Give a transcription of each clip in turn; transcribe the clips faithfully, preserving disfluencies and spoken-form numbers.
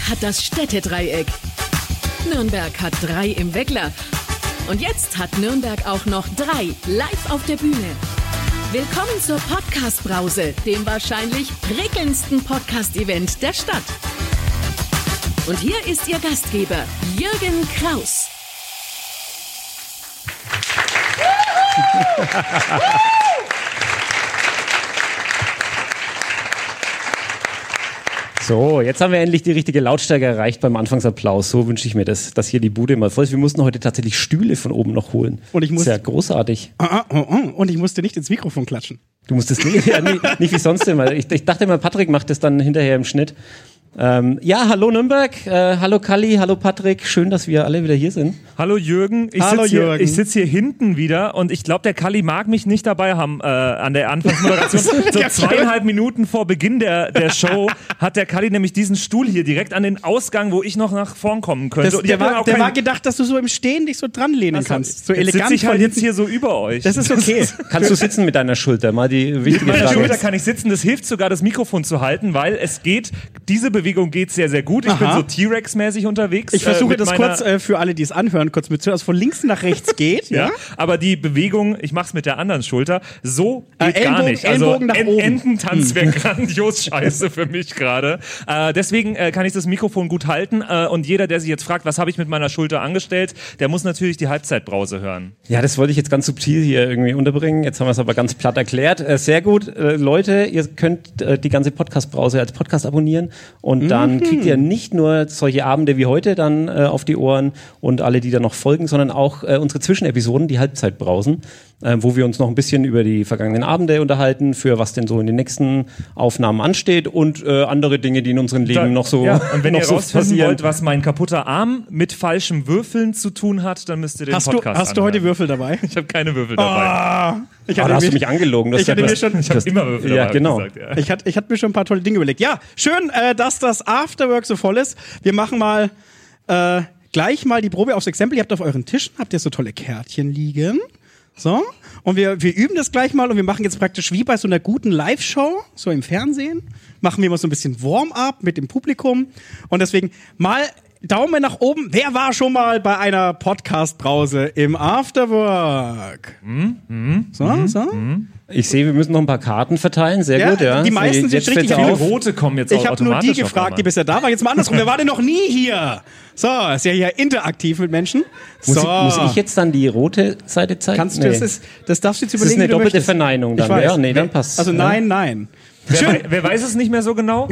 hat das Städtedreieck. Nürnberg hat drei im Weckler. Und jetzt hat Nürnberg auch noch drei live auf der Bühne. Willkommen zur Podcast-Brause, dem wahrscheinlich prickelndsten Podcast-Event der Stadt. Und hier ist Ihr Gastgeber, Jürgen Kraus. So, jetzt haben wir endlich die richtige Lautstärke erreicht beim Anfangsapplaus. So wünsche ich mir das, dass hier die Bude mal voll ist. Wir mussten heute tatsächlich Stühle von oben noch holen. Und ich musste, das ist ja großartig. Uh, uh, uh, und ich musste nicht ins Mikrofon klatschen. Du musstest nicht, ja, nicht, nicht wie sonst immer. Ich, ich dachte immer, Patrick macht das dann hinterher im Schnitt. Ähm, ja, hallo Nürnberg, äh, hallo Kalli, hallo Patrick, schön, dass wir alle wieder hier sind. Hallo Jürgen, ich hallo sitze Jürgen. hier, sitz hier hinten wieder und ich glaube, der Kalli mag mich nicht dabei haben äh, an der Anfangsmoderation. So zweieinhalb Minuten vor Beginn der, der Show hat der Kalli nämlich diesen Stuhl hier direkt an den Ausgang, wo ich noch nach vorn kommen könnte. Das, und der war, auch der kein... war gedacht, dass du so im Stehen dich so dranlehnen also, kannst. So jetzt elegant. sitze ich halt jetzt hier so über euch. Das ist okay. Kannst du sitzen mit deiner Schulter? Mal die wichtige Mit meiner Frage. Schulter kann ich sitzen, das hilft sogar, das Mikrofon zu halten, weil es geht, diese Bewegung geht sehr, sehr gut. Ich Aha. bin so T-Rex-mäßig unterwegs. Ich versuche äh, das kurz äh, für alle, die es anhören, kurz mit also von links nach rechts geht. ja? Ja, aber die Bewegung, ich mach's mit der anderen Schulter, so geht Äh, gar Ellenbogen- nicht. Also Ellenbogen nach en oben. Ententanz wäre grandios scheiße für mich gerade. Äh, deswegen äh, kann ich das Mikrofon gut halten äh, und jeder, der sich jetzt fragt, was habe ich mit meiner Schulter angestellt, der muss natürlich die Halbzeitbrause hören. Ja, das wollte ich jetzt ganz subtil hier irgendwie unterbringen. Jetzt haben wir es aber ganz platt erklärt. Äh, sehr gut, äh, Leute, ihr könnt äh, die ganze Podcast-Brause als Podcast abonnieren und dann Mhm. kriegt ihr nicht nur solche Abende wie heute dann äh, auf die Ohren und alle, die da noch folgen, sondern auch äh, unsere Zwischenepisoden, die Halbzeitbrausen, äh, wo wir uns noch ein bisschen über die vergangenen Abende unterhalten, für was denn so in den nächsten Aufnahmen ansteht und äh, andere Dinge, die in unserem Leben Da, noch so ja, und wenn noch ihr so rausfinden passieren. wollt, was mein kaputter Arm mit falschen Würfeln zu tun hat, dann müsst ihr den Hast du, Podcast hast du heute anhören. Würfel dabei? Ich habe keine Würfel dabei. Ah, ich Ah, hatte da hast mir- du mich angelogen. Das ich hatte ist ja mir schon- Ich habe immer Würfel dabei. Ja, hab ich genau. gesagt, ja. Ich hatte, ich hatte mir schon ein paar tolle Dinge überlegt. Ja, schön, äh, dass das Afterwork so voll ist. Wir machen mal äh, gleich mal die Probe aufs Exempel. Ihr habt auf euren Tischen, habt ihr so tolle Kärtchen liegen. So. Und wir, wir üben das gleich mal und wir machen jetzt praktisch wie bei so einer guten Live-Show, so im Fernsehen, machen wir mal so ein bisschen Warm-up mit dem Publikum. Und deswegen mal Daumen nach oben. Wer war schon mal bei einer Podcast-Brause im Afterwork? Mhm. So, so. Ich sehe, wir müssen noch ein paar Karten verteilen. Sehr Ja, gut, ja. die meisten sind Jetzt richtig fällt's viele auf. Rote kommen jetzt Ich auch habe nur die automatisch auf gefragt, einmal. die bisher da waren. Jetzt mal andersrum. Wer war denn noch nie hier? So, ist ja hier interaktiv mit Menschen. Muss, So. ich, muss ich jetzt dann die rote Seite zeigen? Kannst du, das, ist, das darfst du jetzt Das überlegen, ist eine wie du doppelte möchtest. Verneinung dann, Ich weiß. ja? Nee, dann passt's. Also nein, nein. Wer, Schön, wei- wer weiß es nicht mehr so genau?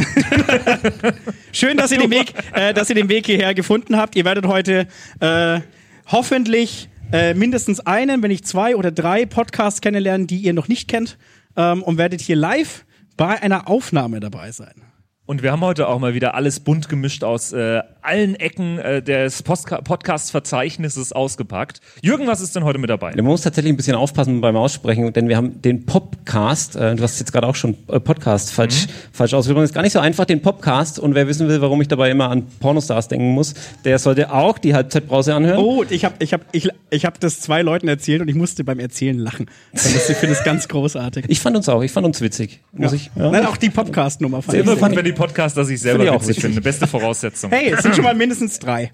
schön dass, ihr den Weg, äh, dass ihr den Weg hierher gefunden habt. Ihr werdet heute äh, hoffentlich äh, mindestens einen, wenn nicht zwei oder drei Podcasts kennenlernen, die ihr noch nicht kennt, ähm, und werdet hier live bei einer Aufnahme dabei sein. Und wir haben heute auch mal wieder alles bunt gemischt aus äh, allen Ecken äh, des Postka- Podcast-Verzeichnisses ausgepackt. Jürgen, was ist denn heute mit dabei? Man muss tatsächlich ein bisschen aufpassen beim Aussprechen, denn wir haben den Popcast, äh, du hast jetzt gerade auch schon äh, Podcast falsch, mhm. falsch ausgesprochen, ist gar nicht so einfach, den Popcast, und wer wissen will, warum ich dabei immer an Pornostars denken muss, der sollte auch die Halbzeitbrause anhören. Oh, ich habe ich hab, ich, ich hab das zwei Leuten erzählt und ich musste beim Erzählen lachen. Ich finde es ganz großartig. Ich fand uns auch, ich fand uns witzig, muss ja. ich. Ja. Nein, auch die Podcast-Nummer fand Sehr ich immer sehr gut, wenn die Podcaster sich selber Finde ich auch witzig witzig. finden. Beste Voraussetzung. Hey, es sind schon mal mindestens drei.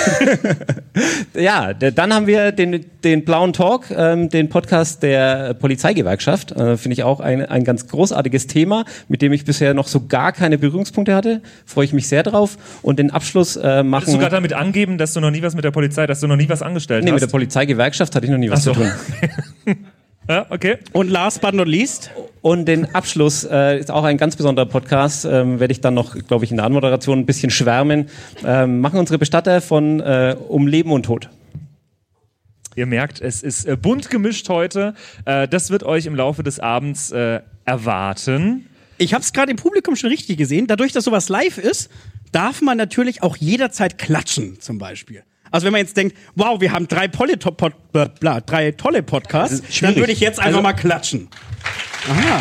Ja, d- dann haben wir den, den Blauen Talk, ähm, den Podcast der Polizeigewerkschaft. Äh, Finde ich auch ein, ein ganz großartiges Thema, mit dem ich bisher noch so gar keine Berührungspunkte hatte. Freue ich mich sehr drauf. Und den Abschluss äh, machen... Würdest du gerade damit angeben, dass du noch nie was mit der Polizei, dass du noch nie was angestellt Nee, hast? mit der Polizeigewerkschaft hatte ich noch nie was Ach so. zu tun. Ja, okay. Und last but not least, Und den Abschluss äh, ist auch ein ganz besonderer Podcast, ähm, werde ich dann noch, glaube ich, in der Anmoderation ein bisschen schwärmen. Ähm, machen unsere Bestatter von äh, Um Leben und Tod. Ihr merkt, es ist äh, bunt gemischt heute. Äh, das wird euch im Laufe des Abends äh, erwarten. ich habe es gerade im Publikum schon richtig gesehen, dadurch, dass sowas live ist, darf man natürlich auch jederzeit klatschen, zum Beispiel. Also wenn man jetzt denkt, wow, wir haben drei, Poly -Pod -Pod bla, drei tolle Podcasts, dann würde ich jetzt einfach Also, mal klatschen. Aha.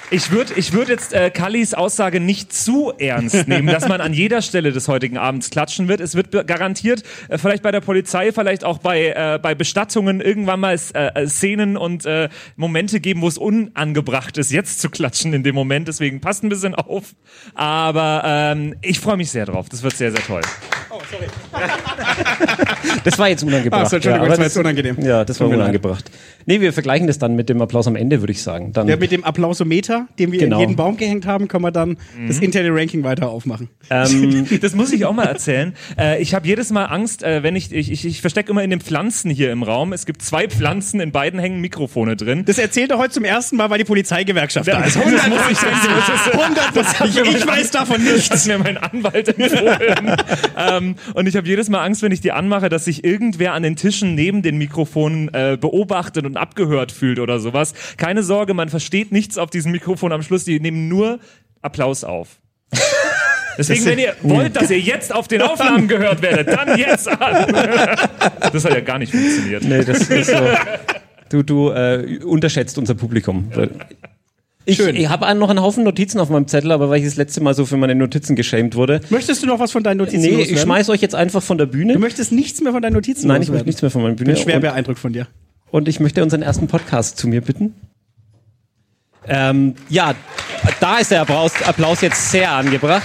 Ich würde ich würd jetzt äh, Kallis Aussage nicht zu ernst nehmen, dass man an jeder Stelle des heutigen Abends klatschen wird. Es wird garantiert, äh, vielleicht bei der Polizei, vielleicht auch bei, äh, bei Bestattungen irgendwann mal äh, Szenen und äh, Momente geben, wo es unangebracht ist, jetzt zu klatschen in dem Moment. Deswegen passt ein bisschen auf. Aber ähm, ich freue mich sehr drauf. Das wird sehr, sehr toll. Oh, sorry. Das war jetzt unangebracht. Ach so, Entschuldigung, ja, das war das jetzt unangenehm. Ja, das war Tut mir unangebracht. Nee, wir vergleichen das dann mit dem Applaus am Ende, würde ich sagen. Dann Ja, mit dem Applausometer, den wir Genau. in jeden Baum gehängt haben, können wir dann mhm. das interne Ranking weiter aufmachen. ähm, Das muss ich auch mal erzählen. Äh, ich habe jedes Mal Angst, äh, wenn ich, ich, ich, ich verstecke immer in den Pflanzen hier im Raum. Es gibt zwei Pflanzen, in beiden hängen Mikrofone drin. Das erzählt er heute zum ersten Mal, weil die Polizeigewerkschaft da ist. Das muss ich hundert Prozent. Ich, ich weiß davon Das nichts. hat mir mein Anwalt empfohlen. ähm, und ich habe jedes Mal Angst, wenn ich die anmache, dass sich irgendwer an den Tischen neben den Mikrofonen äh, beobachtet und abgehört fühlt oder sowas. Keine Sorge, man versteht nichts auf diesem Mikrofon am Schluss. Die nehmen nur Applaus auf. Deswegen, wenn ihr wollt, dass ihr jetzt auf den Aufnahmen gehört werdet, dann jetzt an. Das hat ja gar nicht funktioniert. nee, das ist so. Du, du äh, unterschätzt unser Publikum. Ich, Schön. ich habe noch einen Haufen Notizen auf meinem Zettel, aber weil ich das letzte Mal so für meine Notizen geschämt wurde. Möchtest du noch was von deinen Notizen Nee, loswerden? ich schmeiß euch jetzt einfach von der Bühne. Du möchtest nichts mehr von deinen Notizen Nein, ich möchte loswerden? nichts mehr von meiner Ich Bühne. bin schwer Und, beeindruckt von dir. und ich möchte unseren ersten Podcast zu mir bitten. Ähm, ja, da ist der Applaus, Applaus jetzt sehr angebracht.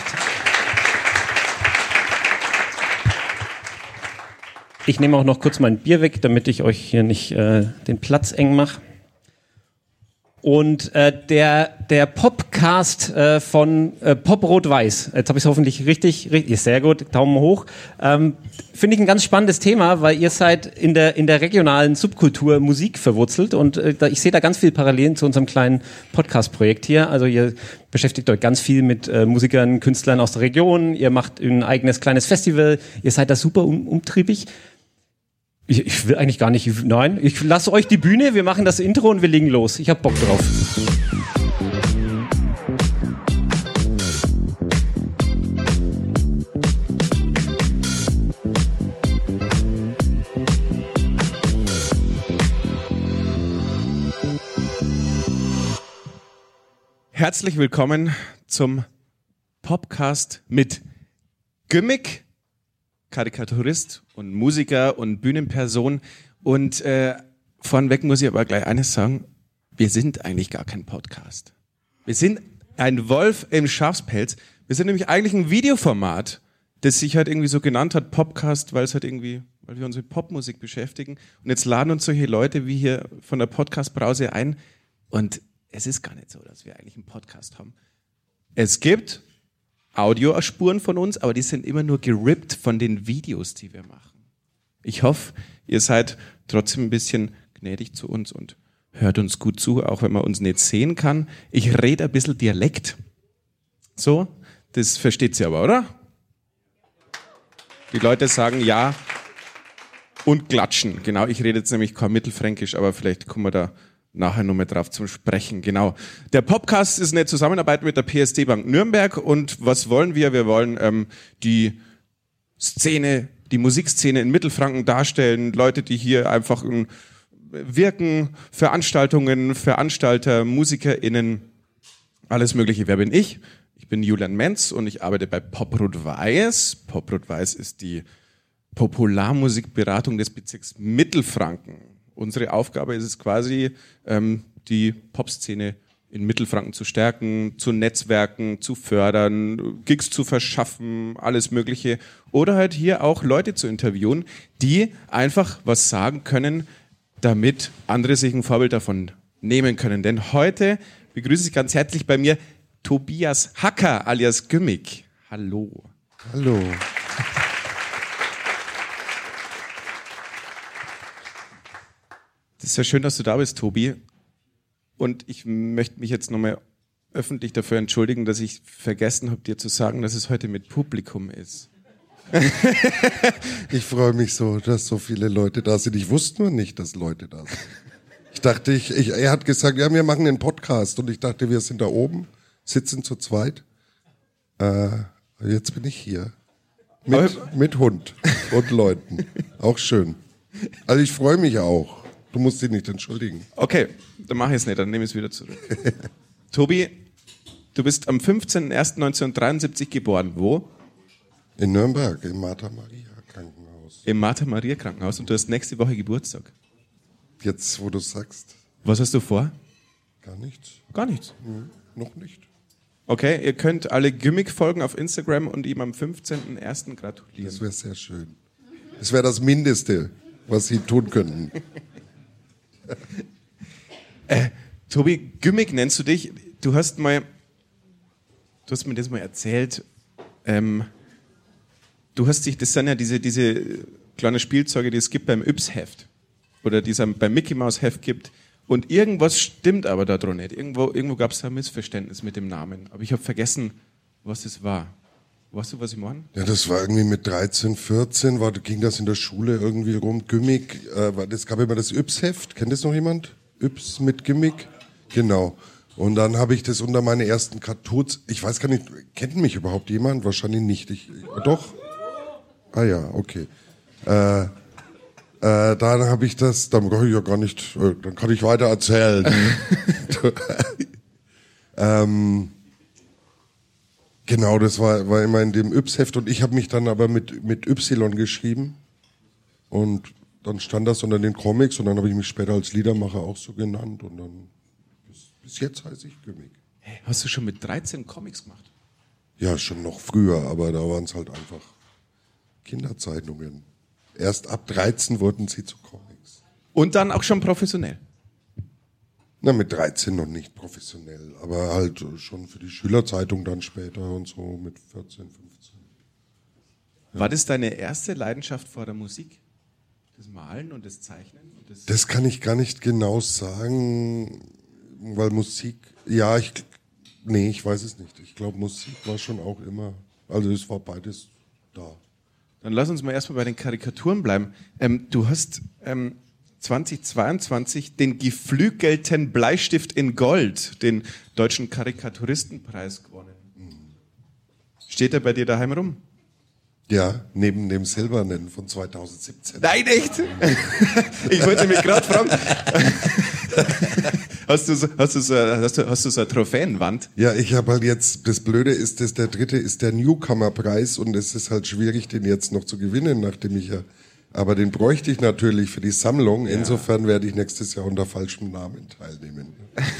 Ich nehme auch noch kurz mein Bier weg, damit ich euch hier nicht äh, den Platz eng mache. Und äh, der der Popcast äh, von äh, Pop Rot-Weiß, jetzt habe ich es hoffentlich richtig, richtig, sehr gut, Daumen hoch, ähm, finde ich ein ganz spannendes Thema, weil ihr seid in der in der regionalen Subkultur Musik verwurzelt und äh, da, ich sehe da ganz viel Parallelen zu unserem kleinen Podcast-Projekt hier. Also ihr beschäftigt euch ganz viel mit äh, Musikern, Künstlern aus der Region, ihr macht ein eigenes kleines Festival, ihr seid da super um, umtriebig. Ich, ich will eigentlich gar nicht, nein, ich lasse euch die Bühne, wir machen das Intro und wir legen los. Ich hab Bock drauf. Herzlich willkommen zum Popcast mit Gimmick, Karikaturist und Musiker und Bühnenperson. Und äh, vorneweg muss ich aber gleich eines sagen, wir sind eigentlich gar kein Podcast. Wir sind ein Wolf im Schafspelz. Wir sind nämlich eigentlich ein Videoformat, das sich halt irgendwie so genannt hat, Popcast, weil es halt irgendwie, weil wir uns mit Popmusik beschäftigen. Und jetzt laden uns solche Leute wie hier von der Podcast-Brause ein. Und es ist gar nicht so, dass wir eigentlich einen Podcast haben. Es gibt Audiospuren von uns, aber die sind immer nur gerippt von den Videos, die wir machen. Ich hoffe, ihr seid trotzdem ein bisschen gnädig zu uns und hört uns gut zu, auch wenn man uns nicht sehen kann. Ich rede ein bisschen Dialekt. So, das versteht ihr aber, oder? Die Leute sagen ja und klatschen. Genau, ich rede jetzt nämlich kein Mittelfränkisch, aber vielleicht kommen wir da nachher noch mal drauf zum Sprechen, genau. Der Popcast ist eine Zusammenarbeit mit der P S D Bank Nürnberg und was wollen wir? Wir wollen ähm, die Szene, die Musikszene in Mittelfranken darstellen, Leute, die hier einfach ähm, wirken, Veranstaltungen, Veranstalter, MusikerInnen, alles Mögliche. Wer bin ich? Ich bin Julian Menz und ich arbeite bei Pop Rot-Weiß. Pop Rot-Weiß ist die Popularmusikberatung des Bezirks Mittelfranken. Unsere Aufgabe ist es quasi, ähm, die Popszene in Mittelfranken zu stärken, zu netzwerken, zu fördern, Gigs zu verschaffen, alles Mögliche. Oder halt hier auch Leute zu interviewen, die einfach was sagen können, damit andere sich ein Vorbild davon nehmen können. Denn heute begrüße ich ganz herzlich bei mir Tobias Hacker alias Gimmick. Hallo. Hallo. Das ist ja schön, dass du da bist, Tobi. Und ich möchte mich jetzt nochmal öffentlich dafür entschuldigen, dass ich vergessen habe, dir zu sagen, dass es heute mit Publikum ist. Ich freue mich so, dass so viele Leute da sind. Ich wusste nur nicht, dass Leute da sind. Ich dachte, ich, ich, er hat gesagt, ja, wir machen einen Podcast. Und ich dachte, wir sind da oben, sitzen zu zweit. Äh, jetzt bin ich hier. Mit, mit Hund und Leuten. Auch schön. Also ich freue mich auch. Du musst dich nicht entschuldigen. Okay, dann mache ich es nicht, dann nehme ich es wieder zurück. Tobi, du bist am fünfzehnten ersten neunzehnhundertdreiundsiebzig geboren. Wo? In Nürnberg, im Martha-Maria-Krankenhaus. Im Martha-Maria-Krankenhaus. Und du hast nächste Woche Geburtstag. Jetzt, wo du sagst. Was hast du vor? Gar nichts. Gar nichts. Hm, noch nicht. Okay, ihr könnt alle Gimmick folgen auf Instagram und ihm am fünfzehnten ersten gratulieren. Das wäre sehr schön. Das wäre das Mindeste, was sie tun könnten. äh, Tobi, Gimmick nennst du dich. Du hast mal, du hast mir das mal erzählt. Ähm, du hast dich, das sind ja diese, diese kleinen Spielzeuge, die es gibt beim Yps-Heft. Oder die es beim Mickey-Maus-Heft gibt. Und irgendwas stimmt aber da dran nicht. Irgendwo, irgendwo gab es ein Missverständnis mit dem Namen. Aber ich habe vergessen, was es war. Weißt du, was ich meine? Ja, das war irgendwie mit dreizehn, vierzehn, war, ging das in der Schule irgendwie rum. Gimmick, äh, es gab immer das Yps-Heft. Kennt das noch jemand? Yps mit Gimmick? Genau. Und dann habe ich das unter meine ersten Cartoons, ich weiß gar nicht, kennt mich überhaupt jemand? Wahrscheinlich nicht. Ich, doch? Ah ja, okay. Äh, Äh, dann habe ich das, dann kann ich ja gar nicht, äh, dann kann ich weiter erzählen. ähm, genau, das war, war immer in dem Yps-Heft und ich habe mich dann aber mit, mit Y geschrieben und dann stand das unter den Comics und dann habe ich mich später als Liedermacher auch so genannt und dann bis, bis jetzt heiße ich Gimmick. Hey, hast du schon mit dreizehn Comics gemacht? Ja, schon noch früher, aber da waren es halt einfach Kinderzeichnungen. Erst ab dreizehn wurden sie zu Comics. Und dann auch schon professionell? Na, mit dreizehn noch nicht professionell, aber halt schon für die Schülerzeitung dann später und so mit vierzehn, fünfzehn. Ja. War das deine erste Leidenschaft vor der Musik? Das Malen und das Zeichnen? Und das, das kann ich gar nicht genau sagen, weil Musik, ja, ich, nee, ich weiß es nicht. Ich glaube, Musik war schon auch immer, also es war beides da. Dann lass uns mal erstmal bei den Karikaturen bleiben. Ähm, du hast ähm, zweitausendzweiundzwanzig den geflügelten Bleistift in Gold, den Deutschen Karikaturistenpreis gewonnen. Steht er bei dir daheim rum? Ja, neben dem Silbernen von zweitausendsiebzehn. Nein, echt? Ich wollte mich gerade fragen. Hast du, so, hast, du so, hast, du, hast du so eine Trophäenwand? Ja, ich habe halt jetzt, das Blöde ist, dass der dritte ist der Newcomer-Preis und es ist halt schwierig, den jetzt noch zu gewinnen, nachdem ich ja, aber den bräuchte ich natürlich für die Sammlung. Ja. Insofern werde ich nächstes Jahr unter falschem Namen teilnehmen.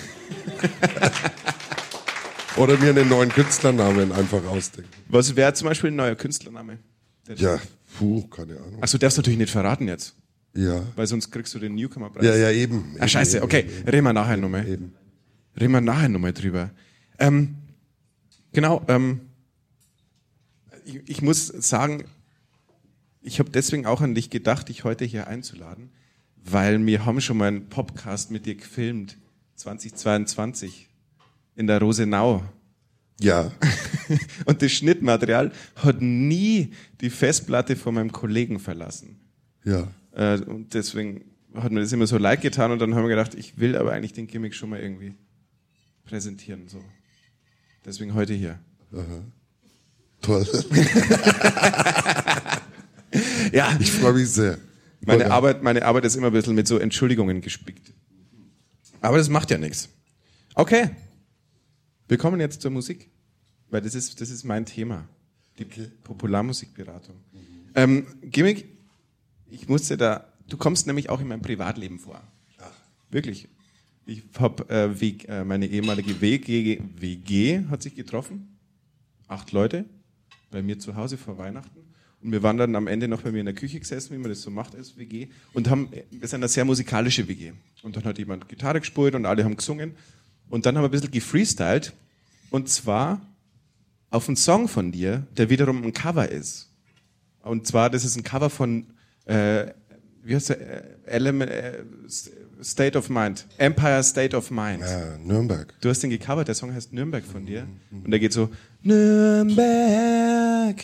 Oder mir einen neuen Künstlernamen einfach ausdenken. Was wäre zum Beispiel ein neuer Künstlername? Ja, puh, keine Ahnung. Achso, darfst du natürlich nicht verraten jetzt. Ja. Weil sonst kriegst du den Newcomer-Preis. Ja, ja, eben. Ah, scheiße, eben, okay. Eben, Reden wir nachher nochmal. Eben. Reden wir nachher nochmal drüber. Ähm, genau, ähm, ich, ich muss sagen, ich habe deswegen auch an dich gedacht, dich heute hier einzuladen, weil wir haben schon mal einen Podcast mit dir gefilmt, zweitausendzweiundzwanzig, in der Rosenau. Ja. Und das Schnittmaterial hat nie die Festplatte von meinem Kollegen verlassen. Ja. Äh, und deswegen hat mir das immer so leid getan und dann haben wir gedacht, ich will aber eigentlich den Gimmick schon mal irgendwie präsentieren. So. Deswegen heute hier. Aha. Toll. Ja. Ich freue mich sehr. Meine Arbeit, meine Arbeit ist immer ein bisschen mit so Entschuldigungen gespickt. Aber das macht ja nichts. Okay. Wir kommen jetzt zur Musik. Weil das ist, das ist mein Thema. Die Okay. Popularmusikberatung. Mhm. Ähm, Gimmick, ich musste da, du kommst nämlich auch in meinem Privatleben vor. Ach. Wirklich. Ich habe äh, äh, meine ehemalige W G, W G hat sich getroffen. Acht Leute. Bei mir zu Hause vor Weihnachten. Und wir waren dann am Ende noch bei mir in der Küche gesessen, wie man das so macht als W G. Und haben, wir sind eine sehr musikalische W G. Und dann hat jemand Gitarre gespielt und alle haben gesungen. Und dann haben wir ein bisschen gefreestylt. Und zwar auf einen Song von dir, der wiederum ein Cover ist. Und zwar, das ist ein Cover von, äh, wie heißt der? Äh, Element, äh, State of Mind. Empire State of Mind. Ja, Nürnberg. Du hast den gecovert, der Song heißt Nürnberg von dir. Und der geht so, Nürnberg.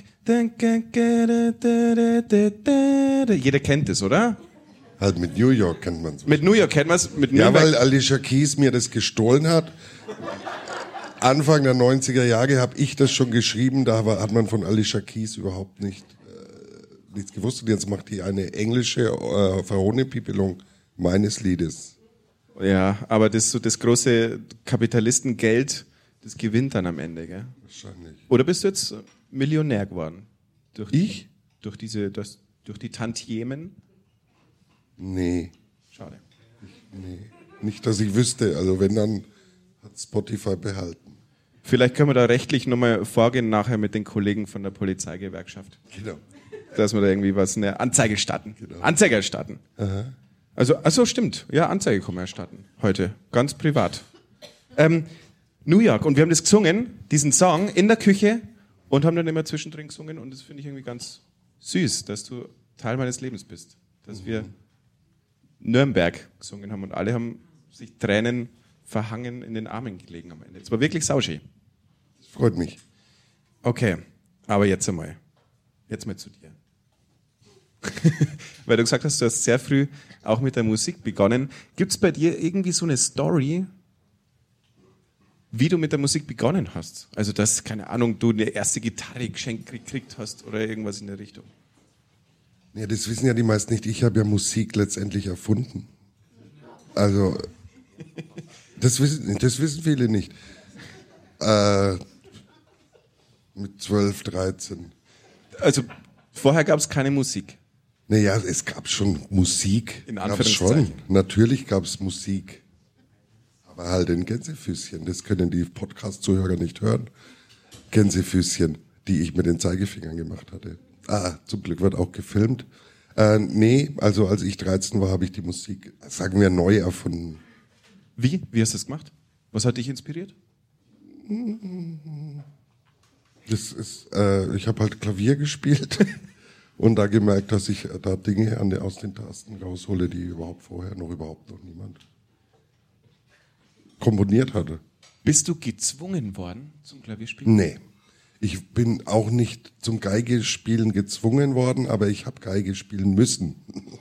Jeder kennt es, oder? Halt mit New York kennt man es. Mit New York kennt man es. Mit Ja, Nürnberg. weil Alicia Keys mir das gestohlen hat. Anfang der neunziger Jahre habe ich das schon geschrieben, da war, hat man von Alicia Keys überhaupt nicht, äh, nichts gewusst. Und jetzt macht die eine englische äh, Verhohne-Pipelung meines Liedes. Ja, aber das, so das große Kapitalistengeld, das gewinnt dann am Ende, gell? Wahrscheinlich. Oder bist du jetzt Millionär geworden? Durch Ich? Durch diese, das, durch die Tantiemen? Nee, Schade. nee. Nicht, dass ich wüsste. Also wenn, dann hat Spotify behalten. Vielleicht können wir da rechtlich nochmal vorgehen nachher mit den Kollegen von der Polizeigewerkschaft. Genau. Dass wir da irgendwie was, eine Anzeige starten. Genau. Anzeige erstatten. Aha. Also, also stimmt. Ja, Anzeige kann man erstatten. Heute. Ganz privat. Ähm, New York. Und wir haben das gesungen, diesen Song, in der Küche und haben dann immer zwischendrin gesungen. Und das finde ich irgendwie ganz süß, dass du Teil meines Lebens bist. Dass wir Nürnberg gesungen haben und alle haben sich Tränen verhangen in den Armen gelegen am Ende. Es war wirklich sauschön. Das freut mich. Okay, aber jetzt einmal. Jetzt mal zu dir. Weil du gesagt hast, du hast sehr früh auch mit der Musik begonnen. Gibt es bei dir irgendwie so eine Story, wie du mit der Musik begonnen hast? Also, dass, keine Ahnung, du eine erste Gitarre geschenkt gekriegt hast oder irgendwas in der Richtung. Ja, das wissen ja die meisten nicht. Ich habe ja Musik letztendlich erfunden. Also, das wissen, das wissen viele nicht. Äh, mit zwölf, dreizehn. Also, vorher gab es keine Musik. Naja, es gab schon Musik. In Gab's Anführungszeichen. schon. Natürlich gab es Musik. Aber halt in Gänsefüßchen. Das können die Podcast-Zuhörer nicht hören. Gänsefüßchen, die ich mit den Zeigefingern gemacht hatte. Ah, zum Glück wird auch gefilmt. Äh, nee, also als ich dreizehn war, habe ich die Musik, sagen wir, neu erfunden. Wie? Wie hast du das gemacht? Was hat dich inspiriert? Das ist, äh, ich habe halt Klavier gespielt und da gemerkt, dass ich da Dinge an der, aus den Tasten raushole, die überhaupt vorher noch überhaupt noch niemand komponiert hatte. Bist du gezwungen worden zum Klavierspielen? Nee. Ich bin auch nicht zum Geigespielen gezwungen worden, aber ich habe Geige spielen müssen.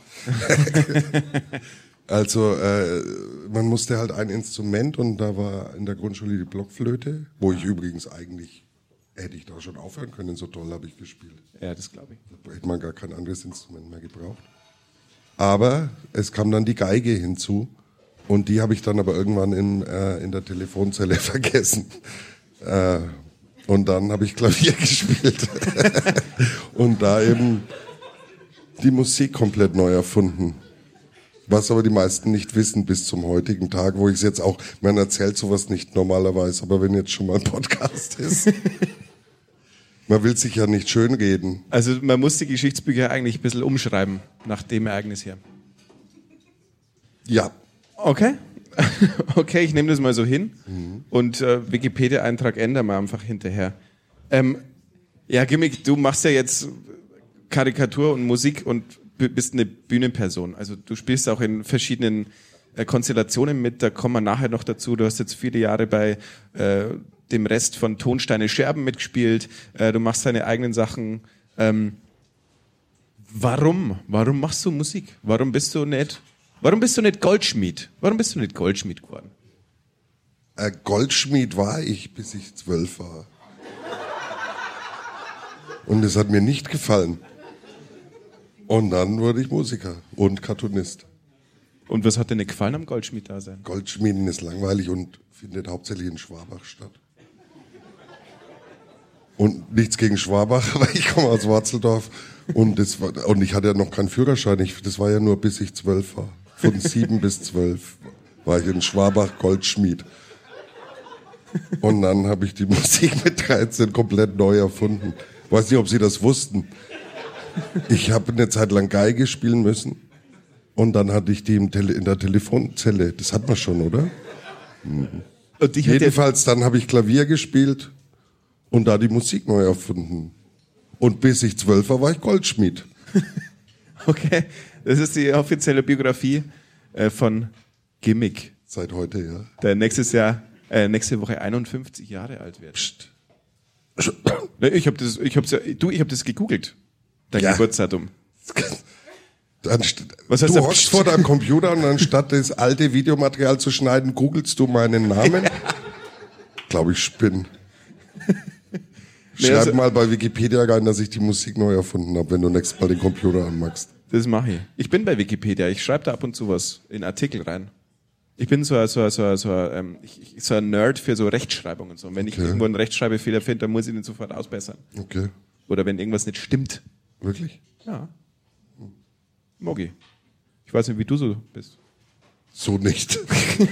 Also äh, man musste halt ein Instrument und da war in der Grundschule die Blockflöte, wo ich übrigens eigentlich, hätte ich da schon aufhören können, so toll habe ich gespielt. Ja, das glaube ich. Da hätte man gar kein anderes Instrument mehr gebraucht. Aber es kam dann die Geige hinzu und die habe ich dann aber irgendwann in, äh, in der Telefonzelle vergessen. Äh, Und dann habe ich Klavier gespielt und da eben die Musik komplett neu erfunden. Was aber die meisten nicht wissen bis zum heutigen Tag, wo ich es jetzt auch, man erzählt sowas nicht normalerweise, aber wenn jetzt schon mal ein Podcast ist, man will sich ja nicht schönreden. Also man muss die Geschichtsbücher eigentlich ein bisschen umschreiben nach dem Ereignis hier. Ja, Okay. Okay, ich nehme das mal so hin mhm. und äh, Wikipedia-Eintrag ändern wir einfach hinterher. Ähm, ja, Gimmick, du machst ja jetzt Karikatur und Musik und b- bist eine Bühnenperson. Also du spielst auch in verschiedenen äh, Konstellationen mit, da kommen wir nachher noch dazu. Du hast jetzt viele Jahre bei äh, dem Rest von Tonsteine Scherben mitgespielt. Äh, du machst deine eigenen Sachen. Ähm, warum? Warum machst du Musik? Warum bist du nicht... Warum bist du nicht Goldschmied? Warum bist du nicht Goldschmied geworden? äh, Goldschmied war ich, bis ich zwölf war. Und es hat mir nicht gefallen. Und dann wurde ich Musiker und Cartoonist. Und was hat dir nicht gefallen am Goldschmied-Dasein? Goldschmieden ist langweilig und findet hauptsächlich in Schwabach statt. Und nichts gegen Schwabach, aber ich komme aus Warzeldorf. Und, das war, und ich hatte ja noch keinen Führerschein. Ich, das war ja nur, bis ich zwölf war. Von sieben bis zwölf war ich in Schwabach Goldschmied. Und dann habe ich die Musik mit dreizehn komplett neu erfunden. Weiß nicht, ob Sie das wussten. Ich habe eine Zeit lang Geige spielen müssen. Und dann hatte ich die im Tele- in der Telefonzelle. Das hat man schon, oder? Mhm. Und ich hätte Jedenfalls, dann habe ich Klavier gespielt und da die Musik neu erfunden. Und bis ich zwölf war, war ich Goldschmied. Okay, das ist die offizielle Biografie äh, von Gimmick, Seit heute, ja. der nächstes Jahr, äh, nächste Woche einundfünfzig Jahre alt wird. Psst. Ne, ich habe das, ich hab's ja, du, ich habe das gegoogelt, dein Ja. Geburtsdatum. Dann st- Was heißt du da hockst Psst? vor deinem Computer und anstatt das alte Videomaterial zu schneiden, googelst du meinen Namen. Glaube ich, spinn. Nee, Schreib also- mal bei Wikipedia rein, dass ich die Musik neu erfunden habe, wenn du nächstes Mal den Computer anmachst. Das mache ich. Ich bin bei Wikipedia, ich schreibe da ab und zu was in Artikel rein. Ich bin so, so, so, so, ähm, ich, ich, so ein Nerd für so Rechtschreibung und so. Und wenn ich Okay. irgendwo einen Rechtschreibfehler finde, dann muss ich den sofort ausbessern. Okay. Oder wenn irgendwas nicht stimmt. Wirklich? Ja. Mogi. Ich weiß nicht, wie du so bist. So nicht.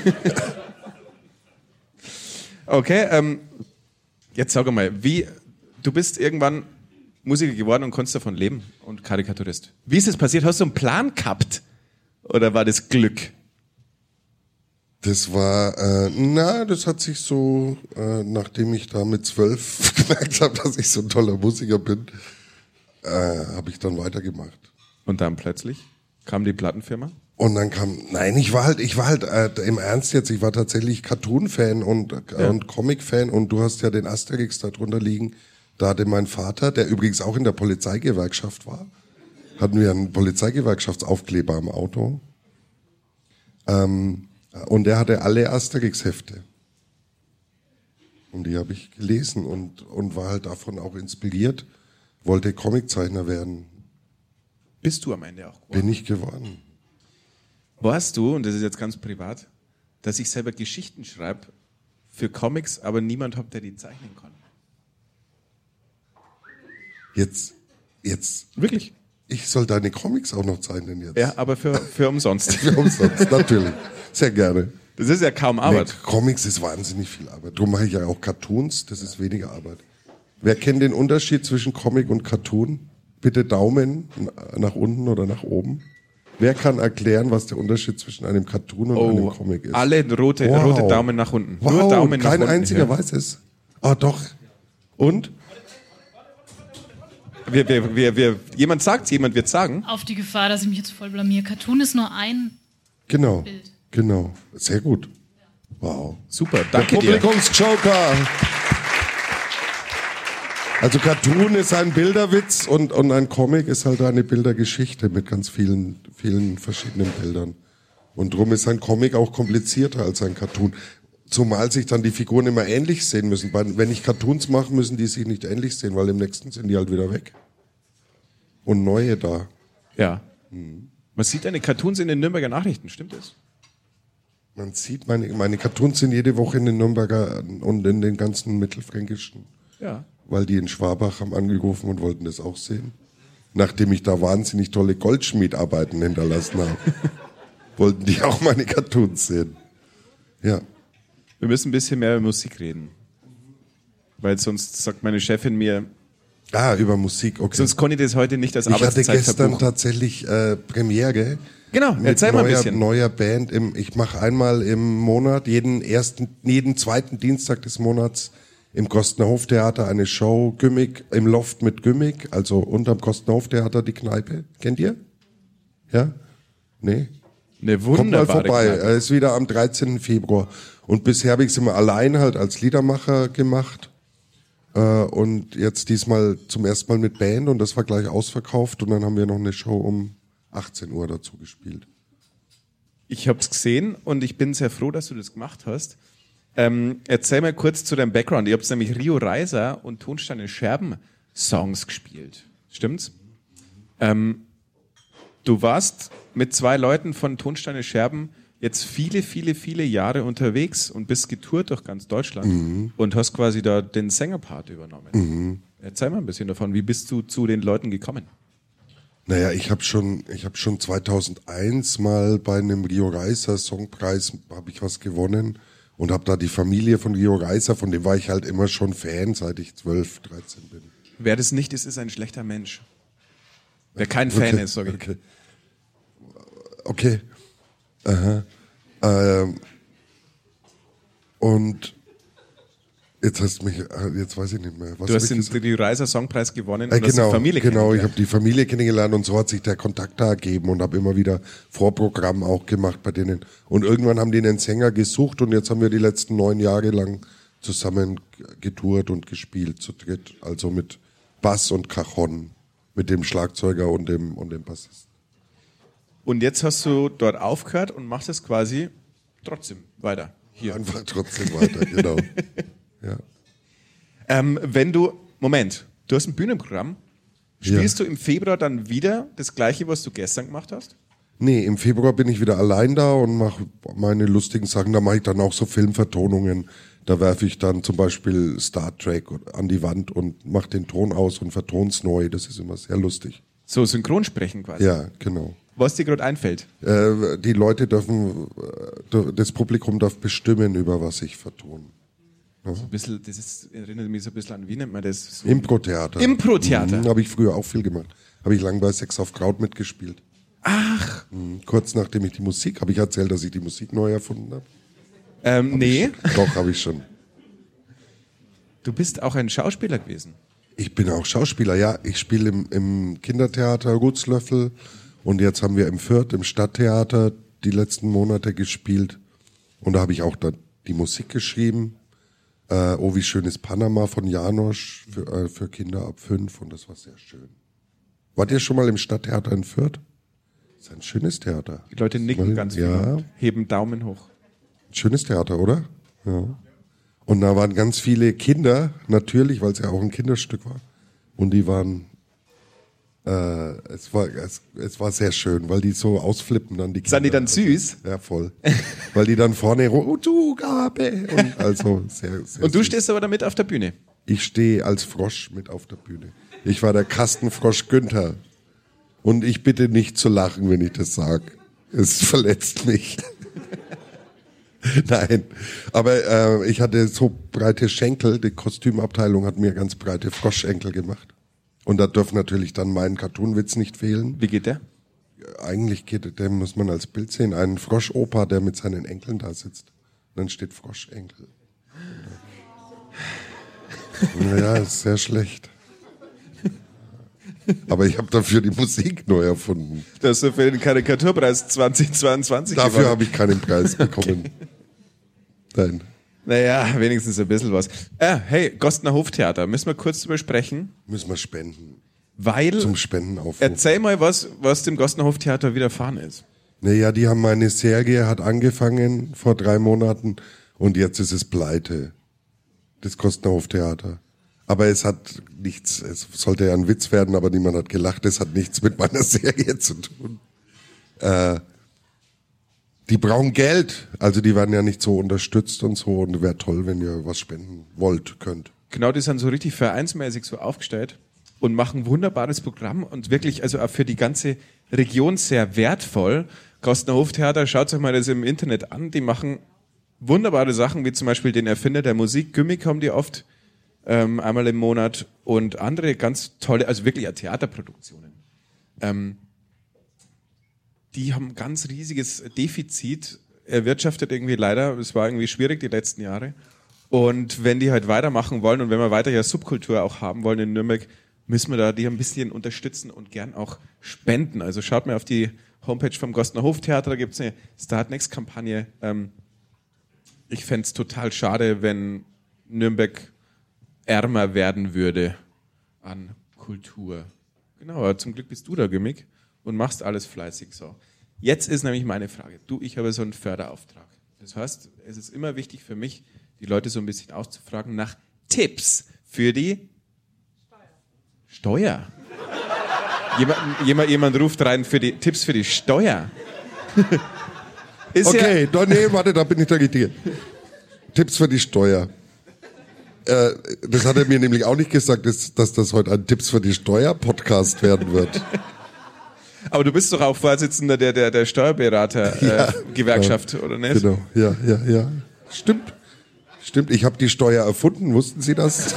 Okay, ähm, jetzt sag mal, wie, du bist irgendwann Musiker geworden und konntest davon leben und Karikaturist. Wie ist das passiert? Hast du einen Plan gehabt? Oder war das Glück? Das war, äh, na, das hat sich so, äh, nachdem ich da mit zwölf gemerkt habe, dass ich so ein toller Musiker bin, äh, habe ich dann weitergemacht. Und dann plötzlich kam die Plattenfirma? Und dann kam, nein, ich war halt, ich war halt äh, im Ernst jetzt, ich war tatsächlich Cartoon-Fan und, äh, Ja. und Comic-Fan und du hast ja den Asterix da drunter liegen. Da hatte mein Vater, der übrigens auch in der Polizeigewerkschaft war, hatten wir einen Polizeigewerkschaftsaufkleber am Auto. Ähm, und der hatte alle Asterix-Hefte. Und die habe ich gelesen und, und war halt davon auch inspiriert, wollte Comiczeichner werden. Bist du am Ende auch geworden? Bin ich geworden. Weißt du, und das ist jetzt ganz privat, dass ich selber Geschichten schreibe für Comics, aber niemand hat, der die zeichnen kann? Jetzt, jetzt, Wirklich? ich soll deine Comics auch noch zeichnen jetzt. Ja, aber für, für umsonst. Für umsonst, natürlich. Sehr gerne. Das ist ja kaum Arbeit. Nee, Comics ist wahnsinnig viel Arbeit. Darum mache ich ja auch Cartoons, das ist weniger Arbeit. Wer kennt den Unterschied zwischen Comic und Cartoon? Bitte Daumen nach unten oder nach oben. Wer kann erklären, was der Unterschied zwischen einem Cartoon und einem Oh, Comic ist? alle rote, Wow. rote Daumen nach unten. Wow, Nur Daumen nach kein unten. einziger Ja. weiß es. Ah, doch. Und? Wir, wir, wir, wir, jemand sagt's, jemand wird's sagen. Auf die Gefahr, dass ich mich jetzt voll blamier. Cartoon ist nur ein Genau. Bild. Genau. Sehr gut. Wow. Super, danke dir. Publikumsjoker. Also Cartoon ist ein Bilderwitz und, und ein Comic ist halt eine Bildergeschichte mit ganz vielen, vielen verschiedenen Bildern. Und drum ist ein Comic auch komplizierter als ein Cartoon. Zumal sich dann die Figuren immer ähnlich sehen müssen. Weil wenn ich Cartoons mache, müssen die sich nicht ähnlich sehen, weil im nächsten sind die halt wieder weg. Und neue da. Ja. Man sieht deine Cartoons in den Nürnberger Nachrichten, stimmt das? Man sieht, meine, meine Cartoons sind jede Woche in den Nürnberger und in den ganzen mittelfränkischen. Ja. Weil die in Schwabach haben angerufen und wollten das auch sehen. Nachdem ich da wahnsinnig tolle Goldschmiedarbeiten hinterlassen habe, wollten die auch meine Cartoons sehen. Ja. Wir müssen ein bisschen mehr über Musik reden. Weil sonst sagt meine Chefin mir, Ah, über Musik, okay. sonst konnte ich das heute nicht als Ich hatte Arbeitszeit gestern verbuchen. tatsächlich äh, Premiere. Genau, mit erzähl mal ein neuer, bisschen. neuer Band. Im, ich mache einmal im Monat, jeden ersten, jeden zweiten Dienstag des Monats im Gostner Hoftheater eine Show, Gymmick, im Loft mit Gymmick, also unterm Gostner Hoftheater die Kneipe. Kennt ihr? Ja? Nee? Eine Kommt mal wunderbare vorbei. Kneipe. Er ist wieder am dreizehnten Februar. Und bisher habe ich es immer allein halt als Liedermacher gemacht. Äh, und jetzt diesmal zum ersten Mal mit Band und das war gleich ausverkauft. Und dann haben wir noch eine Show um achtzehn Uhr dazu gespielt. Ich habe es gesehen und ich bin sehr froh, dass du das gemacht hast. Ähm, erzähl mal kurz zu deinem Background. Ihr habt nämlich Rio Reiser und Tonsteine Scherben Songs gespielt. Stimmt's? Ähm, du warst mit zwei Leuten von Tonsteine Scherben jetzt viele, viele, viele Jahre unterwegs und bist getourt durch ganz Deutschland Mhm. und hast quasi da den Sängerpart übernommen. Mhm. Erzähl mal ein bisschen davon. Wie bist du zu den Leuten gekommen? Naja, ich habe schon, ich habe schon zweitausendeins mal bei einem Rio Reiser Songpreis habe ich was gewonnen und habe da die Familie von Rio Reiser, von dem war ich halt immer schon Fan, seit ich zwölf, dreizehn bin. Wer das nicht ist, ist ein schlechter Mensch. Wer kein Fan Okay, ist, sag ich. Okay. Okay. Aha. Ähm. Und jetzt hast du mich, jetzt weiß ich nicht mehr. Was Du hast hab den ich gesagt? Rio Reiser Songpreis gewonnen Äh, und hast genau, die Familie genau. Ich kennengelernt. habe die Familie kennengelernt und so hat sich der Kontakt da ergeben und habe immer wieder Vorprogramm auch gemacht bei denen. Und irgendwann haben die einen Sänger gesucht und jetzt haben wir die letzten neun Jahre lang zusammen getourt und gespielt zu dritt, also mit Bass und Cajon, mit dem Schlagzeuger und dem und dem Bassisten. Und jetzt hast du dort aufgehört und machst es quasi trotzdem weiter. Hier. Einfach trotzdem weiter, genau. Ja. Ähm, wenn du, Moment, du hast ein Bühnenprogramm. Spielst du im Februar dann wieder das gleiche, was du gestern gemacht hast? Nee, im Februar bin ich wieder allein da und mache meine lustigen Sachen. Da mache ich dann auch so Filmvertonungen. Da werfe ich dann zum Beispiel Star Trek an die Wand und mache den Ton aus und verton's neu. Das ist immer sehr lustig. So Synchronsprechen quasi. Ja, genau. Was dir gerade einfällt. Äh, die Leute dürfen, äh, das Publikum darf bestimmen, über was ich vertone. Ja. So ein bisschen, das ist, erinnert mich so ein bisschen an, wie nennt man das? So Impro-Theater. Impro-Theater. Mhm, habe ich früher auch viel gemacht. Habe ich lang bei Sex auf Kraut mitgespielt. Ach. Mhm, kurz nachdem ich die Musik, habe ich erzählt, dass ich die Musik neu erfunden habe? Ähm, Hab nee. Ich, doch, habe ich schon. Du bist auch ein Schauspieler gewesen. Ich bin auch Schauspieler, ja. Ich spiele im, im Kindertheater Rutslöffel und jetzt haben wir im Fürth, im Stadttheater, die letzten Monate gespielt. Und da habe ich auch da die Musik geschrieben. Äh, oh, wie schön ist Panama von Janosch für, äh, für Kinder ab fünf und das war sehr schön. Wart ihr schon mal im Stadttheater in Fürth? Das ist ein schönes Theater. Die Leute nicken Mal, ganz viel ja. und heben Daumen hoch. Schönes Theater, oder? Ja. Und da waren ganz viele Kinder, natürlich, weil es ja auch ein Kinderstück war. Und die waren, äh, es war, es, es war sehr schön, weil die so ausflippen dann die Kinder. Sind die dann süß? Also, ja, voll. Weil die dann vorne, oh, Zugabe. Und also sehr, sehr Und du süß. stehst aber damit auf der Bühne. Ich stehe als Frosch mit auf der Bühne. Ich war der Kastenfrosch Günther. Und ich bitte nicht zu lachen, wenn ich das sage. Es verletzt mich. Nein, aber äh, ich hatte so breite Schenkel, die Kostümabteilung hat mir ganz breite Froschenkel gemacht. Und da darf natürlich dann mein Cartoonwitz nicht fehlen. Wie geht der? Eigentlich geht, der muss man als Bild sehen, ein Froschopa, der mit seinen Enkeln da sitzt. Und dann steht Froschenkel. Naja, ist sehr schlecht. Aber ich habe dafür die Musik neu erfunden. Du hast du für den Karikaturpreis zweitausendzweiundzwanzig Dafür gewonnen. habe ich keinen Preis bekommen. Nein. Naja, wenigstens ein bisschen was. Äh, hey, Gostner Hoftheater, müssen wir kurz drüber sprechen, Müssen wir spenden. weil, Zum Spendenaufruf. erzähl mal, was, was dem Gostner Hoftheater widerfahren ist. Naja, die haben meine Serie, hat angefangen vor drei Monaten und jetzt ist es pleite. Das Gostner Hoftheater. Aber es hat nichts, es sollte ja ein Witz werden, aber niemand hat gelacht, es hat nichts mit meiner Serie zu tun. Äh, die brauchen Geld, also die werden ja nicht so unterstützt und so und wäre toll, wenn ihr was spenden wollt, könnt. Genau, die sind so richtig vereinsmäßig so aufgestellt und machen ein wunderbares Programm und wirklich, also auch für die ganze Region sehr wertvoll. Gostner Hoftheater, schaut euch mal das im Internet an, die machen wunderbare Sachen, wie zum Beispiel den Erfinder der Musik, Gimmick haben die oft, ähm, einmal im Monat und andere ganz tolle, also wirklich Theaterproduktionen. Ähm, die haben ein ganz riesiges Defizit erwirtschaftet irgendwie leider, es war irgendwie schwierig die letzten Jahre. Und wenn die halt weitermachen wollen und wenn wir weiter ja Subkultur auch haben wollen in Nürnberg, müssen wir da die ein bisschen unterstützen und gern auch spenden. Also schaut mal auf die Homepage vom Gostner Hoftheater, da gibt es eine Start Next Kampagne. Ähm, ich fände es total schade, wenn Nürnberg ärmer werden würde an Kultur. Genau, aber zum Glück bist du da, Gimmick, und machst alles fleißig so. Jetzt ist nämlich meine Frage. Du, ich habe so einen Förderauftrag. Das heißt, es ist immer wichtig für mich, die Leute so ein bisschen auszufragen nach Tipps für die Steuer. Steuer. Jemand, jemand, jemand ruft rein für die Tipps für die Steuer. Ist Okay, ja, da, nee, warte, da bin ich der Richtige. Tipps für die Steuer. Äh, das hat er mir nämlich auch nicht gesagt, dass, dass das heute ein Tipps für die Steuer-Podcast werden wird. aber du bist doch auch Vorsitzender der, der, der Steuerberater-Gewerkschaft, äh, Ja, oder nicht? Genau, ja, ja, ja. Stimmt. Stimmt, ich habe die Steuer erfunden, wussten Sie das?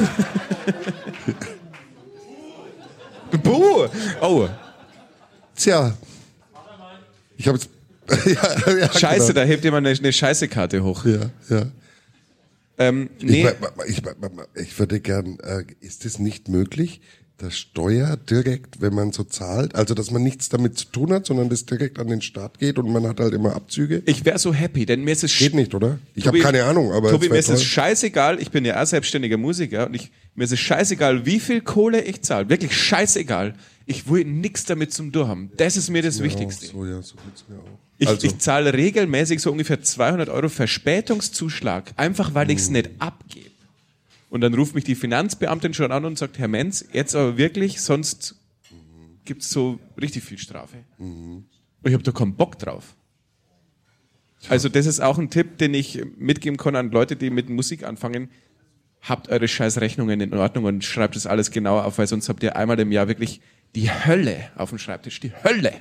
Buh! Oh, Tja. Ich habe ja, ja, Scheiße, genau. da hebt jemand eine, eine Scheiße-Karte hoch. Ja, ja. Ähm, nee, Ich, ich, ich würde gern, äh, ist es nicht möglich, dass Steuer direkt, wenn man so zahlt, also dass man nichts damit zu tun hat, sondern das direkt an den Staat geht und man hat halt immer Abzüge? ich wäre so happy, denn mir ist es Geht nicht, oder? Ich habe Tobi- keine Ahnung, aber Tobi, es mir wär ist es toll. scheißegal, ich bin ja auch selbstständiger Musiker und ich, mir ist es scheißegal, wie viel Kohle ich zahle. Wirklich scheißegal. Ich will nichts damit zum Durchhaben. Das ist mir das Ja, Wichtigste. so, ja, so geht's mir auch. Ich, also, ich zahle regelmäßig so ungefähr zweihundert Euro Verspätungszuschlag, einfach weil ich es nicht abgebe. Und dann ruft mich die Finanzbeamtin schon an und sagt, Herr Menz, jetzt aber wirklich, sonst gibt's so richtig viel Strafe. Ich habe da keinen Bock drauf. Also das ist auch ein Tipp, den ich mitgeben kann an Leute, die mit Musik anfangen. Habt eure scheiß Rechnungen in Ordnung und schreibt das alles genauer auf, weil sonst habt ihr einmal im Jahr wirklich die Hölle auf dem Schreibtisch. Die Hölle.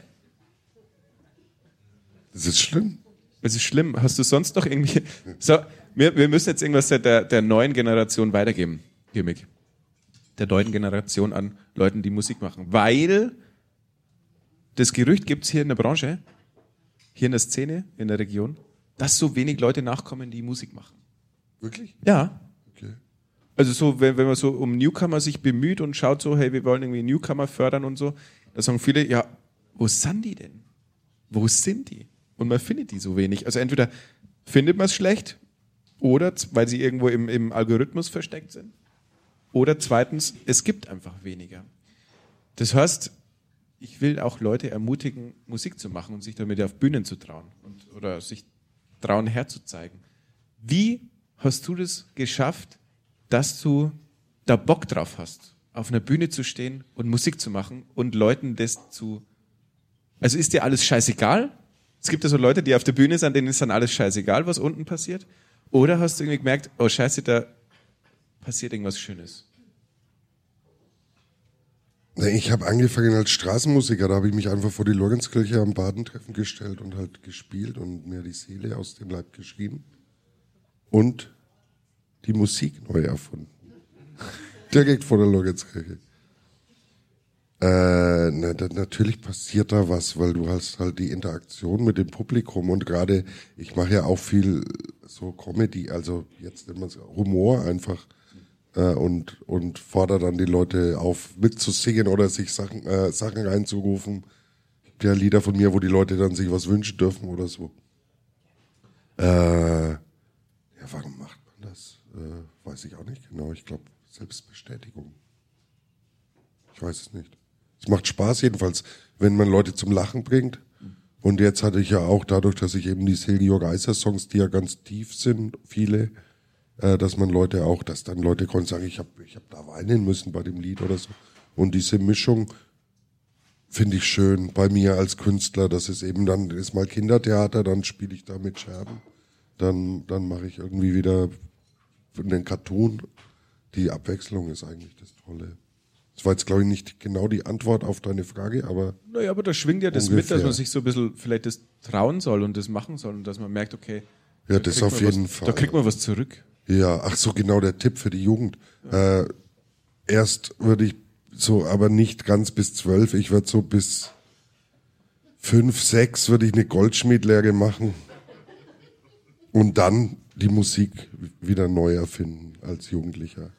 Das ist schlimm. Das ist schlimm. Hast du sonst noch irgendwie... So, wir, wir müssen jetzt irgendwas der, der neuen Generation weitergeben, Gimmick. Der neuen Generation an Leuten, die Musik machen. Weil das Gerücht gibt es hier in der Branche, hier in der Szene, in der Region, dass so wenig Leute nachkommen, die Musik machen. Wirklich? Ja. Okay. Also so, wenn, wenn man so um Newcomer sich bemüht und schaut so, hey, wir wollen irgendwie Newcomer fördern und so, da sagen viele, ja, wo sind die denn? Wo sind die? Und man findet die so wenig. Also entweder findet man es schlecht oder weil sie irgendwo im, im Algorithmus versteckt sind. Oder zweitens, es gibt einfach weniger. Das heißt, ich will auch Leute ermutigen, Musik zu machen und sich damit auf Bühnen zu trauen und, oder sich trauen herzuzeigen. Wie hast du das geschafft, dass du da Bock drauf hast, auf einer Bühne zu stehen und Musik zu machen und Leuten das zu... Also ist dir alles scheißegal? Es gibt ja so Leute, die auf der Bühne sind, denen ist dann alles scheißegal, was unten passiert. Oder hast du irgendwie gemerkt, oh scheiße, da passiert irgendwas Schönes? Ich habe angefangen als Straßenmusiker, da habe ich mich einfach vor die Lorenzkirche am Badentreffen gestellt und halt gespielt und mir die Seele aus dem Leib geschrieben und die Musik neu erfunden. Direkt vor der Lorenzkirche. Äh, na, da, natürlich passiert da was, weil du hast halt die Interaktion mit dem Publikum und gerade, ich mache ja auch viel so Comedy, also jetzt nennt man es Humor einfach. Und, und fordert dann die Leute auf, mitzusingen oder sich Sachen, äh, Sachen reinzurufen. Gibt ja Lieder von mir, wo die Leute dann sich was wünschen dürfen oder so. Äh, ja, warum macht man das? Äh, weiß ich auch nicht genau. Ich glaube, Selbstbestätigung. Ich weiß es nicht. Es macht Spaß jedenfalls, wenn man Leute zum Lachen bringt. Und jetzt hatte ich ja auch dadurch, dass ich eben die Silvio Reiser Songs, die ja ganz tief sind, viele, dass man Leute auch, dass dann Leute konnten sagen, ich habe ich hab da weinen müssen bei dem Lied oder so. Und diese Mischung finde ich schön bei mir als Künstler, dass es eben dann ist mal Kindertheater, dann spiele ich da mit Scherben, dann dann mache ich irgendwie wieder einen Cartoon. Die Abwechslung ist eigentlich das Tolle. Das war jetzt, glaube ich, nicht genau die Antwort auf deine Frage, aber... Naja, aber da schwingt ja das ungefähr mit, dass man sich so ein bisschen vielleicht das trauen soll und das machen soll und dass man merkt, okay, ja, da das kriegt auf man jeden was, Fall. Da kriegt man was zurück. Ja, ach so, genau, der Tipp für die Jugend. Äh, erst würde ich so, aber nicht ganz bis zwölf, ich würde so bis fünf, sechs würde ich eine Goldschmiedlehre machen und dann die Musik wieder neu erfinden als Jugendlicher.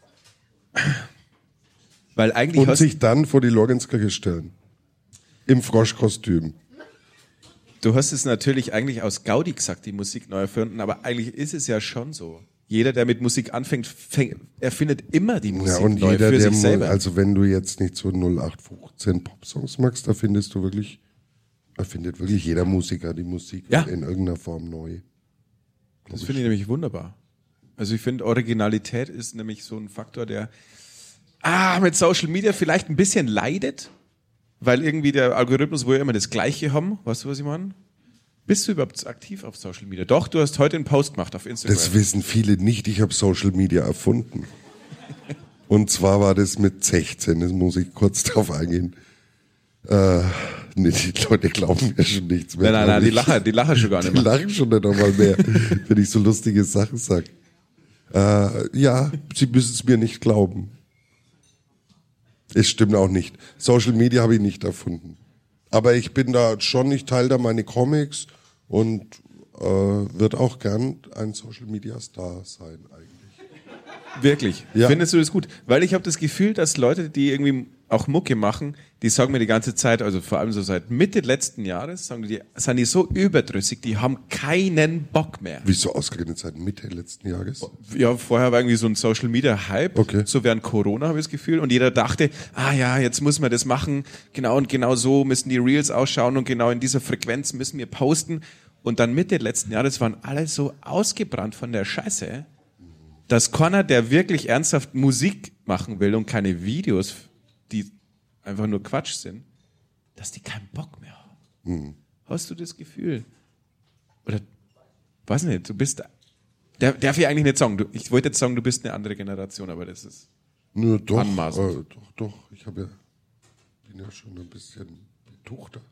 Weil eigentlich Und hast, sich dann vor die Lorenzkirche stellen. Im Froschkostüm. du hast es natürlich eigentlich aus Gaudi gesagt, die Musik neu erfinden, aber eigentlich ist es ja schon so. Jeder, der mit Musik anfängt, fäng, erfindet immer die Musik Ja, und neu jeder, für der sich selber. also wenn du jetzt nicht so null acht fünfzehn Popsongs magst, da findest du wirklich, da findet wirklich jeder Musiker die Musik Ja. in irgendeiner Form neu. Das finde ich nämlich wunderbar. Also ich finde, Originalität ist nämlich so ein Faktor, der ah, mit Social Media vielleicht ein bisschen leidet, weil irgendwie der Algorithmus, wo wir immer das Gleiche haben. Weißt du, was ich meine? Bist du überhaupt aktiv auf Social Media? Doch, du hast heute einen Post gemacht auf Instagram. Das wissen viele nicht, ich habe Social Media erfunden. Und zwar war das mit sechzehn, das muss ich kurz drauf eingehen. Äh, nee, die Leute glauben mir schon nichts mehr. Nein, nein, nein, glaub die ich. lachen, die lachen schon gar nicht Die mehr. lachen schon nicht einmal mehr, wenn ich so lustige Sachen sage. Äh, ja, sie müssen es mir nicht glauben. Es stimmt auch nicht. Social Media habe ich nicht erfunden. Aber ich bin da schon, ich teile da meine Comics und äh, wird auch gern ein Social Media Star sein eigentlich. Wirklich? Ja. Findest du das gut? Weil ich habe das Gefühl, dass Leute, die irgendwie auch Mucke machen, die sagen mir die ganze Zeit, also vor allem so seit Mitte letzten Jahres, sagen die, sind die so überdrüssig, die haben keinen Bock mehr. Wieso ausgerechnet seit Mitte letzten Jahres? Ja, vorher war irgendwie so ein Social Media Hype, Okay. so während Corona habe ich das Gefühl, und jeder dachte, ah ja, jetzt muss man das machen, genau und genau so müssen die Reels ausschauen und genau in dieser Frequenz müssen wir posten. Und dann Mitte letzten Jahres waren alle so ausgebrannt von der Scheiße, dass keiner, der wirklich ernsthaft Musik machen will und keine Videos, die einfach nur Quatsch sind, dass die keinen Bock mehr haben. Hm. Hast du das Gefühl? Oder, weiß nicht, du bist, der, darf ich eigentlich nicht sagen, du, ich wollte jetzt sagen, du bist eine andere Generation, aber das ist Nur doch, anmaßend. äh, doch, doch, ich habe ja, bin ja schon ein bisschen betuchter.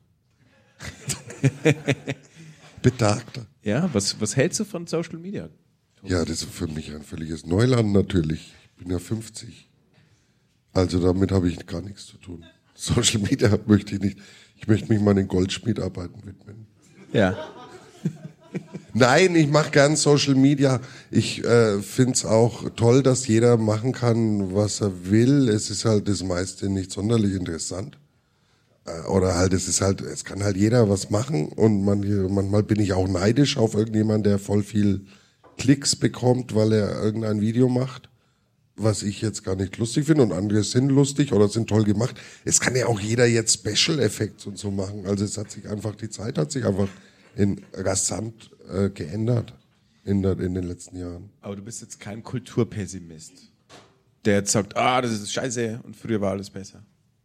Betagter. Ja, was, was hältst du von Social Media? Ja, das ist für mich ein völliges Neuland natürlich. Ich bin ja fünfzig. Also damit habe ich gar nichts zu tun. Social Media möchte ich nicht. Ich möchte mich meinen Goldschmiedarbeiten widmen. Ja. Nein, ich mache gern Social Media. Ich äh, finde es auch toll, dass jeder machen kann, was er will. Es ist halt das meiste nicht sonderlich interessant. Äh, oder halt, es ist halt, es kann halt jeder was machen. Und manche, manchmal bin ich auch neidisch auf irgendjemanden, der voll viel Klicks bekommt, weil er irgendein Video macht, was ich jetzt gar nicht lustig finde, und andere sind lustig oder sind toll gemacht. Es kann ja auch jeder jetzt Special Effects und so machen. Also es hat sich einfach, die Zeit hat sich einfach in rasant äh, geändert in, der, in den letzten Jahren. Aber du bist jetzt kein Kulturpessimist, der jetzt sagt, ah, das ist scheiße und früher war alles besser.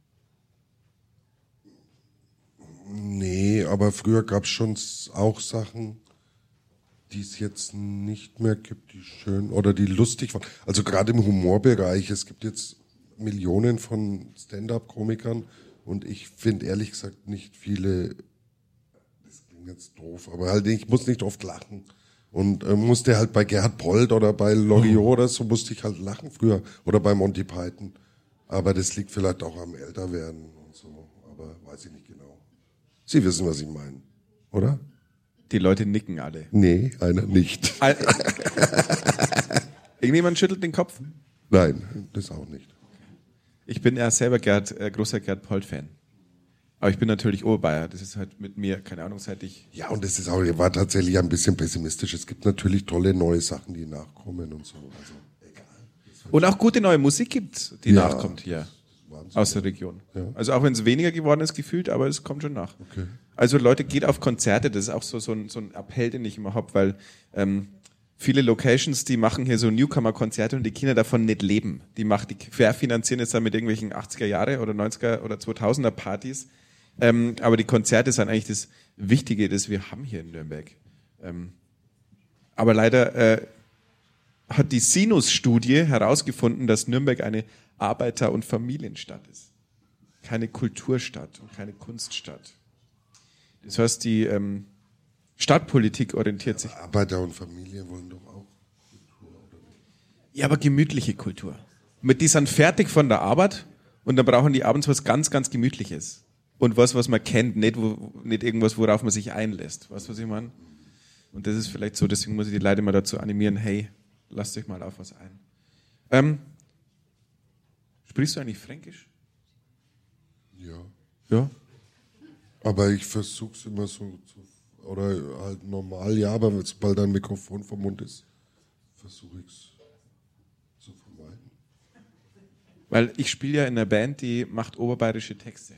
Nee, aber früher gab es schon auch Sachen, die es jetzt nicht mehr gibt, die schön oder die lustig waren. Also gerade im Humorbereich, es gibt jetzt Millionen von Stand-up-Komikern und ich finde ehrlich gesagt nicht viele, das klingt jetzt doof, aber halt ich muss nicht oft lachen. Und äh, musste halt bei Gerhard Polt oder bei Loriot oder so musste ich halt lachen früher oder bei Monty Python. Aber das liegt vielleicht auch am Älterwerden und so, aber weiß ich nicht genau. Sie wissen, was ich meine, oder? Die Leute nicken alle. Nee, einer nicht. Irgendjemand schüttelt den Kopf? Nein, das auch nicht. Ich bin ja selber Gerd, äh, großer Gerd Polt-Fan. Aber ich bin natürlich Oberbayer. Das ist halt mit mir, keine Ahnung, seit ich... Ja, und das ist auch, war tatsächlich ein bisschen pessimistisch. Es gibt natürlich tolle neue Sachen, die nachkommen und so. Also, egal. Und auch gute neue Musik gibt, die Ja. nachkommt hier. Wahnsinn. Aus der Region. Ja. Also auch wenn es weniger geworden ist, gefühlt, aber es kommt schon nach. Okay. Also Leute, geht auf Konzerte, das ist auch so, so, ein, so ein Appell, den ich immer habe, weil ähm, viele Locations, die machen hier so Newcomer-Konzerte und die Kinder davon nicht leben. Die machen, die querfinanzieren jetzt dann mit irgendwelchen achtziger Jahre oder neunziger oder zweitausender Partys. Ähm, aber die Konzerte sind eigentlich das Wichtige, das wir haben hier in Nürnberg. Ähm, aber leider äh, hat die Sinus-Studie herausgefunden, dass Nürnberg eine Arbeiter- und Familienstadt ist. Keine Kulturstadt und keine Kunststadt. Das heißt, die ähm, Stadtpolitik orientiert sich. Arbeiter und Familie wollen doch auch Kultur, oder nicht? Ja, aber gemütliche Kultur. Mit die sind fertig von der Arbeit und dann brauchen die abends was ganz, ganz Gemütliches. Und was, was man kennt, nicht, wo, nicht irgendwas, worauf man sich einlässt. Weißt du, was ich meine? Und das ist vielleicht so, deswegen muss ich die Leute mal dazu animieren, hey, lasst euch mal auf was ein. Ähm, sprichst du eigentlich Fränkisch? Ja. Ja. Aber ich versuch's immer so, zu, oder halt normal, ja, aber sobald ein Mikrofon vom Mund ist, versuche ich's zu vermeiden. Weil ich spiele ja in einer Band, die macht oberbayerische Texte.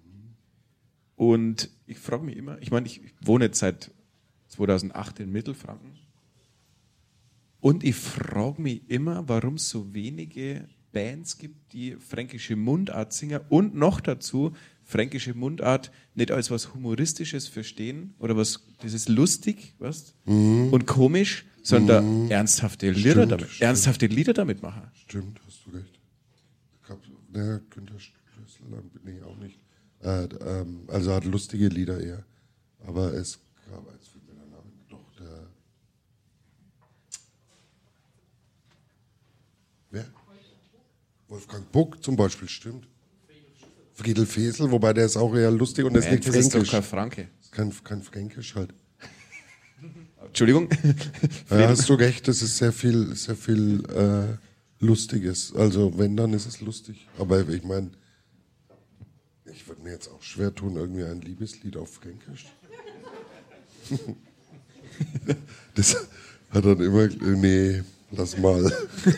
Und ich frage mich immer, ich meine, ich wohne jetzt seit zweitausendacht in Mittelfranken. Und ich frage mich immer, warum es so wenige Bands gibt, die fränkische Mundart singen und noch dazu fränkische Mundart nicht als was Humoristisches verstehen oder was, das ist lustig, was? Mhm. Und komisch, sondern mhm. ernsthafte Lieder Stimmt, damit, stimmt. ernsthafte Lieder damit machen. Stimmt, hast du recht. Ich hab, ne, Günther Stößler bin ich auch nicht. Äh, ähm, also hat lustige Lieder eher. Aber es gab, als fällt mir der Name, doch der. Wer? Wolfgang Buck zum Beispiel, stimmt. Friedel Fesel, wobei der ist auch eher lustig und der ist nicht Das ist doch fränkisch. kein Franke. Kein, kein Fränkisch halt. Entschuldigung. Ja, hast du recht, das ist sehr viel, sehr viel äh, Lustiges. Also wenn, dann ist es lustig. Aber ich meine, ich würde mir jetzt auch schwer tun, irgendwie ein Liebeslied auf Fränkisch. Das hat dann immer, nee, lass mal.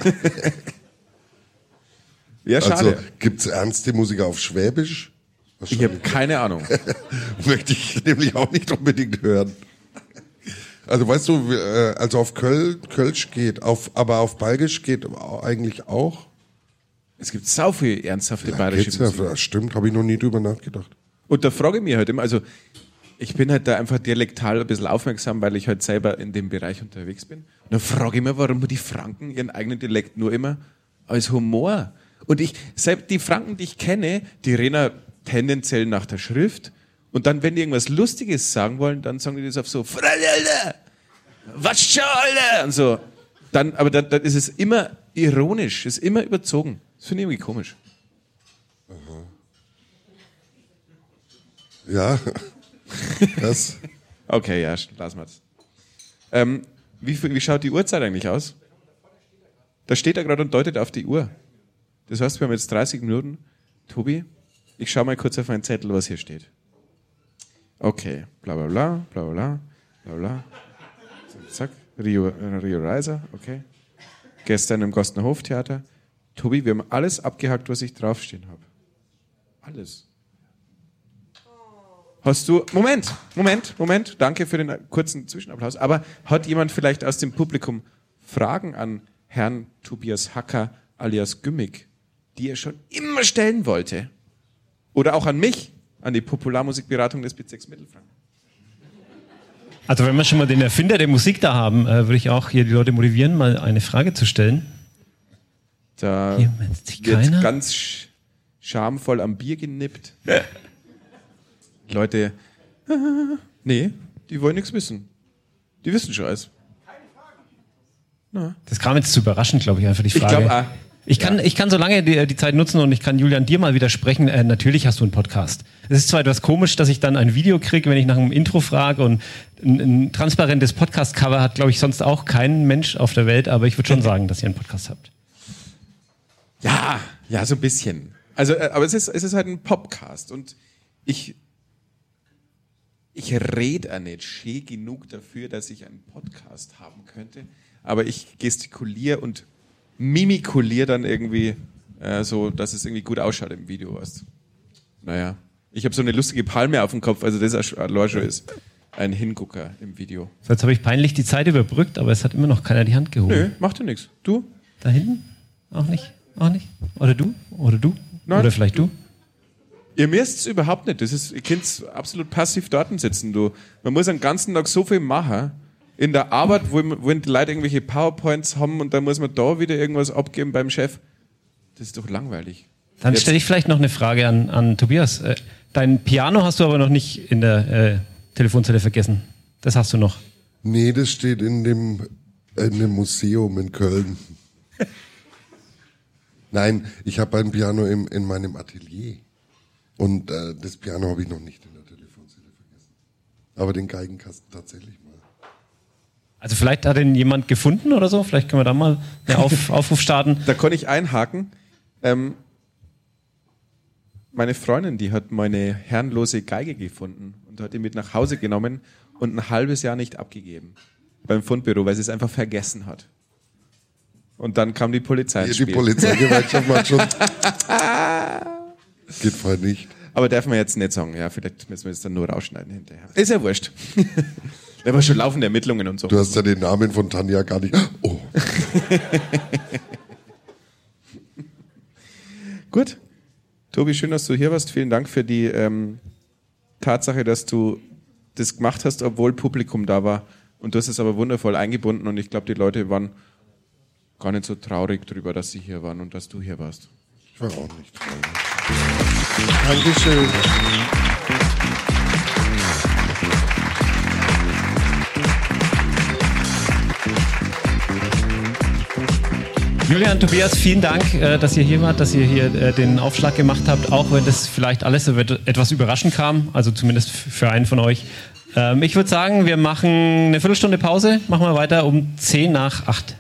Ja, schade. Also gibt's ernste Musiker auf Schwäbisch? Ich habe keine Ahnung. Möchte ich nämlich auch nicht unbedingt hören. Also weißt du, äh, also auf Köl, Kölsch geht, auf, aber auf Bayerisch geht eigentlich auch. Es gibt sau viel ernsthafte Ja, bayerische geht's ja, Musik. das stimmt, habe ich noch nie drüber nachgedacht. Und da frage ich mich halt immer, also ich bin halt da einfach dialektal ein bisschen aufmerksam, weil ich halt selber in dem Bereich unterwegs bin. Und dann frage ich mich, warum die Franken ihren eigenen Dialekt nur immer als Humor. Und ich, selbst die Franken, die ich kenne, die reden tendenziell nach der Schrift. Und dann, wenn die irgendwas Lustiges sagen wollen, dann sagen die das auf so, Alter, was schon, Alter, und so. Dann, aber dann, dann ist es immer ironisch, ist immer überzogen. Das finde ich irgendwie komisch. Aha. Ja. Das. Okay, ja, lassen wir es. Ähm, wie, wie schaut die Uhrzeit eigentlich aus? Da steht er gerade und deutet auf die Uhr. Das heißt, wir haben jetzt dreißig Minuten. Tobi, ich schaue mal kurz auf meinen Zettel, was hier steht. Okay, bla bla bla, bla bla bla bla. Zack, Rio, Rio Reiser, okay. Gestern im Gostner Hoftheater. Tobi, wir haben alles abgehakt, was ich draufstehen habe. Alles. Hast du, Moment, Moment, Moment, danke für den kurzen Zwischenapplaus, aber hat jemand vielleicht aus dem Publikum Fragen an Herrn Tobias Hacker alias Gümmig, die er schon immer stellen wollte? Oder auch an mich, an die Popularmusikberatung des Bezirks Mittelfranken? Also wenn wir schon mal den Erfinder der Musik da haben, äh, würde ich auch hier die Leute motivieren, mal eine Frage zu stellen. Da Hier meldet sich wird keiner. ganz sch- schamvoll am Bier genippt. Leute, äh, nee, die wollen nichts wissen. Die wissen schon alles. Das kam jetzt zu überraschend, glaube ich, einfach die Frage. Ich glaube, ah, Ich kann, ja. ich kann so lange die, die Zeit nutzen und ich kann Julian dir mal widersprechen. Äh, natürlich hast du einen Podcast. Es ist zwar etwas komisch, dass ich dann ein Video kriege, wenn ich nach einem Intro frage und ein, ein transparentes Podcast-Cover hat, glaube ich, sonst auch kein Mensch auf der Welt, aber ich würde schon sagen, dass ihr einen Podcast habt. Ja, ja, so ein bisschen. Also, äh, aber es ist, es ist halt ein Podcast und ich, ich rede auch nicht schön genug dafür, dass ich einen Podcast haben könnte, aber ich gestikuliere und mimikuliere dann irgendwie äh, so, dass es irgendwie gut ausschaut im Video, weißt. Naja, ich habe so eine lustige Palme auf dem Kopf, also das allein schon ist ein Hingucker im Video. So, jetzt habe ich peinlich die Zeit überbrückt, aber es hat immer noch keiner die Hand gehoben. Nö, macht ja nichts. Du? Da hinten? Auch nicht? Auch nicht? Oder du? Oder du? Nein, Oder vielleicht du? Ihr müsst es überhaupt nicht. Das ist, ihr könnt absolut passiv dort sitzen. Du. Man muss den ganzen Tag so viel machen. In der Arbeit, wo, wo die Leute irgendwelche PowerPoints haben und dann muss man da wieder irgendwas abgeben beim Chef. Das ist doch langweilig. Dann Jetzt- stelle ich vielleicht noch eine Frage an, an Tobias. Äh, Dein Piano hast du aber noch nicht in der äh, Telefonzelle vergessen. Das hast du noch. Nee, das steht in dem, in dem Museum in Köln. Nein, ich habe ein Piano im, in meinem Atelier. Und äh, das Piano habe ich noch nicht in der Telefonzelle vergessen. Aber den Geigenkasten tatsächlich mal. Also vielleicht hat ihn jemand gefunden oder so. Vielleicht können wir da mal einen Auf, Aufruf starten. Da kann ich einhaken. Ähm, meine Freundin, die hat meine herrenlose Geige gefunden und hat die mit nach Hause genommen und ein halbes Jahr nicht abgegeben beim Fundbüro, weil sie es einfach vergessen hat. Und dann kam die Polizei ins Hier, die Spiel. Polizeigewerkschaft macht schon. Geht voll nicht. Aber darf man jetzt nicht sagen. Ja, vielleicht müssen wir es dann nur rausschneiden hinterher. Ist ja wurscht. Da war schon laufende Ermittlungen und so. Du hast ja den Namen von Tanja gar nicht. Oh. Gut. Tobi, schön, dass du hier warst. Vielen Dank für die ähm, Tatsache, dass du das gemacht hast, obwohl Publikum da war. Und du hast es aber wundervoll eingebunden und ich glaube, die Leute waren gar nicht so traurig darüber, dass sie hier waren und dass du hier warst. Ich war auch nicht traurig. Dankeschön. Julian, Tobias, vielen Dank, äh, dass ihr hier wart, dass ihr hier äh, den Aufschlag gemacht habt, auch wenn das vielleicht alles so wird- etwas überraschend kam, also zumindest f- für einen von euch. Ähm, ich würde sagen, wir machen eine Viertelstunde Pause, machen wir weiter um zehn nach acht.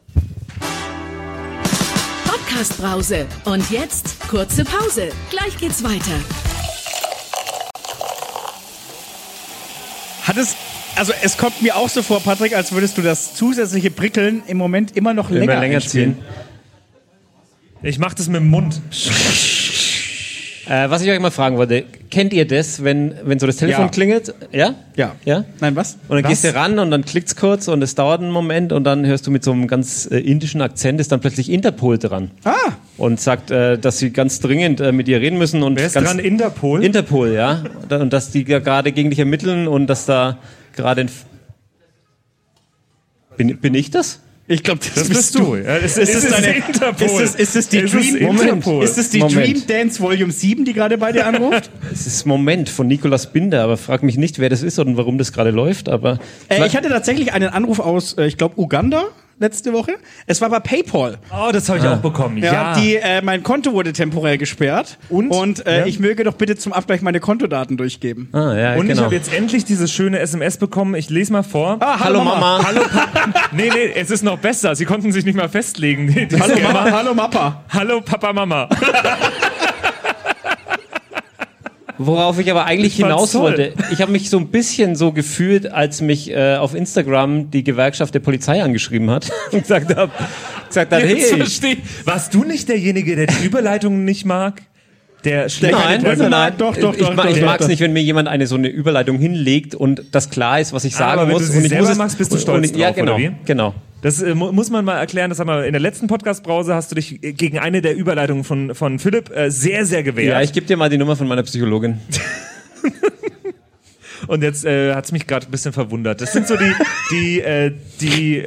Podcast-Brause. Und jetzt kurze Pause. Gleich geht's weiter. Hat es, also es kommt mir auch so vor, Patrick, als würdest du das zusätzliche Prickeln im Moment immer noch länger, Immer länger einspielen. ziehen. Ich mach das mit dem Mund. Äh, was ich euch mal fragen wollte, kennt ihr das, wenn, wenn so das Telefon Ja. klingelt? Ja? Ja. Ja? Nein, was? Und dann was? gehst du ran und dann klickt's kurz und es dauert einen Moment und dann hörst du mit so einem ganz äh, indischen Akzent, ist dann plötzlich Interpol dran. Ah, Und sagt, äh, dass sie ganz dringend äh, mit dir reden müssen. Und Wer ist ganz dran? Interpol? Interpol, ja. Und dass die ja gerade gegen dich ermitteln und dass da gerade ein... F- Bin, bin ich das? ich glaube, das, Das bist bist du. Ja, es, es Ist es ist deine- Interpol. Ist es, ist es die Es Dream, Interpol. Ist es die Moment. Dream Dance Volume sieben, die gerade bei dir anruft? Es ist Moment von Nicolas Binder, aber frag mich nicht, wer das ist und warum das gerade läuft. Aber äh, ich hatte tatsächlich einen Anruf aus, äh, ich glaube, Uganda letzte Woche. Es war bei PayPal. Oh, das habe ich auch bekommen. Ja, Ja. Die, äh, mein Konto wurde temporär gesperrt. Und? Und äh, Ja. ich möge doch bitte zum Abgleich meine Kontodaten durchgeben. ah, ja, Und ich genau. habe jetzt endlich diese schöne S M S bekommen. Ich lese mal vor. Ah, Hallo Mama. Hallo Papa. Nee, nee, es ist noch besser. Sie konnten sich nicht mal festlegen. Die- die Hallo Scammer. Mama, hallo Mappa. Hallo Papa, Mama. Worauf ich aber eigentlich Ich fand's hinaus toll. wollte, ich habe mich so ein bisschen so gefühlt, als mich äh, auf Instagram die Gewerkschaft der Polizei angeschrieben hat und gesagt hat, gesagt hat Jetzt hey, versteh. Warst du nicht derjenige, der die Überleitungen nicht mag? Der schlägt nein, keine nein, nein, Brücke mag? Doch, doch, ich, doch, ma- doch, ich doch, mag es doch. nicht, wenn mir jemand eine so eine Überleitung hinlegt und das klar ist, was ich sagen aber wenn muss. du sie und ich selber muss es- magst, bist du und- stolz und, Ja, drauf, genau, oder wie? genau. Das äh, mu- muss man mal erklären. Das haben wir in der letzten Podcast-Brause hast du dich äh, gegen eine der Überleitungen von, von Philipp äh, sehr, sehr gewehrt. Ja, ich gebe dir mal die Nummer von meiner Psychologin. Und jetzt äh, hat's mich gerade ein bisschen verwundert. Das sind so die, die, äh, die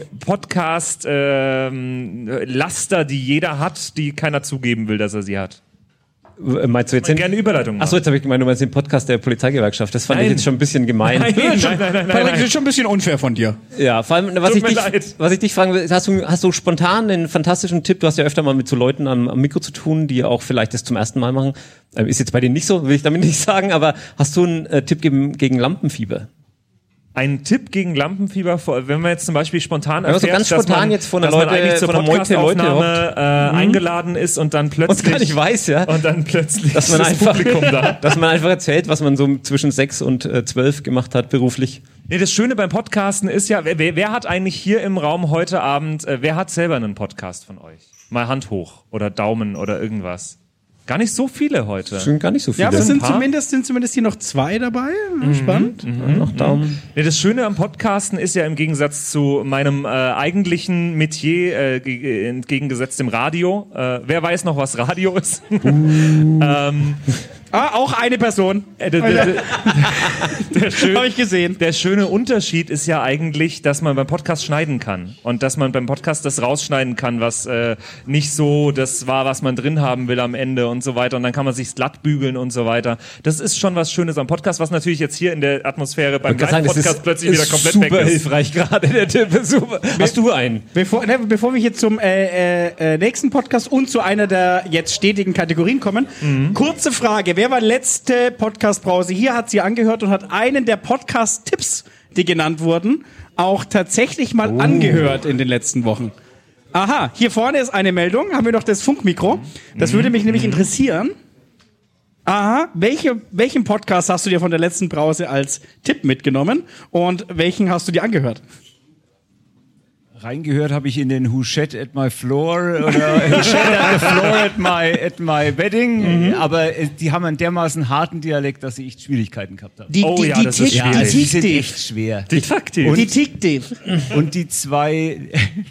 Podcast-Laster, die jeder hat, die keiner zugeben will, dass er sie hat. W- Meinst du jetzt den? Gerne Überleitung Achso, jetzt habe ich gemeint, du meinst den Podcast der Polizeigewerkschaft. Das fand Nein. ich jetzt schon ein bisschen gemein. Nein, nein, nein, nein, nein, Patrick, das nein. ist schon ein bisschen unfair von dir. Ja, vor allem, was Tut ich, mir dich, leid. was ich dich fragen will, hast du, hast du spontan einen fantastischen Tipp? Du hast ja öfter mal mit so Leuten am, am Mikro zu tun, die auch vielleicht das zum ersten Mal machen. Ähm, Ist jetzt bei denen nicht so, will ich damit nicht sagen, aber hast du einen äh, Tipp gegen, gegen Lampenfieber? Ein Tipp gegen Lampenfieber, vor- wenn man jetzt zum Beispiel spontan Wenn man so erfährt, ganz dass spontan man, jetzt von der dass man Leute- eigentlich zur von der Meute Leute Podcastaufnahme äh, eingeladen ist und dann plötzlich Und gar nicht weiß, ja. und dann plötzlich Dass man, ist das einfach, Publikum da. dass man einfach erzählt, was man so zwischen sechs und äh, zwölf gemacht hat beruflich. Nee, das Schöne beim Podcasten ist ja, wer, wer hat eigentlich hier im Raum heute Abend, äh, wer hat selber einen Podcast von euch? Mal Hand hoch oder Daumen oder irgendwas. Gar nicht so viele heute. Das sind gar nicht so viele. Ja, aber es Sind sind ein paar? zumindest, sind zumindest hier noch zwei dabei. Spannend. noch Daumen. Nee, das Schöne am Podcasten ist ja im Gegensatz zu meinem äh, eigentlichen Metier, äh, ge- entgegengesetzt dem Radio. Äh, wer weiß noch, was Radio ist? ähm, Ah, auch eine Person. äh, der, der, der, der, schön, Habe ich gesehen. der schöne Unterschied ist ja eigentlich, dass man beim Podcast schneiden kann und dass man beim Podcast das rausschneiden kann, was äh, nicht so das war, was man drin haben will am Ende und so weiter. Und dann kann man sich glatt bügeln und so weiter. Das ist schon was Schönes am Podcast, was natürlich jetzt hier in der Atmosphäre beim Ich kann sagen, das Live-Podcast ist, plötzlich wieder ist komplett super weg ist. hilfreich gerade, der Tipp ist super. Hast du einen? Bevor, ne, bevor wir hier zum äh, äh, äh, nächsten Podcast und zu einer der jetzt stetigen Kategorien kommen, kurze Frage. Wer war letzte Podcast-Brause hier, hat sie angehört und hat einen der Podcast-Tipps, die genannt wurden, auch tatsächlich mal angehört in den letzten Wochen? Aha, hier vorne ist eine Meldung. Haben wir noch das Funkmikro? Das würde mich nämlich interessieren. Aha, welche, welchen Podcast hast du dir von der letzten Brause als Tipp mitgenommen und welchen hast du dir angehört? Reingehört habe ich in den Who Shed at my floor oder Who Shed at the floor at my, at my wedding, aber äh, die haben einen dermaßen harten Dialekt, dass ich echt Schwierigkeiten gehabt habe. Die, Oh die, ja, die das ist Tick- schwierig. die also die sind Tick- echt schwer. Die Taktik. Die Tick-Div. Und die zwei,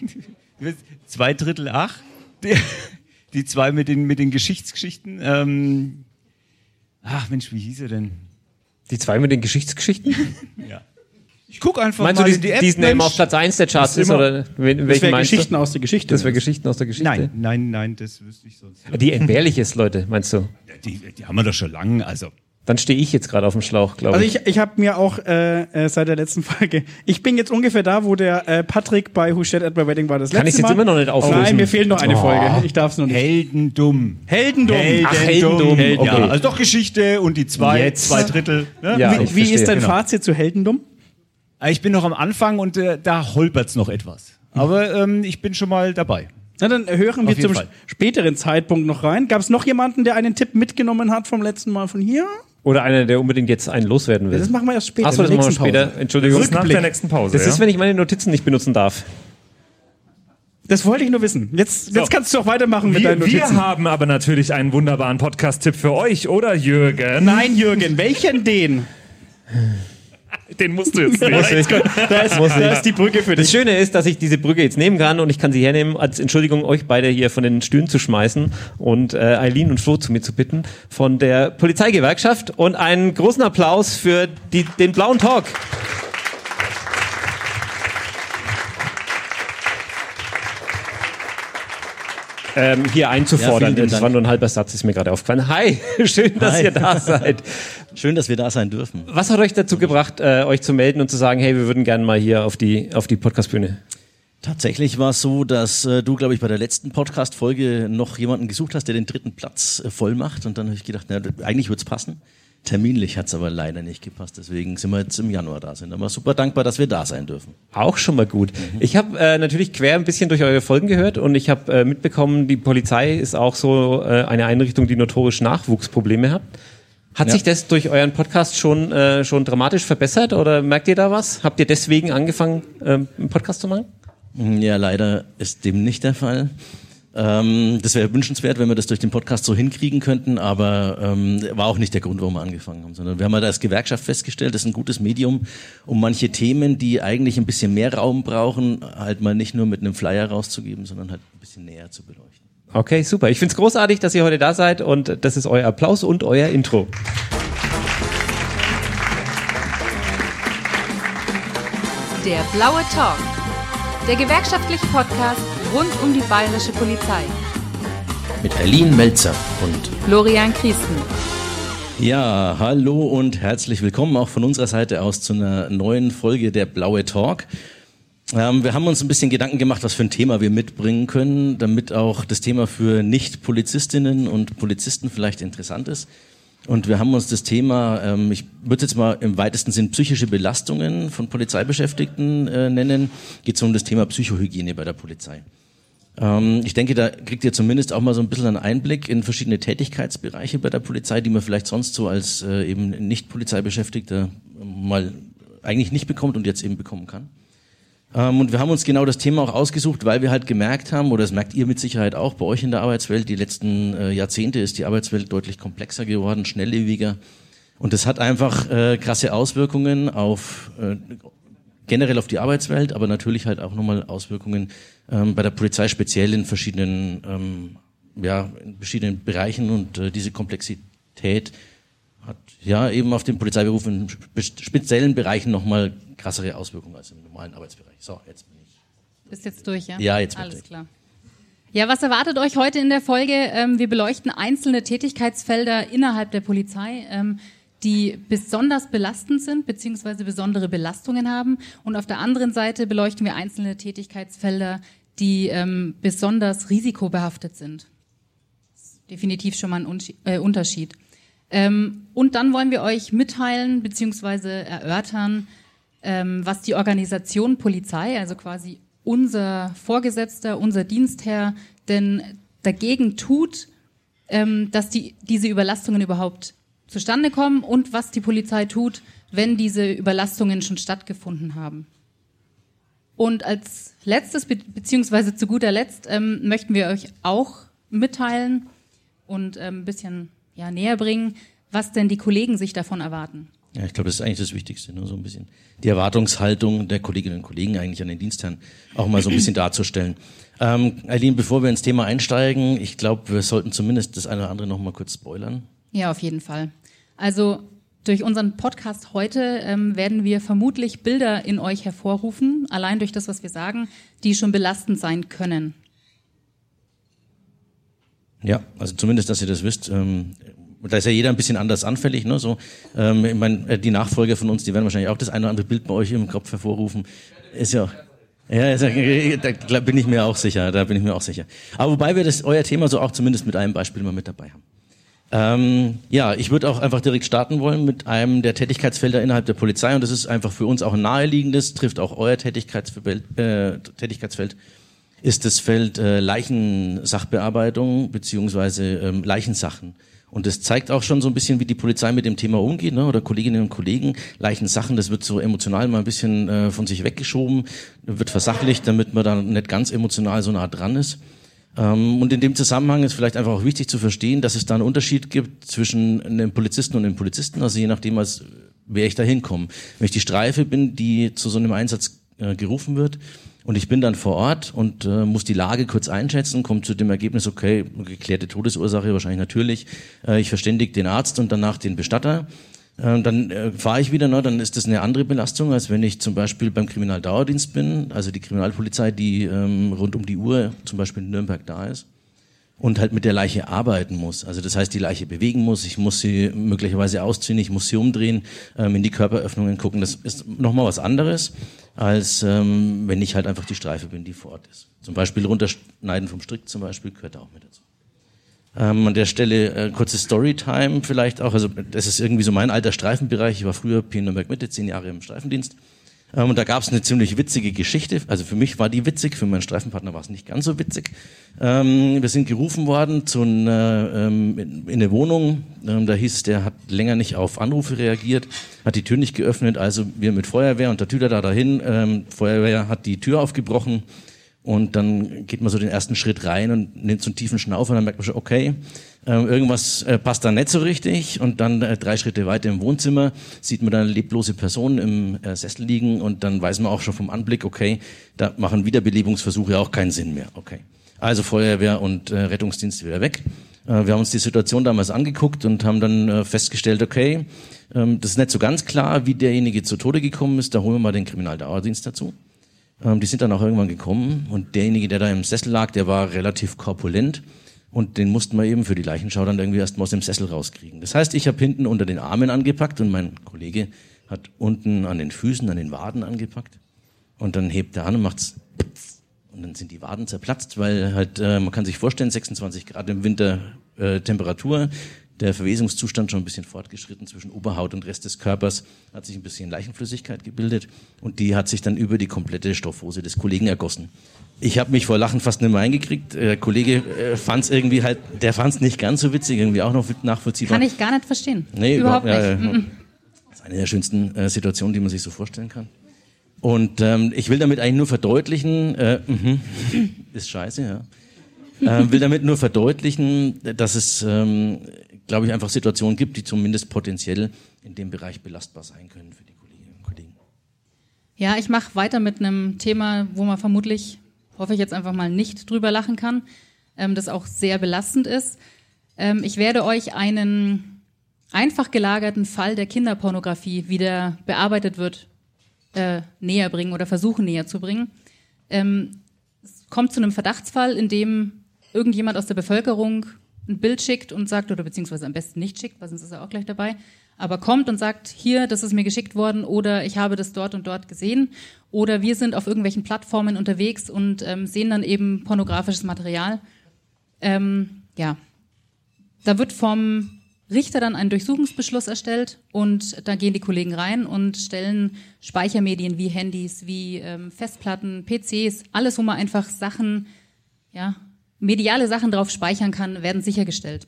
zwei Drittel ach, die, die zwei mit den, mit den Geschichtsgeschichten, ähm, ach Mensch, wie hieß er denn? Die zwei mit den Geschichtsgeschichten? Ich guck einfach Meinst du mal diesen, in die App, diesen, der immer Mensch. auf Platz eins der Charts ist? Oder wen, Das welchen wäre meinst Geschichten du? aus der Geschichte. Das wäre Geschichten aus der Geschichte? Nein, nein, nein, das wüsste ich sonst nicht. Die entbehrlich ist, Leute, meinst du? Die, die haben wir doch schon lange, also. Dann stehe ich jetzt gerade auf dem Schlauch, glaube Also ich. ich, ich habe mir auch äh, äh, seit der letzten Folge, ich bin jetzt ungefähr da, wo der äh, Patrick bei Who Shed at My Wedding war das Kann letzte ich's jetzt Mal. immer noch nicht auflösen? Nein, mir fehlt noch eine Oh. Folge. Ich darf es noch nicht. Heldendumm. Heldendumm. Heldendumm. Ach, Heldendumm. Heldendumm. Okay. Ja, also doch Geschichte und die zwei, Jetzt. zwei Drittel. Ne? Ja, Wie, ich wie verstehe, ist dein genau. Fazit zu Heldendumm? Ich bin noch am Anfang und äh, da holpert's noch etwas. Aber ähm, ich bin schon mal dabei. Na, dann hören wir Auf jeden zum Fall. späteren Zeitpunkt noch rein. Gab es noch jemanden, der einen Tipp mitgenommen hat vom letzten Mal von hier? Oder einer, der unbedingt jetzt einen loswerden will. Das machen wir erst später. Achso, in das der machen wir nächsten später. Pause. Entschuldigung. Das ist nach der nächsten Pause. Das ja? ist, wenn ich meine Notizen nicht benutzen darf. Das wollte ich nur wissen. Jetzt, So. jetzt kannst du auch weitermachen mit Wir, deinen Notizen. wir haben aber natürlich einen wunderbaren Podcast-Tipp für euch, oder Jürgen? Nein, Jürgen, welchen den? Den musst du jetzt Muss nicht. ich. Da ist, Muss ich. da ist die Brücke für Das dich. Schöne ist, dass ich diese Brücke jetzt nehmen kann und ich kann sie hernehmen, als Entschuldigung, euch beide hier von den Stühlen zu schmeißen und äh, Eileen und Flo zu mir zu bitten von der Polizeigewerkschaft und einen großen Applaus für die, den blauen Talk. Ähm, hier einzufordern. Ja, vielen das Dank. war nur ein halber Satz, ist mir gerade aufgefallen. Hi, schön, dass Hi. ihr da seid. Schön, dass wir da sein dürfen. Was hat euch dazu gebracht, äh, euch zu melden und zu sagen, hey, wir würden gerne mal hier auf die, auf die Podcast-Bühne? Tatsächlich war es so, dass äh, du, glaube ich, bei der letzten Podcast-Folge noch jemanden gesucht hast, der den dritten Platz äh, voll macht. Und dann habe ich gedacht, na, eigentlich wird's passen. Terminlich hat's aber leider nicht gepasst. Deswegen sind wir jetzt im Januar da. Sind aber super dankbar, dass wir da sein dürfen. Auch schon mal gut. Ich habe äh, natürlich quer ein bisschen durch eure Folgen gehört und ich habe äh, mitbekommen, die Polizei ist auch so äh, eine Einrichtung, die notorisch Nachwuchsprobleme hat. Hat Ja. sich das durch euren Podcast schon, äh, schon dramatisch verbessert oder merkt ihr da was? Habt ihr deswegen angefangen, ähm, einen Podcast zu machen? Ja, leider ist dem nicht der Fall. Ähm, das wäre wünschenswert, wenn wir das durch den Podcast so hinkriegen könnten, aber ähm, war auch nicht der Grund, warum wir angefangen haben, sondern wir haben halt als Gewerkschaft festgestellt, das ist ein gutes Medium, um manche Themen, die eigentlich ein bisschen mehr Raum brauchen, halt mal nicht nur mit einem Flyer rauszugeben, sondern halt ein bisschen näher zu beleuchten. Okay, super. Ich find's großartig, dass ihr heute da seid und das ist euer Applaus und euer Intro. Der blaue Talk. Der gewerkschaftliche Podcast rund um die bayerische Polizei. Mit Eileen Melzer und Florian Christen. ja, hallo und herzlich willkommen auch von unserer Seite aus zu einer neuen Folge der Blaue Talk. Ähm, wir haben uns ein bisschen Gedanken gemacht, was für ein Thema wir mitbringen können, damit auch das Thema für Nicht-Polizistinnen und Polizisten vielleicht interessant ist. Und wir haben uns das Thema, ähm, ich würde jetzt mal im weitesten Sinn psychische Belastungen von Polizeibeschäftigten äh, nennen, geht es um das Thema Psychohygiene bei der Polizei. Ähm, ich denke, da kriegt ihr zumindest auch mal so ein bisschen einen Einblick in verschiedene Tätigkeitsbereiche bei der Polizei, die man vielleicht sonst so als äh, eben Nicht-Polizeibeschäftigter mal eigentlich nicht bekommt und jetzt eben bekommen kann. Ähm, und wir haben uns genau das Thema auch ausgesucht, weil wir halt gemerkt haben, oder das merkt ihr mit Sicherheit auch bei euch in der Arbeitswelt, die letzten äh, Jahrzehnte ist die Arbeitswelt deutlich komplexer geworden, schnelllebiger. Und das hat einfach äh, krasse Auswirkungen auf äh, generell auf die Arbeitswelt, aber natürlich halt auch nochmal Auswirkungen ähm, bei der Polizei, speziell in verschiedenen, ähm, ja, in verschiedenen Bereichen. Und äh, diese Komplexität hat ja eben auf den Polizeiberuf in spe- speziellen Bereichen nochmal krassere Auswirkungen als im normalen Arbeitsbereich. So, jetzt bin ich. Bist jetzt durch, ja? Ja, jetzt bin Alles ich. klar. Ja, was erwartet euch heute in der Folge? Ähm, wir beleuchten einzelne Tätigkeitsfelder innerhalb der Polizei, ähm, die besonders belastend sind, beziehungsweise besondere Belastungen haben. Und auf der anderen Seite beleuchten wir einzelne Tätigkeitsfelder, die ähm, besonders risikobehaftet sind. Das ist definitiv schon mal ein Unschi- äh, Unterschied. Ähm, und dann wollen wir euch mitteilen, beziehungsweise erörtern, ähm, was die Organisation Polizei, also quasi unser Vorgesetzter, unser Dienstherr, denn dagegen tut, ähm, dass die, diese Überlastungen überhaupt zustande kommen und was die Polizei tut, wenn diese Überlastungen schon stattgefunden haben. Und als letztes, be- beziehungsweise zu guter Letzt, ähm, möchten wir euch auch mitteilen und ähm, ein bisschen ja, näher bringen, was denn die Kollegen sich davon erwarten. Ja, ich glaube, das ist eigentlich das Wichtigste, nur so ein bisschen die Erwartungshaltung der Kolleginnen und Kollegen eigentlich an den Dienstherren auch mal so ein bisschen darzustellen. Ähm, Eileen, bevor wir ins Thema einsteigen, ich glaube, wir sollten zumindest das eine oder andere noch mal kurz spoilern. Ja, auf jeden Fall. Also durch unseren Podcast heute ähm, werden wir vermutlich Bilder in euch hervorrufen, allein durch das, was wir sagen, die schon belastend sein können. Ja, also zumindest, dass ihr das wisst. Ähm, da ist ja jeder ein bisschen anders anfällig. Ne? So, ähm, ich meine, die Nachfolger von uns, die werden wahrscheinlich auch das eine oder andere Bild bei euch im Kopf hervorrufen. Ist ja, ja, ist ja, da bin ich mir auch sicher. Da bin ich mir auch sicher. Aber wobei wir das euer Thema so auch zumindest mit einem Beispiel mal mit dabei haben. Ähm, ja, ich würde auch einfach direkt starten wollen mit einem der Tätigkeitsfelder innerhalb der Polizei und das ist einfach für uns auch ein naheliegendes, trifft auch euer Tätigkeitsfeld, äh, Tätigkeitsfeld ist das Feld äh, Leichensachbearbeitung beziehungsweise ähm, Leichensachen. Und das zeigt auch schon so ein bisschen, wie die Polizei mit dem Thema umgeht, ne? Oder Kolleginnen und Kollegen, leichten Sachen, das wird so emotional mal ein bisschen äh, von sich weggeschoben, wird versachlicht, damit man da nicht ganz emotional so nah dran ist. Ähm, und in dem Zusammenhang ist vielleicht einfach auch wichtig zu verstehen, dass es da einen Unterschied gibt zwischen einem Polizisten und einem Polizisten, also je nachdem, als wer ich da hinkomme. Wenn ich die Streife bin, die zu so einem Einsatz äh, gerufen wird, und ich bin dann vor Ort und äh, muss die Lage kurz einschätzen, komme zu dem Ergebnis, okay, geklärte Todesursache wahrscheinlich natürlich. Äh, ich verständige den Arzt und danach den Bestatter. Äh, dann äh, fahre ich wieder, ne, dann ist das eine andere Belastung, als wenn ich zum Beispiel beim Kriminaldauerdienst bin, also die Kriminalpolizei, die ähm, rund um die Uhr zum Beispiel in Nürnberg da ist. Und halt mit der Leiche arbeiten muss. Also das heißt, die Leiche bewegen muss, ich muss sie möglicherweise ausziehen, ich muss sie umdrehen, ähm, in die Körperöffnungen gucken. Das ist nochmal was anderes, als ähm, wenn ich halt einfach die Streife bin, die vor Ort ist. Zum Beispiel runterschneiden vom Strick zum Beispiel gehört da auch mit dazu. Ähm, an der Stelle äh, kurze Storytime vielleicht auch. Also das ist irgendwie so mein alter Streifenbereich. Ich war früher P Nürnberg Mitte, zehn Jahre im Streifendienst. Ähm, und da gab es eine ziemlich witzige Geschichte. Also für mich war die witzig, für meinen Streifenpartner war es nicht ganz so witzig. Ähm, wir sind gerufen worden zu einer, ähm, in, in eine Wohnung. Ähm, da hieß es, der hat länger nicht auf Anrufe reagiert, hat die Tür nicht geöffnet. Also wir mit Feuerwehr und der Tüter da dahin. Ähm, Feuerwehr hat die Tür aufgebrochen. Und dann geht man so den ersten Schritt rein und nimmt so einen tiefen Schnauf und dann merkt man schon, okay, äh, irgendwas äh, passt da nicht so richtig. Und dann äh, drei Schritte weiter im Wohnzimmer sieht man dann eine leblose Person im äh, Sessel liegen und dann weiß man auch schon vom Anblick, okay, da machen Wiederbelebungsversuche auch keinen Sinn mehr. Okay, also Feuerwehr und äh, Rettungsdienst wieder weg. Äh, wir haben uns die Situation damals angeguckt und haben dann äh, festgestellt, okay, ähm, das ist nicht so ganz klar, wie derjenige zu Tode gekommen ist. Da holen wir mal den Kriminaldauerdienst dazu. Die sind dann auch irgendwann gekommen und derjenige, der da im Sessel lag, der war relativ korpulent und den mussten wir eben für die Leichenschau dann irgendwie erst mal aus dem Sessel rauskriegen. Das heißt, ich habe hinten unter den Armen angepackt und mein Kollege hat unten an den Füßen, an den Waden angepackt und dann hebt er an und macht's und dann sind die Waden zerplatzt, weil halt, äh, man kann sich vorstellen, sechsundzwanzig Grad im Winter äh, Temperatur, der Verwesungszustand schon ein bisschen fortgeschritten zwischen Oberhaut und Rest des Körpers, hat sich ein bisschen Leichenflüssigkeit gebildet und die hat sich dann über die komplette Stoffhose des Kollegen ergossen. Ich habe mich vor Lachen fast nicht mehr eingekriegt. Der Kollege äh, fand es irgendwie halt, der fand es nicht ganz so witzig, irgendwie auch noch nachvollziehbar. Kann ich gar nicht verstehen. Nee, überhaupt, überhaupt nicht. Ja, das ist eine der schönsten äh, Situationen, die man sich so vorstellen kann. Und ähm, ich will damit eigentlich nur verdeutlichen, äh, mh, ist scheiße, ja. Ähm, will damit nur verdeutlichen, dass es, ähm, glaube ich, einfach Situationen gibt, die zumindest potenziell in dem Bereich belastbar sein können für die Kolleginnen und Kollegen. Ja, ich mache weiter mit einem Thema, wo man vermutlich, hoffe ich jetzt einfach mal, nicht drüber lachen kann, ähm, das auch sehr belastend ist. Ähm, ich werde euch einen einfach gelagerten Fall der Kinderpornografie, wie der bearbeitet wird, äh, näher bringen oder versuchen näher zu bringen. Ähm, es kommt zu einem Verdachtsfall, in dem irgendjemand aus der Bevölkerung ein Bild schickt und sagt, oder beziehungsweise am besten nicht schickt, weil sonst ist er auch gleich dabei, aber kommt und sagt, hier, das ist mir geschickt worden oder ich habe das dort und dort gesehen oder wir sind auf irgendwelchen Plattformen unterwegs und ähm, sehen dann eben pornografisches Material. Ähm, ja, da wird vom Richter dann ein Durchsuchungsbeschluss erstellt und da gehen die Kollegen rein und stellen Speichermedien wie Handys, wie ähm, Festplatten, P Cs, alles, wo man einfach Sachen, ja, mediale Sachen drauf speichern kann, werden sichergestellt.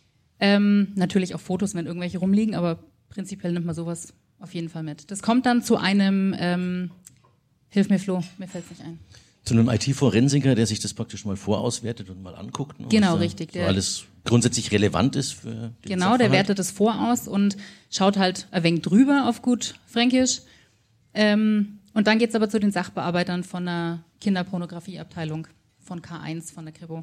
Ähm, natürlich auch Fotos, wenn irgendwelche rumliegen, aber prinzipiell nimmt man sowas auf jeden Fall mit. Das kommt dann zu einem, ähm, hilf mir Flo, mir fällt's nicht ein. Zu einem I T-Forensiker, der sich das praktisch mal vorauswertet und mal anguckt. Ne, genau, was richtig. So alles grundsätzlich relevant ist für den Genau, Sachverhalt. Der wertet das voraus und schaut halt ein wenig drüber auf gut Fränkisch. Ähm, und dann geht's aber zu den Sachbearbeitern von der Kinderpornografieabteilung von K eins, von der Kripo.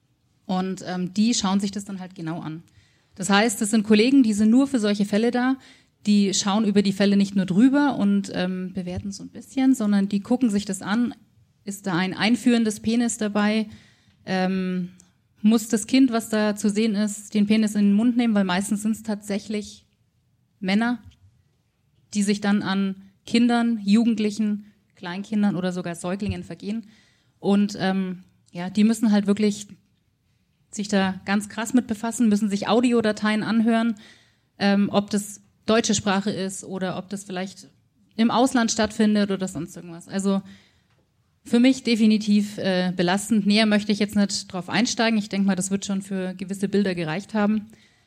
Und ähm, die schauen sich das dann halt genau an. Das heißt, das sind Kollegen, die sind nur für solche Fälle da, die schauen über die Fälle nicht nur drüber und ähm, bewerten so ein bisschen, sondern die gucken sich das an. Ist da ein einführendes Penis dabei? Ähm, muss das Kind, was da zu sehen ist, den Penis in den Mund nehmen? Weil meistens sind es tatsächlich Männer, die sich dann an Kindern, Jugendlichen, Kleinkindern oder sogar Säuglingen vergehen. Und ähm, ja, die müssen halt wirklich sich da ganz krass mit befassen, müssen sich Audiodateien anhören, ähm, ob das deutsche Sprache ist oder ob das vielleicht im Ausland stattfindet oder sonst irgendwas. Also für mich definitiv äh, belastend. Näher möchte ich jetzt nicht drauf einsteigen. Ich denke mal, das wird schon für gewisse Bilder gereicht haben.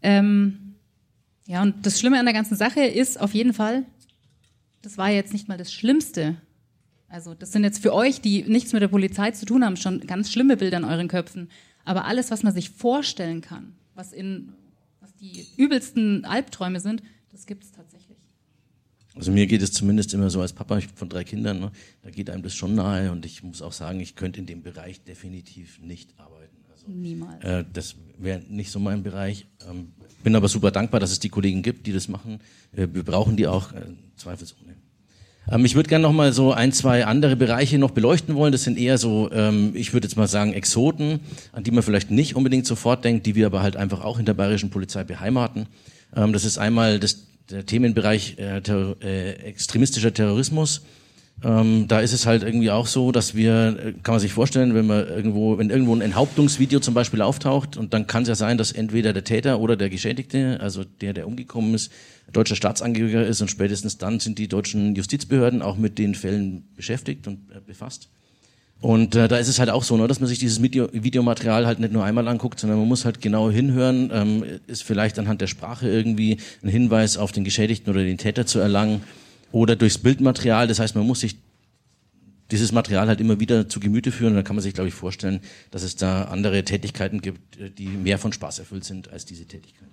Ähm, ja, und das Schlimme an der ganzen Sache ist auf jeden Fall, das war jetzt nicht mal das Schlimmste. Also das sind jetzt für euch, die nichts mit der Polizei zu tun haben, schon ganz schlimme Bilder in euren Köpfen. Aber alles, was man sich vorstellen kann, was in was die übelsten Albträume sind, das gibt es tatsächlich. Also mir geht es zumindest immer so als Papa von drei Kindern, ne, da geht einem das schon nahe und ich muss auch sagen, ich könnte in dem Bereich definitiv nicht arbeiten. Also, Niemals. Äh, das wäre nicht so mein Bereich. Ähm, bin aber super dankbar, dass es die Kollegen gibt, die das machen. Äh, wir brauchen die auch, äh, zweifelsohne. Ähm, ich würde gerne noch mal so ein, zwei andere Bereiche noch beleuchten wollen. Das sind eher so, ähm, ich würde jetzt mal sagen, Exoten, an die man vielleicht nicht unbedingt sofort denkt, die wir aber halt einfach auch in der bayerischen Polizei beheimaten. Ähm, das ist einmal das der Themenbereich äh, Terror, äh, extremistischer Terrorismus. Ähm, da ist es halt irgendwie auch so, dass wir, äh, kann man sich vorstellen, wenn man irgendwo, wenn irgendwo ein Enthauptungsvideo zum Beispiel auftaucht und dann kann es ja sein, dass entweder der Täter oder der Geschädigte, also der, der umgekommen ist, deutscher Staatsangehöriger ist und spätestens dann sind die deutschen Justizbehörden auch mit den Fällen beschäftigt und äh, befasst. Und äh, da ist es halt auch so, ne, dass man sich dieses Video, Videomaterial halt nicht nur einmal anguckt, sondern man muss halt genau hinhören, ähm, ist vielleicht anhand der Sprache irgendwie ein Hinweis auf den Geschädigten oder den Täter zu erlangen oder durchs Bildmaterial. Das heißt, man muss sich dieses Material halt immer wieder zu Gemüte führen und dann kann man sich, glaube ich, vorstellen, dass es da andere Tätigkeiten gibt, die mehr von Spaß erfüllt sind als diese Tätigkeit.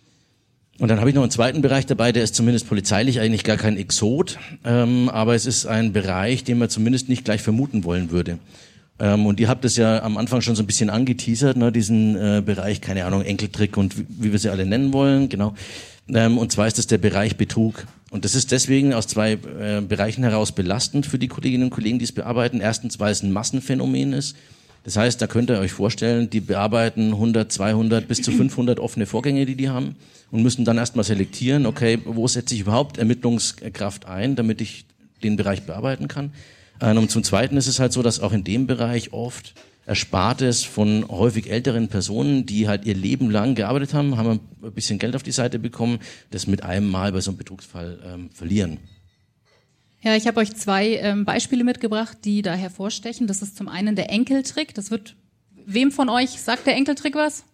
Und dann habe ich noch einen zweiten Bereich dabei, der ist zumindest polizeilich eigentlich gar kein Exot, ähm, aber es ist ein Bereich, den man zumindest nicht gleich vermuten wollen würde. Ähm, und ihr habt es ja am Anfang schon so ein bisschen angeteasert, ne, diesen äh, Bereich, keine Ahnung, Enkeltrick und wie, wie wir sie alle nennen wollen, genau. Ähm, und zwar ist es der Bereich Betrug. Und das ist deswegen aus zwei äh, Bereichen heraus belastend für die Kolleginnen und Kollegen, die es bearbeiten. Erstens, weil es ein Massenphänomen ist. Das heißt, da könnt ihr euch vorstellen, die bearbeiten hundert, zweihundert bis zu fünfhundert offene Vorgänge, die die haben und müssen dann erstmal selektieren, okay, wo setze ich überhaupt Ermittlungskraft ein, damit ich den Bereich bearbeiten kann. Und zum Zweiten ist es halt so, dass auch in dem Bereich oft Erspartes von häufig älteren Personen, die halt ihr Leben lang gearbeitet haben, haben ein bisschen Geld auf die Seite bekommen, das mit einem Mal bei so einem Betrugsfall ähm, verlieren. Ja, ich habe euch zwei ähm, Beispiele mitgebracht, die da hervorstechen. Das ist zum einen der Enkeltrick. Das wird, wem von euch sagt der Enkeltrick was?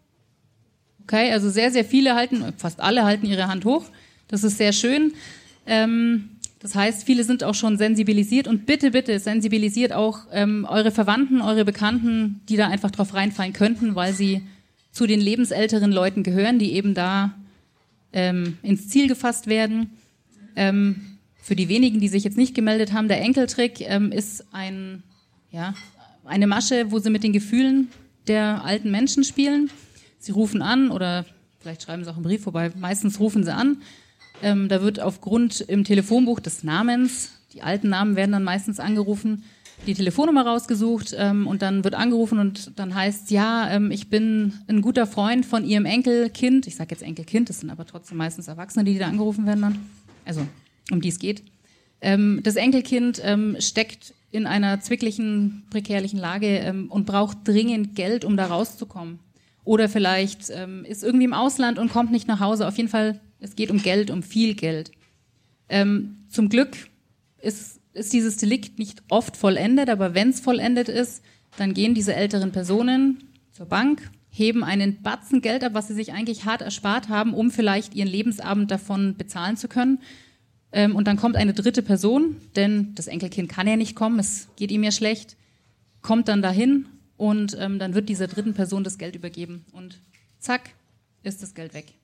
Okay, also sehr, sehr viele halten, fast alle halten ihre Hand hoch. Das ist sehr schön. Ähm, das heißt, viele sind auch schon sensibilisiert und bitte, bitte sensibilisiert auch ähm, eure Verwandten, eure Bekannten, die da einfach drauf reinfallen könnten, weil sie zu den lebensälteren Leuten gehören, die eben da ähm, ins Ziel gefasst werden. Ähm, Für die wenigen, die sich jetzt nicht gemeldet haben, der Enkeltrick ähm, ist ein, ja, eine Masche, wo sie mit den Gefühlen der alten Menschen spielen. Sie rufen an oder vielleicht schreiben sie auch einen Brief vorbei. Meistens rufen sie an. Ähm, da wird aufgrund im Telefonbuch des Namens, die alten Namen werden dann meistens angerufen, die Telefonnummer rausgesucht ähm, und dann wird angerufen und dann heißt ja, ähm, ich bin ein guter Freund von ihrem Enkelkind. Ich sage jetzt Enkelkind, das sind aber trotzdem meistens Erwachsene, die da angerufen werden dann. Also um die es geht. Ähm, das Enkelkind ähm, steckt in einer zwicklichen, prekärlichen Lage ähm, und braucht dringend Geld, um da rauszukommen. Oder vielleicht ähm, ist irgendwie im Ausland und kommt nicht nach Hause. Auf jeden Fall, es geht um Geld, um viel Geld. Ähm, zum Glück ist, ist dieses Delikt nicht oft vollendet, aber wenn es vollendet ist, dann gehen diese älteren Personen zur Bank, heben einen Batzen Geld ab, was sie sich eigentlich hart erspart haben, um vielleicht ihren Lebensabend davon bezahlen zu können. Ähm, und dann kommt eine dritte Person, denn das Enkelkind kann ja nicht kommen, es geht ihm ja schlecht, kommt dann dahin und ähm, dann wird dieser dritten Person das Geld übergeben und zack, ist das Geld weg.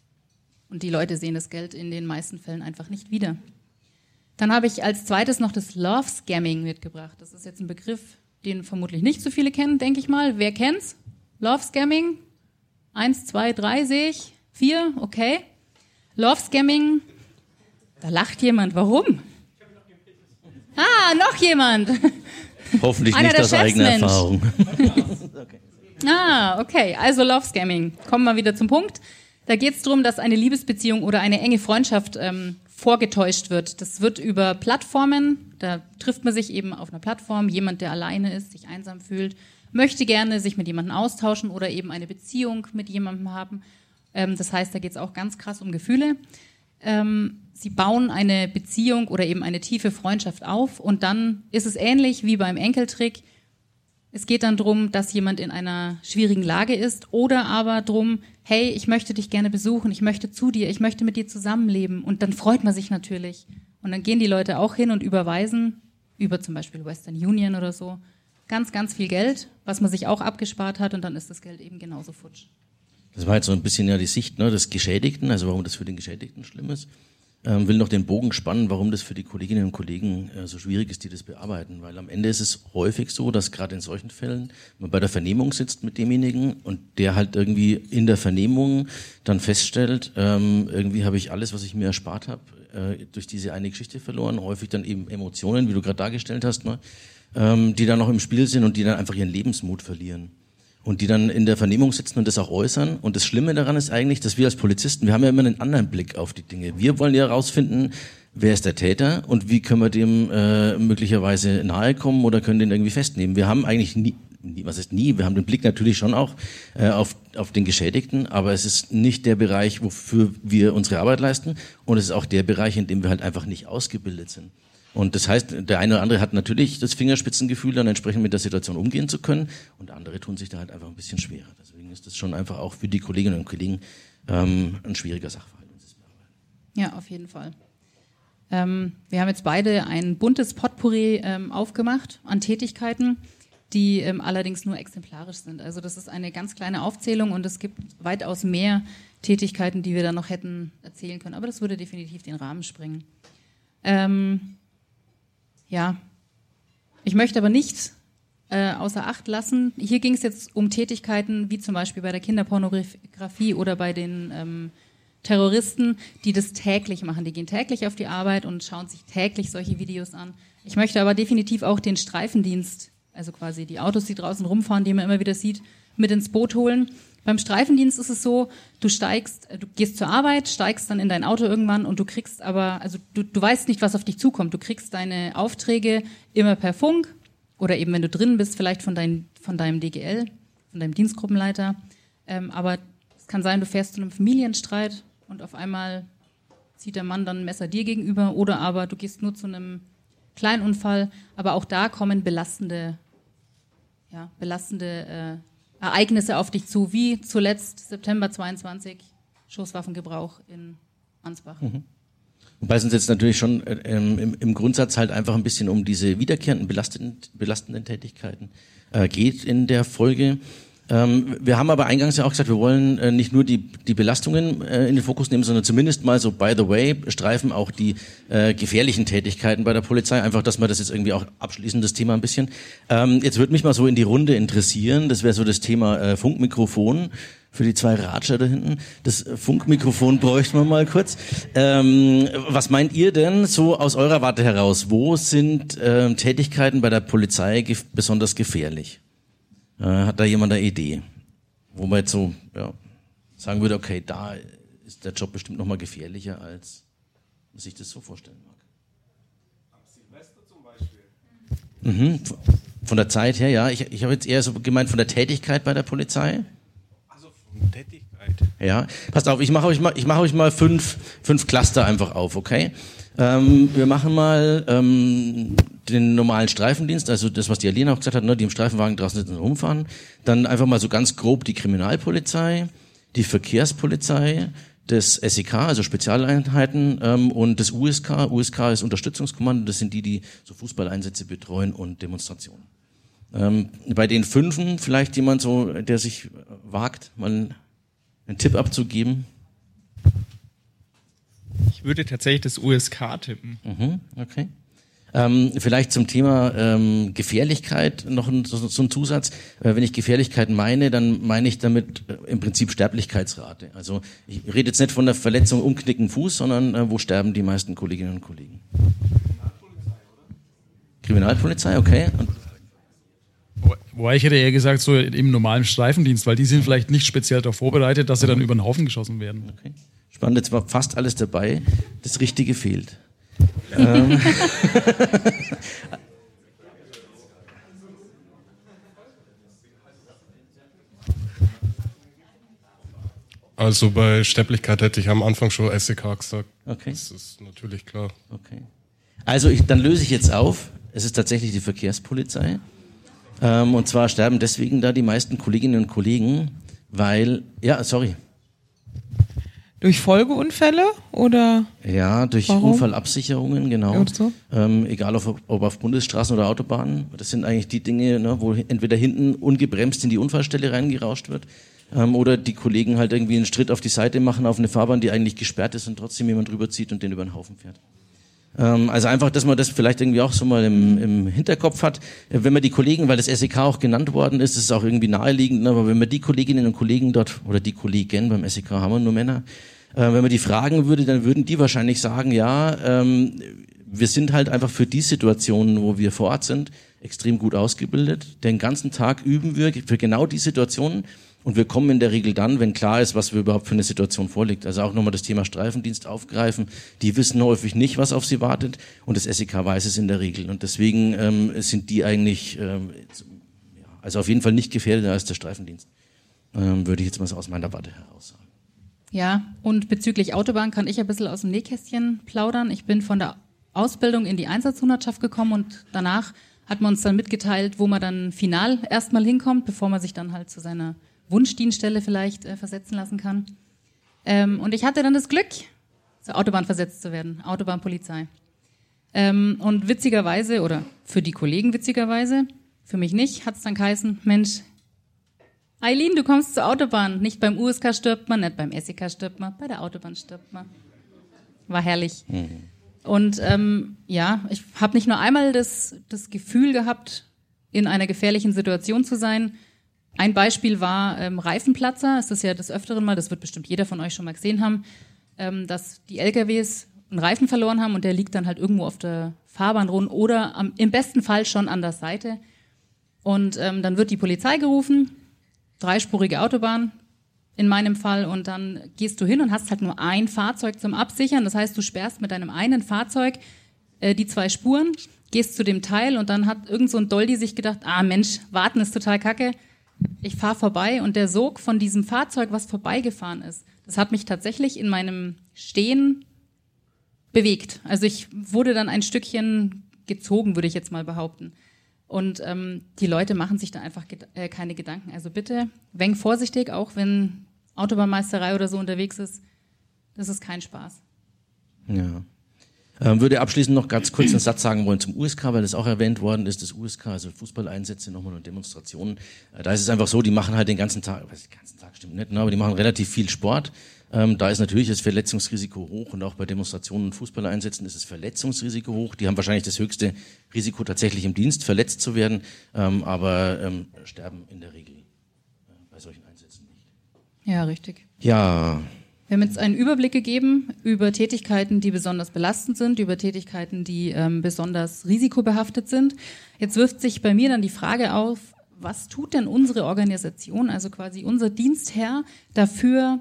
Und die Leute sehen das Geld in den meisten Fällen einfach nicht wieder. Dann habe ich als zweites noch das Love Scamming mitgebracht. Das ist jetzt ein Begriff, den vermutlich nicht so viele kennen, denke ich mal. Wer kennt's? Love Scamming? Eins, zwei, drei sehe ich. Vier, okay. Love Scamming, da lacht jemand. Warum? Ah, noch jemand. Hoffentlich Einer nicht aus eigener Chefsmensch. Erfahrung. Ah, okay. Also Love Scamming. Kommen wir wieder zum Punkt. Da geht es darum, dass eine Liebesbeziehung oder eine enge Freundschaft ähm, vorgetäuscht wird. Das wird über Plattformen, da trifft man sich eben auf einer Plattform, jemand, der alleine ist, sich einsam fühlt, möchte gerne sich mit jemandem austauschen oder eben eine Beziehung mit jemandem haben. Ähm, das heißt, da geht es auch ganz krass um Gefühle. Ähm, sie bauen eine Beziehung oder eben eine tiefe Freundschaft auf und dann ist es ähnlich wie beim Enkeltrick. Es geht dann darum, dass jemand in einer schwierigen Lage ist oder aber darum, hey, ich möchte dich gerne besuchen, ich möchte zu dir, ich möchte mit dir zusammenleben. Und dann freut man sich natürlich. Und dann gehen die Leute auch hin und überweisen, über zum Beispiel Western Union oder so, ganz, ganz viel Geld, was man sich auch abgespart hat und dann ist das Geld eben genauso futsch. Das war jetzt so ein bisschen ja die Sicht, ne, des Geschädigten, also warum das für den Geschädigten schlimm ist. Ähm, will noch den Bogen spannen, warum das für die Kolleginnen und Kollegen äh, so schwierig ist, die das bearbeiten. Weil am Ende ist es häufig so, dass gerade in solchen Fällen man bei der Vernehmung sitzt mit demjenigen und der halt irgendwie in der Vernehmung dann feststellt, ähm, irgendwie habe ich alles, was ich mir erspart habe, äh, durch diese eine Geschichte verloren. Häufig dann eben Emotionen, wie du gerade dargestellt hast, ne, ähm, die dann noch im Spiel sind und die dann einfach ihren Lebensmut verlieren. Und die dann in der Vernehmung sitzen und das auch äußern. Und das Schlimme daran ist eigentlich, dass wir als Polizisten, wir haben ja immer einen anderen Blick auf die Dinge. Wir wollen ja herausfinden, wer ist der Täter und wie können wir dem äh, möglicherweise nahe kommen oder können den irgendwie festnehmen. Wir haben eigentlich nie, nie was heißt nie, wir haben den Blick natürlich schon auch äh, auf, auf den Geschädigten, aber es ist nicht der Bereich, wofür wir unsere Arbeit leisten. Und es ist auch der Bereich, in dem wir halt einfach nicht ausgebildet sind. Und das heißt, der eine oder andere hat natürlich das Fingerspitzengefühl, dann entsprechend mit der Situation umgehen zu können und andere tun sich da halt einfach ein bisschen schwerer. Deswegen ist das schon einfach auch für die Kolleginnen und Kollegen ähm, ein schwieriger Sachverhalt. Ja, auf jeden Fall. Ähm, wir haben jetzt beide ein buntes Potpourri ähm, aufgemacht an Tätigkeiten, die ähm, allerdings nur exemplarisch sind. Also das ist eine ganz kleine Aufzählung und es gibt weitaus mehr Tätigkeiten, die wir da noch hätten erzählen können. Aber das würde definitiv den Rahmen sprengen. Ähm, Ja, ich möchte aber nicht äh, außer Acht lassen, hier ging es jetzt um Tätigkeiten wie zum Beispiel bei der Kinderpornografie oder bei den ähm, Terroristen, die das täglich machen. Die gehen täglich auf die Arbeit und schauen sich täglich solche Videos an. Ich möchte aber definitiv auch den Streifendienst, also quasi die Autos, die draußen rumfahren, die man immer wieder sieht, mit ins Boot holen. Beim Streifendienst ist es so, du steigst, du gehst zur Arbeit, steigst dann in dein Auto irgendwann und du kriegst aber, also du, du weißt nicht, was auf dich zukommt. Du kriegst deine Aufträge immer per Funk oder eben, wenn du drin bist, vielleicht von, dein, von deinem D G L, von deinem Dienstgruppenleiter. Ähm, aber es kann sein, du fährst zu einem Familienstreit und auf einmal zieht der Mann dann ein Messer dir gegenüber oder aber du gehst nur zu einem Kleinunfall. Aber auch da kommen belastende, ja, belastende äh, Ereignisse auf dich zu, wie zuletzt September zweiundzwanzig, Schusswaffengebrauch in Ansbach. Mhm. Wobei es uns jetzt natürlich schon ähm, im, im Grundsatz halt einfach ein bisschen um diese wiederkehrenden belastenden, belastenden Tätigkeiten äh, geht in der Folge. Ähm, wir haben aber eingangs ja auch gesagt, wir wollen äh, nicht nur die, die Belastungen äh, in den Fokus nehmen, sondern zumindest mal so, by the way, streifen auch die äh, gefährlichen Tätigkeiten bei der Polizei. Einfach, dass wir das jetzt irgendwie auch abschließen, das Thema ein bisschen. Ähm, jetzt würde mich mal so in die Runde interessieren, das wäre so das Thema äh, Funkmikrofon für die zwei Ratscher da hinten. Das Funkmikrofon bräuchten wir mal kurz. Ähm, was meint ihr denn so aus eurer Warte heraus? Wo sind äh, Tätigkeiten bei der Polizei gef- besonders gefährlich? Äh, hat da jemand eine Idee? Wo man jetzt so ja, sagen würde, okay, da ist der Job bestimmt noch mal gefährlicher, als man sich das so vorstellen mag. Am Silvester zum Beispiel. Mhm. Von der Zeit her, ja. Ich, ich habe jetzt eher so gemeint von der Tätigkeit bei der Polizei. Also von Tätigkeit. Ja, passt auf, ich mache euch mal, ich mache euch mal fünf, fünf Cluster einfach auf, okay? Ähm, wir machen mal ähm, den normalen Streifendienst, also das, was die Alina auch gesagt hat, ne, die im Streifenwagen draußen sitzen und rumfahren. Dann einfach mal so ganz grob die Kriminalpolizei, die Verkehrspolizei, das S E K, also Spezialeinheiten, ähm, und das U S K. U S K ist Unterstützungskommando, das sind die, die so Fußballeinsätze betreuen und Demonstrationen. Ähm, bei den Fünfen vielleicht jemand so, der sich wagt, mal einen Tipp abzugeben. Ich würde tatsächlich das U S K tippen. Mhm, okay. Ähm, vielleicht zum Thema ähm, Gefährlichkeit noch ein, so, so ein Zusatz. Äh, wenn ich Gefährlichkeit meine, dann meine ich damit äh, im Prinzip Sterblichkeitsrate. Also ich rede jetzt nicht von der Verletzung umknicken Fuß, sondern äh, wo sterben die meisten Kolleginnen und Kollegen? Kriminalpolizei, oder? Kriminalpolizei, okay. Und Wobei ich hätte eher gesagt, so im normalen Streifendienst, weil die sind vielleicht nicht speziell darauf vorbereitet, dass sie dann über den Haufen geschossen werden. Okay. Spannend, jetzt war fast alles dabei. Das Richtige fehlt. ähm. Also bei Sterblichkeit hätte ich am Anfang schon S E K gesagt. Okay. Das ist natürlich klar. Okay. Also ich, dann löse ich jetzt auf. Es ist tatsächlich die Verkehrspolizei. Ähm, und zwar sterben deswegen da die meisten Kolleginnen und Kollegen, weil, ja, sorry. Durch Folgeunfälle oder? Ja, durch Warum? Unfallabsicherungen, genau. So? Ähm, egal ob, ob auf Bundesstraßen oder Autobahnen. Das sind eigentlich die Dinge, ne, wo entweder hinten ungebremst in die Unfallstelle reingerauscht wird ähm, oder die Kollegen halt irgendwie einen Schritt auf die Seite machen auf eine Fahrbahn, die eigentlich gesperrt ist und trotzdem jemand rüberzieht und den über den Haufen fährt. Ähm, also einfach, dass man das vielleicht irgendwie auch so mal im, im Hinterkopf hat. Wenn man die Kollegen, weil das S E K auch genannt worden ist, ist es auch irgendwie naheliegend, ne, aber wenn man die Kolleginnen und Kollegen dort, oder die Kollegen, beim S E K haben wir nur Männer, äh, wenn man die fragen würde, dann würden die wahrscheinlich sagen, ja, ähm, wir sind halt einfach für die Situationen, wo wir vor Ort sind, extrem gut ausgebildet. Den ganzen Tag üben wir für genau die Situationen. Und wir kommen in der Regel dann, wenn klar ist, was wir überhaupt für eine Situation vorliegt. Also auch nochmal das Thema Streifendienst aufgreifen. Die wissen häufig nicht, was auf sie wartet. Und das S E K weiß es in der Regel. Und deswegen ähm, sind die eigentlich, ähm, also auf jeden Fall nicht gefährdeter als der Streifendienst. Ähm, würde ich jetzt mal so aus meiner Warte heraus sagen. Ja, und bezüglich Autobahn kann ich ein bisschen aus dem Nähkästchen plaudern. Ich bin von der Ausbildung in die Einsatzhundertschaft gekommen und danach hat man uns dann mitgeteilt, wo man dann final erstmal hinkommt, bevor man sich dann halt zu seiner Wunschdienststelle vielleicht äh, versetzen lassen kann. Ähm, und ich hatte dann das Glück, zur Autobahn versetzt zu werden, Autobahnpolizei. Ähm, und witzigerweise, oder für die Kollegen witzigerweise, für mich nicht, hat es dann geheißen, Mensch, Eileen, du kommst zur Autobahn. Nicht beim U S K stirbt man, nicht beim S E K stirbt man, bei der Autobahn stirbt man. War herrlich. Mhm. Und ähm, ja, ich habe nicht nur einmal das, das Gefühl gehabt, in einer gefährlichen Situation zu sein. Ein Beispiel war ähm, Reifenplatzer. Es ist ja des Öfteren mal, das wird bestimmt jeder von euch schon mal gesehen haben, ähm, dass die L K Ws einen Reifen verloren haben und der liegt dann halt irgendwo auf der Fahrbahn rund oder am, im besten Fall schon an der Seite. Und ähm, dann wird die Polizei gerufen, dreispurige Autobahn in meinem Fall, und dann gehst du hin und hast halt nur ein Fahrzeug zum Absichern. Das heißt, du sperrst mit deinem einen Fahrzeug äh, die zwei Spuren, gehst zu dem Teil und dann hat irgend so ein Doldi sich gedacht, ah Mensch, warten ist total kacke. Ich fahre vorbei und der Sog von diesem Fahrzeug, was vorbeigefahren ist, das hat mich tatsächlich in meinem Stehen bewegt. Also ich wurde dann ein Stückchen gezogen, würde ich jetzt mal behaupten. Und ähm, die Leute machen sich da einfach ged- äh, keine Gedanken. Also bitte, wenig vorsichtig, auch wenn Autobahnmeisterei oder so unterwegs ist. Das ist kein Spaß. Ja. Ähm, würde abschließend noch ganz kurz einen Satz sagen wollen zum U S K, weil das auch erwähnt worden ist, das U S K, also Fußballeinsätze nochmal und Demonstrationen. Äh, da ist es einfach so, die machen halt den ganzen Tag, was den ganzen Tag stimmt nicht, ne, aber die machen relativ viel Sport. Ähm, da ist natürlich das Verletzungsrisiko hoch und auch bei Demonstrationen und Fußballeinsätzen ist das Verletzungsrisiko hoch. Die haben wahrscheinlich das höchste Risiko tatsächlich im Dienst verletzt zu werden, ähm, aber ähm, sterben in der Regel äh, bei solchen Einsätzen nicht. Ja, richtig. Ja. Wir haben jetzt einen Überblick gegeben über Tätigkeiten, die besonders belastend sind, über Tätigkeiten, die ähm, besonders risikobehaftet sind. Jetzt wirft sich bei mir dann die Frage auf, was tut denn unsere Organisation, also quasi unser Dienstherr, dafür,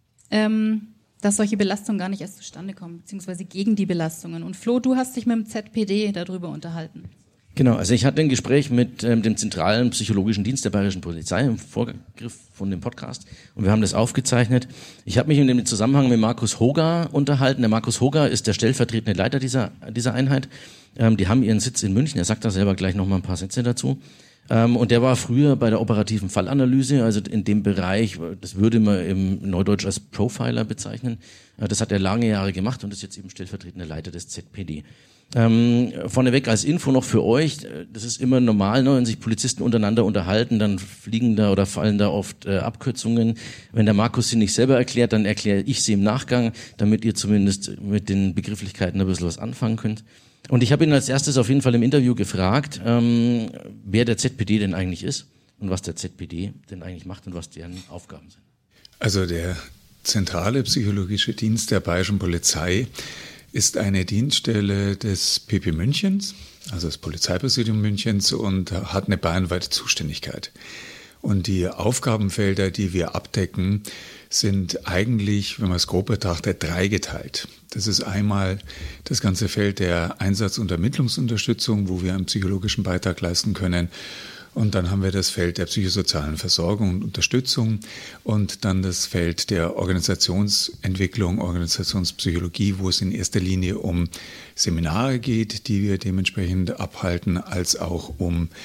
ähm, dass solche Belastungen gar nicht erst zustande kommen, beziehungsweise gegen die Belastungen. Und Flo, du hast dich mit dem Z P D darüber unterhalten. Genau, also ich hatte ein Gespräch mit ähm, dem zentralen psychologischen Dienst der Bayerischen Polizei im Vorgriff von dem Podcast und wir haben das aufgezeichnet. Ich habe mich in dem Zusammenhang mit Markus Hoger unterhalten. Der Markus Hoger ist der stellvertretende Leiter dieser dieser Einheit. Ähm, die haben ihren Sitz in München. Er sagt da selber gleich noch mal ein paar Sätze dazu. Ähm, und der war früher bei der operativen Fallanalyse, also in dem Bereich, das würde man im Neudeutsch als Profiler bezeichnen. Äh, das hat er lange Jahre gemacht und ist jetzt eben stellvertretender Leiter des Z P D. Ähm, vorneweg als Info noch für euch, das ist immer normal, ne, wenn sich Polizisten untereinander unterhalten, dann fliegen da oder fallen da oft äh, Abkürzungen. Wenn der Markus sie nicht selber erklärt, dann erkläre ich sie im Nachgang, damit ihr zumindest mit den Begrifflichkeiten ein bisschen was anfangen könnt. Und ich habe ihn als erstes auf jeden Fall im Interview gefragt, ähm, wer der Z P D denn eigentlich ist und was der Z P D denn eigentlich macht und was deren Aufgaben sind. Also der zentrale psychologische Dienst der Bayerischen Polizei ist eine Dienststelle des P P Münchens, also das Polizeipräsidium Münchens, und hat eine bayernweite Zuständigkeit. Und die Aufgabenfelder, die wir abdecken, sind eigentlich, wenn man es grob betrachtet, dreigeteilt. Das ist einmal das ganze Feld der Einsatz- und Ermittlungsunterstützung, wo wir einen psychologischen Beitrag leisten können. Und dann haben wir das Feld der psychosozialen Versorgung und Unterstützung und dann das Feld der Organisationsentwicklung, Organisationspsychologie, wo es in erster Linie um Seminare geht, die wir dementsprechend abhalten, als auch um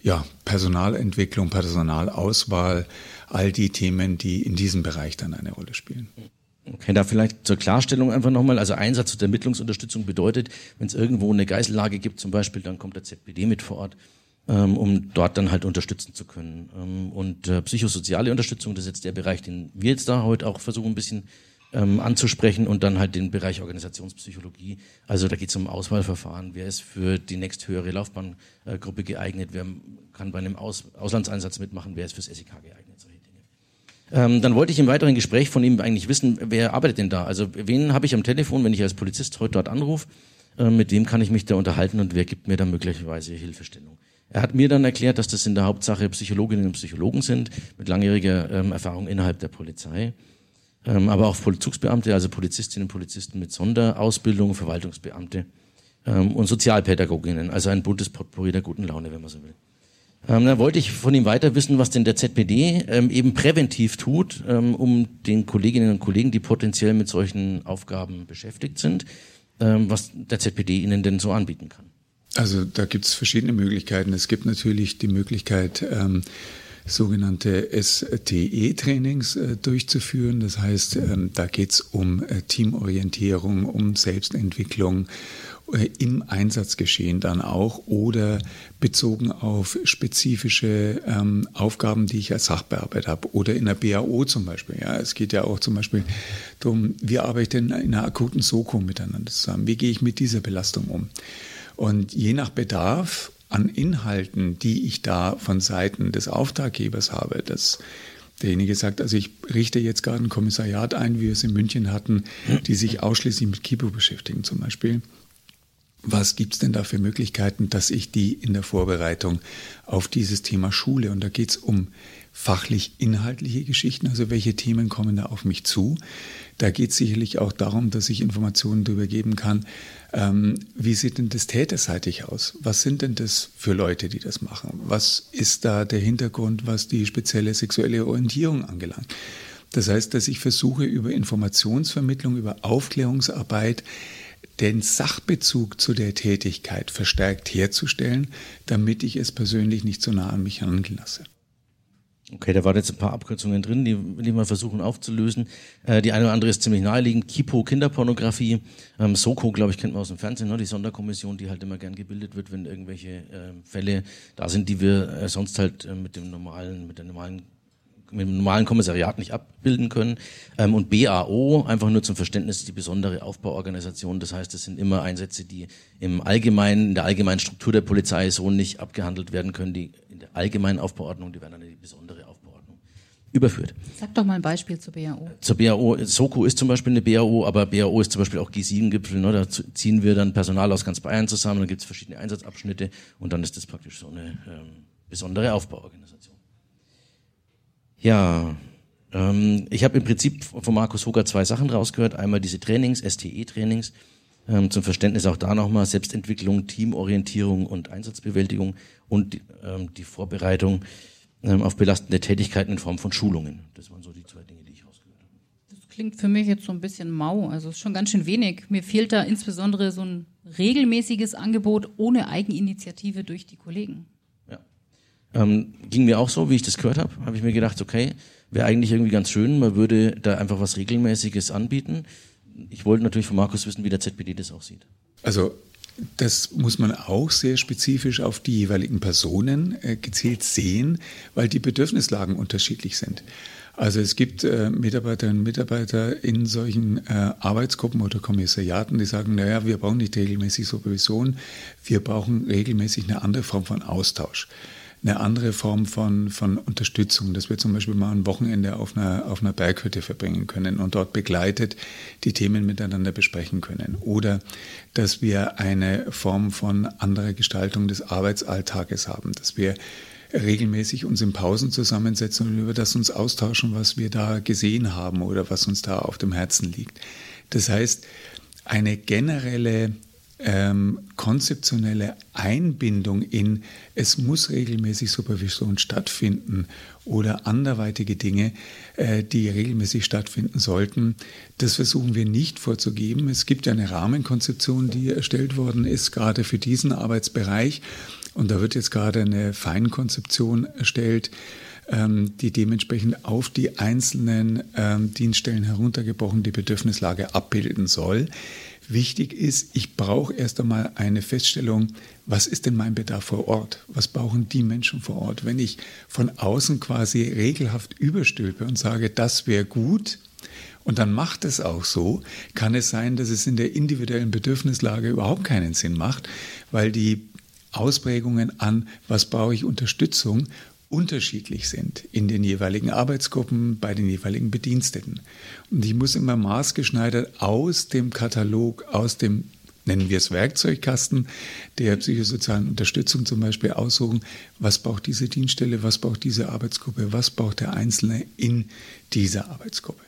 ja, Personalentwicklung, Personalauswahl, all die Themen, die in diesem Bereich dann eine Rolle spielen. Okay, da vielleicht zur Klarstellung einfach nochmal. Also Einsatz und Ermittlungsunterstützung bedeutet, wenn es irgendwo eine Geisellage gibt zum Beispiel, dann kommt der Z P D mit vor Ort, ähm, um dort dann halt unterstützen zu können. Ähm, und äh, psychosoziale Unterstützung, das ist jetzt der Bereich, den wir jetzt da heute auch versuchen ein bisschen ähm, anzusprechen, und dann halt den Bereich Organisationspsychologie. Also da geht es um Auswahlverfahren. Wer ist für die nächsthöhere Laufbahngruppe geeignet? Wer kann bei einem Aus- Auslandseinsatz mitmachen? Wer ist fürs S E K geeignet? Solche Dinge. Ähm, dann wollte ich im weiteren Gespräch von ihm eigentlich wissen, wer arbeitet denn da? Also wen habe ich am Telefon, wenn ich als Polizist heute dort anrufe? Äh, mit wem kann ich mich da unterhalten und wer gibt mir da möglicherweise Hilfestellung? Er hat mir dann erklärt, dass das in der Hauptsache Psychologinnen und Psychologen sind, mit langjähriger ähm, Erfahrung innerhalb der Polizei. Ähm, aber auch Vollzugsbeamte, also Polizistinnen und Polizisten mit Sonderausbildung, Verwaltungsbeamte ähm, und Sozialpädagoginnen, also ein buntes Potpourri der guten Laune, wenn man so will. Ähm, dann wollte ich von ihm weiter wissen, was denn der Z P D ähm, eben präventiv tut, ähm, um den Kolleginnen und Kollegen, die potenziell mit solchen Aufgaben beschäftigt sind, ähm, was der Z P D ihnen denn so anbieten kann. Also da gibt es verschiedene Möglichkeiten. Es gibt natürlich die Möglichkeit, ähm, sogenannte S T E-Trainings äh, durchzuführen. Das heißt, ähm, da geht es um äh, Teamorientierung, um Selbstentwicklung, äh, im Einsatzgeschehen dann auch oder bezogen auf spezifische ähm, Aufgaben, die ich als Sachbearbeiter habe oder in der B A O zum Beispiel. Ja, es geht ja auch zum Beispiel darum, wie arbeite ich in einer akuten Soko miteinander zusammen? Wie gehe ich mit dieser Belastung um? Und je nach Bedarf an Inhalten, die ich da von Seiten des Auftraggebers habe, dass derjenige sagt, also ich richte jetzt gerade ein Kommissariat ein, wie wir es in München hatten, die sich ausschließlich mit Kripo beschäftigen zum Beispiel. Was gibt es denn da für Möglichkeiten, dass ich die in der Vorbereitung auf dieses Thema schule? Und da geht es um fachlich inhaltliche Geschichten, also welche Themen kommen da auf mich zu. Da geht es sicherlich auch darum, dass ich Informationen darüber geben kann, ähm, wie sieht denn das täterseitig aus? Was sind denn das für Leute, die das machen? Was ist da der Hintergrund, was die spezielle sexuelle Orientierung angelangt? Das heißt, dass ich versuche, über Informationsvermittlung, über Aufklärungsarbeit den Sachbezug zu der Tätigkeit verstärkt herzustellen, damit ich es persönlich nicht so nah an mich heranlasse. Okay, da waren jetzt ein paar Abkürzungen drin, die will ich mal versuchen aufzulösen. Äh, die eine oder andere ist ziemlich naheliegend. Kipo, Kinderpornografie. Ähm, Soko, glaube ich, kennt man aus dem Fernsehen, ne? Die Sonderkommission, die halt immer gern gebildet wird, wenn irgendwelche äh, Fälle da sind, die wir äh, sonst halt äh, mit dem normalen, mit der normalen mit dem normalen Kommissariat nicht abbilden können. Ähm, und B A O, einfach nur zum Verständnis, die besondere Aufbauorganisation. Das heißt, es sind immer Einsätze, die im allgemeinen, in der allgemeinen Struktur der Polizei so nicht abgehandelt werden können. Die in der allgemeinen Aufbauordnung, die werden dann in die besondere Aufbauordnung überführt. Sag doch mal ein Beispiel zur B A O. Zur B A O, Soko ist zum Beispiel eine B A O, aber B A O ist zum Beispiel auch G sieben Gipfel. Ne? Da ziehen wir dann Personal aus ganz Bayern zusammen, dann gibt es verschiedene Einsatzabschnitte und dann ist das praktisch so eine ähm, besondere Aufbauorganisation. Ja, ähm, ich habe im Prinzip von Markus Hoger zwei Sachen rausgehört. Einmal diese Trainings, S T E-Trainings, ähm, zum Verständnis auch da nochmal Selbstentwicklung, Teamorientierung und Einsatzbewältigung und ähm, die Vorbereitung ähm, auf belastende Tätigkeiten in Form von Schulungen. Das waren so die zwei Dinge, die ich rausgehört habe. Das klingt für mich jetzt so ein bisschen mau, also ist schon ganz schön wenig. Mir fehlt da insbesondere so ein regelmäßiges Angebot ohne Eigeninitiative durch die Kollegen. Ähm, ging mir auch so, wie ich das gehört habe, habe ich mir gedacht, okay, wäre eigentlich irgendwie ganz schön, man würde da einfach was Regelmäßiges anbieten. Ich wollte natürlich von Markus wissen, wie der Z P D das auch sieht. Also das muss man auch sehr spezifisch auf die jeweiligen Personen äh, gezielt sehen, weil die Bedürfnislagen unterschiedlich sind. Also es gibt äh, Mitarbeiterinnen und Mitarbeiter in solchen äh, Arbeitsgruppen oder Kommissariaten, die sagen, naja, wir brauchen nicht regelmäßig Supervision, wir brauchen regelmäßig eine andere Form von Austausch. Eine andere Form von, von Unterstützung, dass wir zum Beispiel mal ein Wochenende auf einer, auf einer Berghütte verbringen können und dort begleitet die Themen miteinander besprechen können. Oder dass wir eine Form von anderer Gestaltung des Arbeitsalltages haben, dass wir regelmäßig uns in Pausen zusammensetzen und über das uns austauschen, was wir da gesehen haben oder was uns da auf dem Herzen liegt. Das heißt, eine generelle Ähm, konzeptionelle Einbindung in, es muss regelmäßig Supervision stattfinden oder anderweitige Dinge, äh, die regelmäßig stattfinden sollten. Das versuchen wir nicht vorzugeben. Es gibt ja eine Rahmenkonzeption, die erstellt worden ist, gerade für diesen Arbeitsbereich, Und da wird jetzt gerade eine Feinkonzeption erstellt, ähm, die dementsprechend auf die einzelnen ähm, Dienststellen heruntergebrochen die Bedürfnislage abbilden soll. Wichtig ist, ich brauche erst einmal eine Feststellung, was ist denn mein Bedarf vor Ort? Was brauchen die Menschen vor Ort? Wenn ich von außen quasi regelhaft überstülpe und sage, das wäre gut, und dann macht es auch so, kann es sein, dass es in der individuellen Bedürfnislage überhaupt keinen Sinn macht, weil die Ausprägungen an, was brauche ich Unterstützung, unterschiedlich sind in den jeweiligen Arbeitsgruppen, bei den jeweiligen Bediensteten. Und ich muss immer maßgeschneidert aus dem Katalog, aus dem, nennen wir es Werkzeugkasten, der psychosozialen Unterstützung zum Beispiel aussuchen, was braucht diese Dienststelle, was braucht diese Arbeitsgruppe, was braucht der Einzelne in dieser Arbeitsgruppe.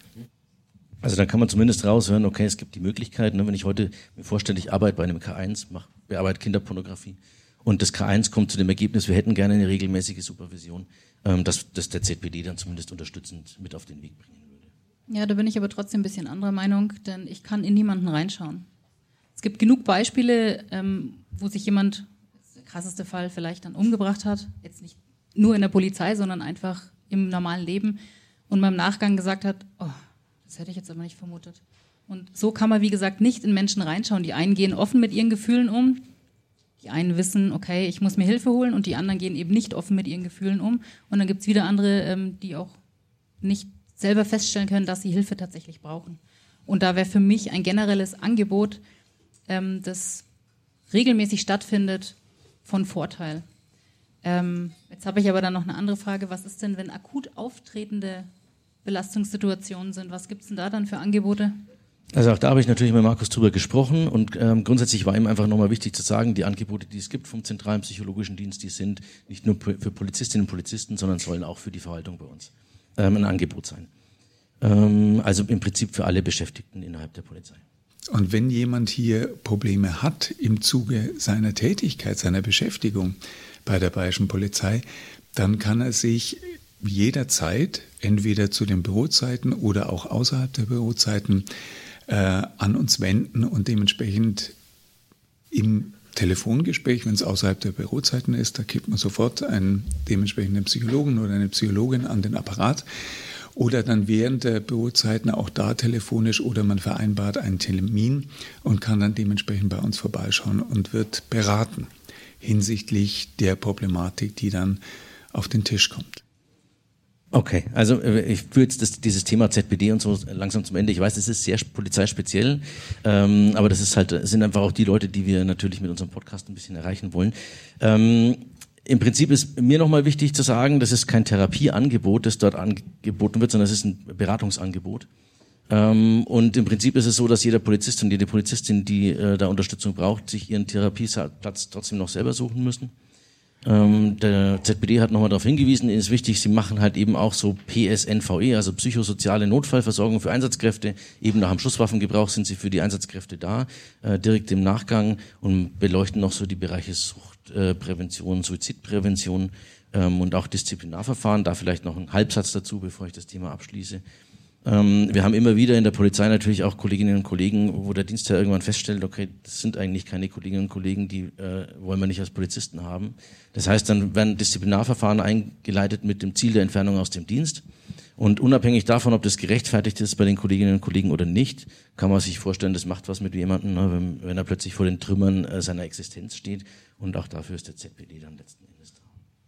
Also dann kann man zumindest raushören, okay, es gibt die Möglichkeit, ne, wenn ich heute mir vorstelle, ich arbeite bei einem K eins, mache, bearbeite Kinderpornografie und das K eins kommt zu dem Ergebnis, wir hätten gerne eine regelmäßige Supervision, ähm, dass das der Z P D dann zumindest unterstützend mit auf den Weg bringen würde. Ja, da bin ich aber trotzdem ein bisschen anderer Meinung, denn ich kann in niemanden reinschauen. Es gibt genug Beispiele, ähm, wo sich jemand, das ist der krasseste Fall, vielleicht dann umgebracht hat, jetzt nicht nur in der Polizei, sondern einfach im normalen Leben und beim Nachgang gesagt hat, oh, das hätte ich jetzt aber nicht vermutet. Und so kann man, wie gesagt, nicht in Menschen reinschauen. Die einen gehen offen mit ihren Gefühlen um, die einen wissen, okay, ich muss mir Hilfe holen und die anderen gehen eben nicht offen mit ihren Gefühlen um. Und dann gibt es wieder andere, ähm, die auch nicht selber feststellen können, dass sie Hilfe tatsächlich brauchen. Und da wäre für mich ein generelles Angebot, ähm, das regelmäßig stattfindet, von Vorteil. Ähm, jetzt habe ich aber dann noch eine andere Frage. Was ist denn, wenn akut auftretende Belastungssituationen sind? Was gibt es denn da dann für Angebote? Also auch da habe ich natürlich mit Markus drüber gesprochen und ähm, grundsätzlich war ihm einfach nochmal wichtig zu sagen, die Angebote, die es gibt vom zentralen psychologischen Dienst, die sind nicht nur für Polizistinnen und Polizisten, sondern sollen auch für die Verwaltung bei uns ähm, ein Angebot sein. Ähm, also im Prinzip für alle Beschäftigten innerhalb der Polizei. Und wenn jemand hier Probleme hat im Zuge seiner Tätigkeit, seiner Beschäftigung bei der Bayerischen Polizei, dann kann er sich jederzeit entweder zu den Bürozeiten oder auch außerhalb der Bürozeiten äh, an uns wenden und dementsprechend im Telefongespräch, wenn es außerhalb der Bürozeiten ist, da gibt man sofort einen dementsprechenden Psychologen oder eine Psychologin an den Apparat oder dann während der Bürozeiten auch da telefonisch oder man vereinbart einen Termin und kann dann dementsprechend bei uns vorbeischauen und wird beraten hinsichtlich der Problematik, die dann auf den Tisch kommt. Okay, also ich führe jetzt das, dieses Thema Z P D und so langsam zum Ende. Ich weiß, es ist sehr polizeispeziell, ähm, aber das ist halt, das sind einfach auch die Leute, die wir natürlich mit unserem Podcast ein bisschen erreichen wollen. Ähm, Im Prinzip ist mir nochmal wichtig zu sagen, das ist kein Therapieangebot, das dort angeboten wird, sondern es ist ein Beratungsangebot. Ähm, und im Prinzip ist es so, dass jeder Polizist und jede Polizistin, die äh, da Unterstützung braucht, sich ihren Therapieplatz trotzdem noch selber suchen müssen. Ähm, der Z P D hat nochmal darauf hingewiesen, ist wichtig, sie machen halt eben auch so P S N V E, also psychosoziale Notfallversorgung für Einsatzkräfte. Eben nach dem Schusswaffengebrauch sind sie für die Einsatzkräfte da, äh, direkt im Nachgang und beleuchten noch so die Bereiche Suchtprävention, äh, Suizidprävention ähm, und auch Disziplinarverfahren. Da vielleicht noch ein Halbsatz dazu, bevor ich das Thema abschließe. Ähm, wir haben immer wieder in der Polizei natürlich auch Kolleginnen und Kollegen, wo der Dienstherr irgendwann feststellt, okay, das sind eigentlich keine Kolleginnen und Kollegen, die äh, wollen wir nicht als Polizisten haben. Das heißt, dann werden Disziplinarverfahren eingeleitet mit dem Ziel der Entfernung aus dem Dienst. Und unabhängig davon, ob das gerechtfertigt ist bei den Kolleginnen und Kollegen oder nicht, kann man sich vorstellen, das macht was mit jemandem, ne, wenn, wenn er plötzlich vor den Trümmern äh, seiner Existenz steht. Und auch dafür ist der Z P D dann letzten Endes da.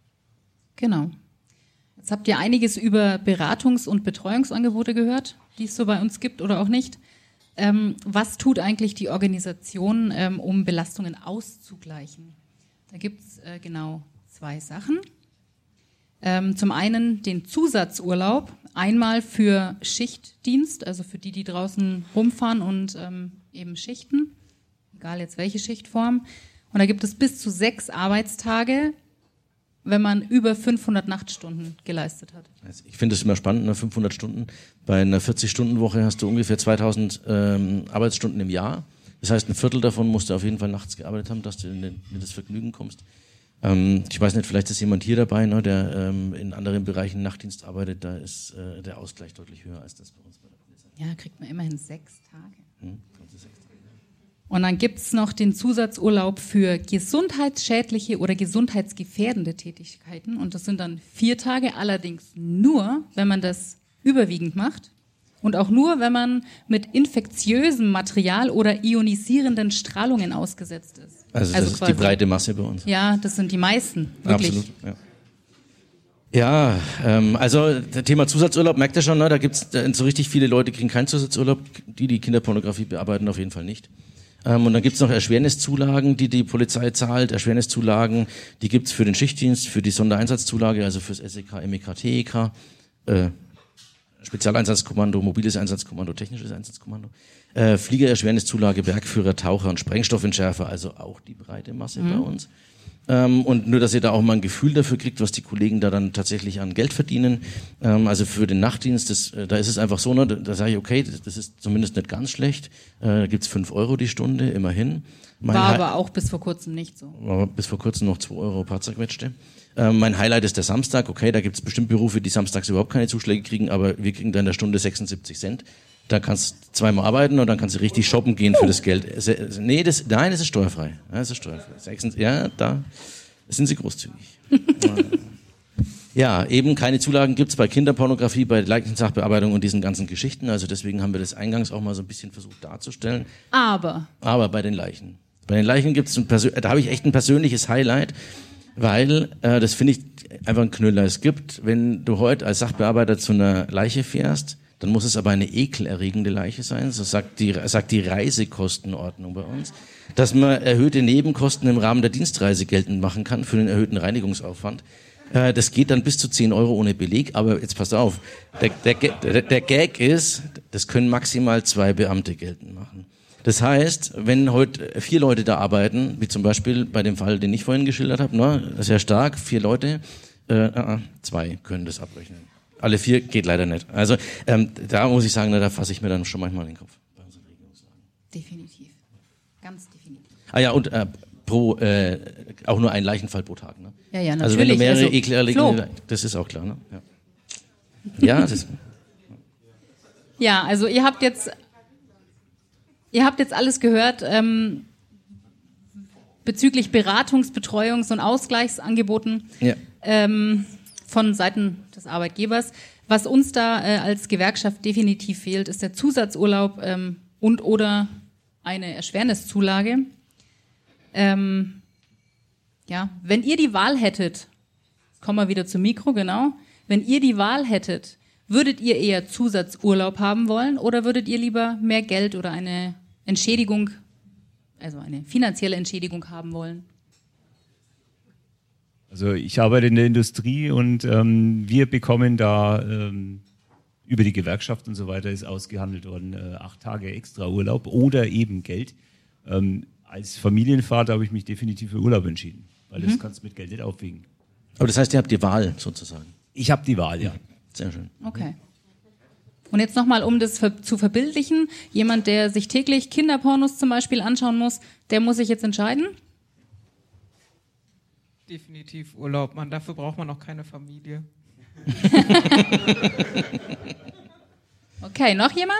Genau. Jetzt habt ihr einiges über Beratungs- und Betreuungsangebote gehört, die es so bei uns gibt oder auch nicht. Ähm, was tut eigentlich die Organisation, ähm, um Belastungen auszugleichen? Da gibt es äh, genau zwei Sachen. Ähm, zum einen den Zusatzurlaub, einmal für Schichtdienst, also für die, die draußen rumfahren und ähm, eben schichten, egal jetzt welche Schichtform. Und da gibt es bis zu sechs Arbeitstage, wenn man über fünfhundert Nachtstunden geleistet hat. Also ich finde es immer spannend, ne? fünfhundert Stunden. Bei einer vierzig-Stunden-Woche hast du ungefähr zweitausend ähm, Arbeitsstunden im Jahr. Das heißt, ein Viertel davon musst du auf jeden Fall nachts gearbeitet haben, dass du in, den, in das Vergnügen kommst. Ähm, ich weiß nicht, vielleicht ist jemand hier dabei, ne, der ähm, in anderen Bereichen Nachtdienst arbeitet. Da ist äh, der Ausgleich deutlich höher als das bei uns bei der Polizei. Ja, kriegt man immerhin sechs Tage. Hm, sechs Tage. Und dann gibt's noch den Zusatzurlaub für gesundheitsschädliche oder gesundheitsgefährdende Tätigkeiten. Und das sind dann vier Tage, allerdings nur, wenn man das überwiegend macht. Und auch nur, wenn man mit infektiösem Material oder ionisierenden Strahlungen ausgesetzt ist. Also das also ist quasi die breite Masse bei uns. Ja, das sind die meisten, wirklich. Absolut, ja. Ja, ähm, also das Thema Zusatzurlaub, merkt ihr schon, ne? Da gibt's äh, so richtig viele Leute, kriegen keinen Zusatzurlaub, die die Kinderpornografie bearbeiten, auf jeden Fall nicht. Ähm, und dann gibt's noch Erschwerniszulagen, die die Polizei zahlt, Erschwerniszulagen, die gibt's für den Schichtdienst, für die Sondereinsatzzulage, also fürs S E K, M E K, T E K, äh, Spezialeinsatzkommando, mobiles Einsatzkommando, technisches Einsatzkommando, äh, Fliegererschwerniszulage, Bergführer, Taucher und Sprengstoffentschärfer, also auch die breite Masse mhm. bei uns. Ähm, und nur, dass ihr da auch mal ein Gefühl dafür kriegt, was die Kollegen da dann tatsächlich an Geld verdienen. Ähm, also für den Nachtdienst, das, äh, da ist es einfach so, ne, da, da sage ich, okay, das, das ist zumindest nicht ganz schlecht. Äh, da gibt's fünf Euro die Stunde, immerhin. Mein War Hi- aber auch bis vor kurzem nicht so. War bis vor kurzem noch zwei Euro paar zerquetschte. Ähm, mein Highlight ist der Samstag. Okay, da gibt's bestimmt Berufe, die samstags überhaupt keine Zuschläge kriegen, aber wir kriegen da in der Stunde sechsundsiebzig Cent. Da kannst du zweimal arbeiten und dann kannst du richtig shoppen gehen für das Geld. Nee, das, nein, das ist steuerfrei. Ja, das ist steuerfrei. Ja, da sind sie großzügig. Ja, eben keine Zulagen gibt's bei Kinderpornografie, bei Leichensachbearbeitung und diesen ganzen Geschichten. Also deswegen haben wir das eingangs auch mal so ein bisschen versucht darzustellen. Aber. Aber bei den Leichen. Bei den Leichen gibt's ein Persön- da habe ich echt ein persönliches Highlight, weil äh, das finde ich einfach ein Knüller. Es gibt, wenn du heute als Sachbearbeiter zu einer Leiche fährst, dann muss es aber eine ekelerregende Leiche sein. So sagt die, sagt die Reisekostenordnung bei uns, dass man erhöhte Nebenkosten im Rahmen der Dienstreise geltend machen kann für den erhöhten Reinigungsaufwand. Äh, das geht dann bis zu zehn Euro ohne Beleg, aber jetzt passt auf, der, der, der, der Gag ist, das können maximal zwei Beamte geltend machen. Das heißt, wenn heute vier Leute da arbeiten, wie zum Beispiel bei dem Fall, den ich vorhin geschildert habe, ne, sehr stark, vier Leute, äh, äh, zwei können das abrechnen. Alle vier geht leider nicht. Also ähm, da muss ich sagen, da fasse ich mir dann schon manchmal den Kopf. Definitiv. Ganz definitiv. Ah ja, und äh, pro äh, auch nur ein Leichenfall pro Tag. Ne? Ja, ja, natürlich. Also wenn du mehrere also, ekelerregende, das ist auch klar. Ne? Ja, ja, das ist, ja, also ihr habt jetzt, ihr habt jetzt alles gehört ähm, bezüglich Beratungs-, Betreuungs- und Ausgleichsangeboten. Ja. Ähm, von Seiten des Arbeitgebers. Was uns da äh, als Gewerkschaft definitiv fehlt, ist der Zusatzurlaub ähm, und oder eine Erschwerniszulage. Ähm, ja, wenn ihr die Wahl hättet, kommen wir wieder zum Mikro, genau, wenn ihr die Wahl hättet, würdet ihr eher Zusatzurlaub haben wollen oder würdet ihr lieber mehr Geld oder eine Entschädigung, also eine finanzielle Entschädigung haben wollen? Also ich arbeite in der Industrie und ähm, wir bekommen da ähm, über die Gewerkschaft und so weiter ist ausgehandelt worden, äh, acht Tage extra Urlaub oder eben Geld. Ähm, als Familienvater habe ich mich definitiv für Urlaub entschieden, weil das Mhm. kannst du mit Geld nicht aufwiegen. aber das heißt, ihr habt die Wahl sozusagen. Ich habe die Wahl, ja. Sehr schön. Okay. Und jetzt nochmal, um das ver- zu verbildlichen, jemand, der sich täglich Kinderpornos zum Beispiel anschauen muss, der muss sich jetzt entscheiden? Definitiv Urlaub, man. Dafür braucht man auch keine Familie. Okay, noch jemand?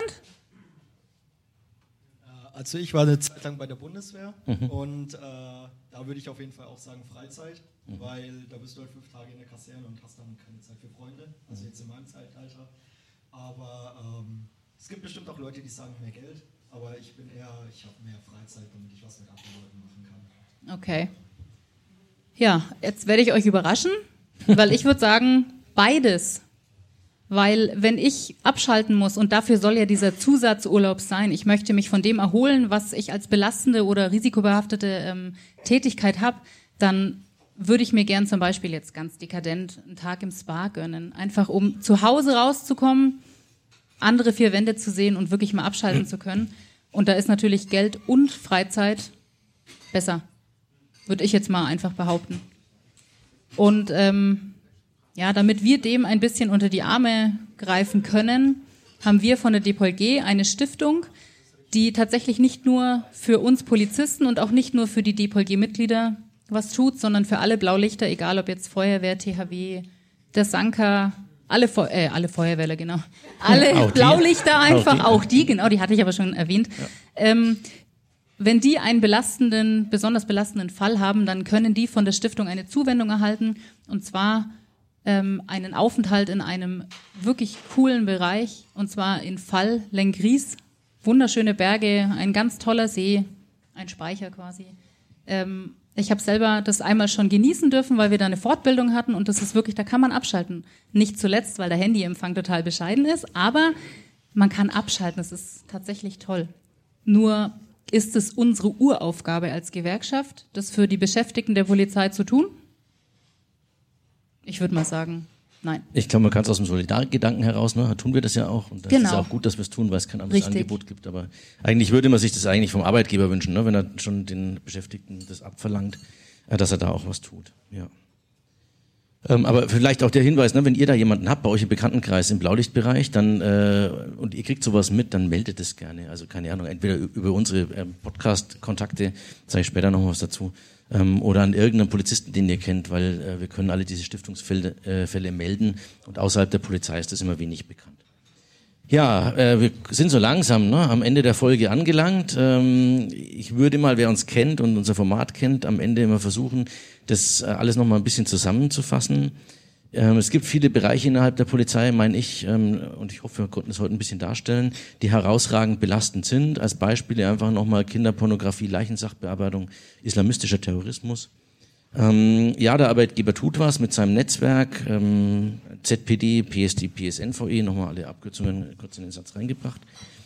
Also ich war eine Zeit lang bei der Bundeswehr Mhm. und äh, da würde ich auf jeden Fall auch sagen Freizeit, mhm. weil da bist du halt fünf Tage in der Kaserne und hast dann keine Zeit für Freunde, also jetzt in meinem Zeitalter. Aber ähm, es gibt bestimmt auch Leute, die sagen mehr Geld, aber ich bin eher, ich habe mehr Freizeit, damit ich was mit anderen Leuten machen kann. Okay. Ja, jetzt werde ich euch überraschen, weil ich würde sagen, beides. Weil wenn ich abschalten muss, und dafür soll ja dieser Zusatzurlaub sein, ich möchte mich von dem erholen, was ich als belastende oder risikobehaftete ähm, Tätigkeit habe, dann würde ich mir gern zum Beispiel jetzt ganz dekadent einen Tag im Spa gönnen. Einfach um zu Hause rauszukommen, andere vier Wände zu sehen und wirklich mal abschalten zu können. Und da ist natürlich Geld und Freizeit besser. Würde ich jetzt mal einfach behaupten. Und ähm, ja, damit wir dem ein bisschen unter die Arme greifen können, haben wir von der D P O L G eine Stiftung, die tatsächlich nicht nur für uns Polizisten und auch nicht nur für die D P O L G-Mitglieder was tut, sondern für alle Blaulichter, egal ob jetzt Feuerwehr, T H W, der Sanka, alle, Feu- äh, alle Feuerwehrler, genau. Alle Auch die. Blaulichter einfach, Auch auch die. die. genau, die hatte ich aber schon erwähnt. Ja. Ähm, wenn die einen belastenden, besonders belastenden Fall haben, dann können die von der Stiftung eine Zuwendung erhalten, und zwar ähm, einen Aufenthalt in einem wirklich coolen Bereich, und zwar in Fall Lengries. Wunderschöne Berge, ein ganz toller See, ein Speicher quasi. Ähm, ich habe selber das einmal schon genießen dürfen, weil wir da eine Fortbildung hatten, und das ist wirklich, da kann man abschalten. Nicht zuletzt, weil der Handyempfang total bescheiden ist, aber man kann abschalten, das ist tatsächlich toll. Nur ist es unsere Uraufgabe als Gewerkschaft, das für die Beschäftigten der Polizei zu tun? Ich würde mal sagen, nein. Ich glaube, man kann es aus dem Solidargedanken heraus, ne? Tun wir das ja auch. Und das genau. ist auch gut, dass wir es tun, weil es kein anderes Richtig. Angebot gibt. Aber eigentlich würde man sich das eigentlich vom Arbeitgeber wünschen, ne? Wenn er schon den Beschäftigten das abverlangt, äh, dass er da auch was tut. Ja. Ähm, aber vielleicht auch der Hinweis, ne, wenn ihr da jemanden habt bei euch im Bekanntenkreis im Blaulichtbereich, dann äh, und ihr kriegt sowas mit, dann meldet es gerne. Also keine Ahnung, entweder über unsere ähm, Podcast-Kontakte, sage ich später noch was dazu, ähm, oder an irgendeinen Polizisten, den ihr kennt, weil äh, wir können alle diese Stiftungsfälle äh, Fälle melden, und außerhalb der Polizei ist das immer wenig bekannt. Ja, äh, wir sind so langsam, ne, am Ende der Folge angelangt. Ähm, ich würde mal, wer uns kennt und unser Format kennt, am Ende immer versuchen, das äh, alles noch mal ein bisschen zusammenzufassen. Ähm, es gibt viele Bereiche innerhalb der Polizei, meine ich, ähm, und ich hoffe, wir konnten es heute ein bisschen darstellen, die herausragend belastend sind. Als Beispiele einfach noch mal Kinderpornografie, Leichensachbearbeitung, islamistischer Terrorismus. Ähm, ja, der Arbeitgeber tut was mit seinem Netzwerk, ähm, Z P D, P S D, P S N V E, nochmal alle Abkürzungen kurz in den Satz reingebracht.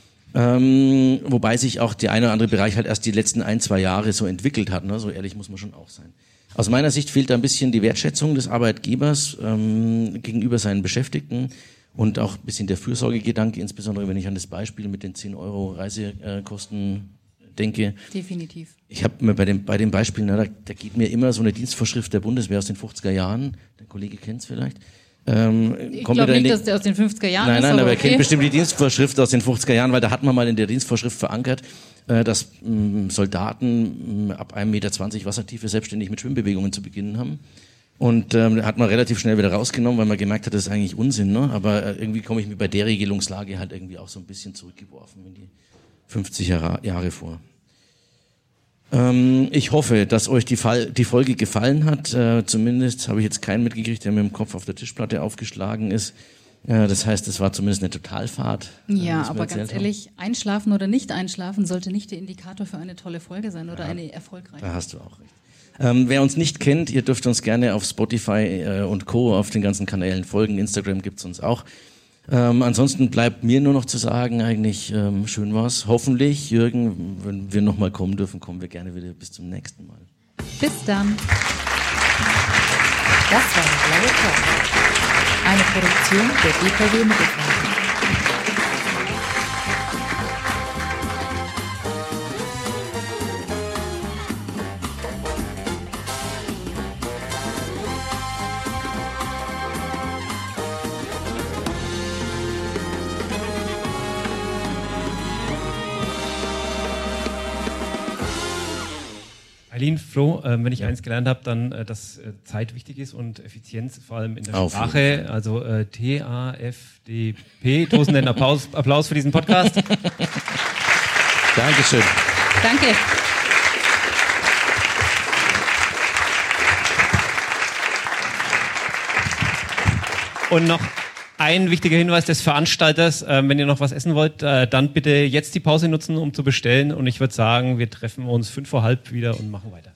Ähm, wobei sich auch der eine oder andere Bereich halt erst die letzten ein, zwei Jahre so entwickelt hat, ne? So ehrlich muss man schon auch sein. Aus meiner Sicht fehlt da ein bisschen die Wertschätzung des Arbeitgebers ähm, gegenüber seinen Beschäftigten und auch ein bisschen der Fürsorgegedanke, insbesondere wenn ich an das Beispiel mit den zehn Euro Reisekosten denke. Definitiv. Ich habe mir bei dem bei dem Beispiel, na, da, da geht mir immer so eine Dienstvorschrift der Bundeswehr aus den fünfziger Jahren, der Kollege kennt's vielleicht. Ähm, ich glaube nicht, dass der aus den fünfziger Jahren nein, ist. Nein, nein, aber er okay. kennt bestimmt die Dienstvorschrift aus den fünfziger Jahren, weil da hat man mal in der Dienstvorschrift verankert, äh, dass mh, Soldaten mh, ab ein Meter zwanzig Wassertiefe selbstständig mit Schwimmbewegungen zu beginnen haben. Und ähm, hat man relativ schnell wieder rausgenommen, weil man gemerkt hat, das ist eigentlich Unsinn. Ne? Aber äh, irgendwie komme ich mir bei der Regelungslage halt irgendwie auch so ein bisschen zurückgeworfen in die fünfziger Jahre vor. Ähm, ich hoffe, dass euch die, Fall, die Folge gefallen hat. Äh, zumindest habe ich jetzt keinen mitgekriegt, der mit dem Kopf auf der Tischplatte aufgeschlagen ist. Äh, das heißt, es war zumindest eine Totalfahrt. Ja, äh, aber ganz haben. ehrlich, einschlafen oder nicht einschlafen sollte nicht der Indikator für eine tolle Folge sein oder ja, eine erfolgreiche. Da hast du auch recht. Ähm, wer uns nicht kennt, ihr dürft uns gerne auf Spotify äh, und Co. auf den ganzen Kanälen folgen. Instagram gibt's uns auch. Ähm, ansonsten bleibt mir nur noch zu sagen, eigentlich ähm, schön war's. Hoffentlich, Jürgen, wenn wir nochmal kommen dürfen, kommen wir gerne wieder. Bis zum nächsten Mal. Bis dann. Das war der Blaue Talk. Eine Produktion der D K W Mittelfranken. Eileen, Flo, äh, wenn ich eins gelernt habe, dann, äh, dass äh, Zeit wichtig ist und Effizienz, vor allem in der Auf Sprache. Also äh, T A F D P. Tosenden Applaus, Applaus für diesen Podcast. Dankeschön. Danke. Und noch ein wichtiger Hinweis des Veranstalters, äh, wenn ihr noch was essen wollt, äh, dann bitte jetzt die Pause nutzen, um zu bestellen. Und ich würde sagen, wir treffen uns fünf vor halb wieder und machen weiter.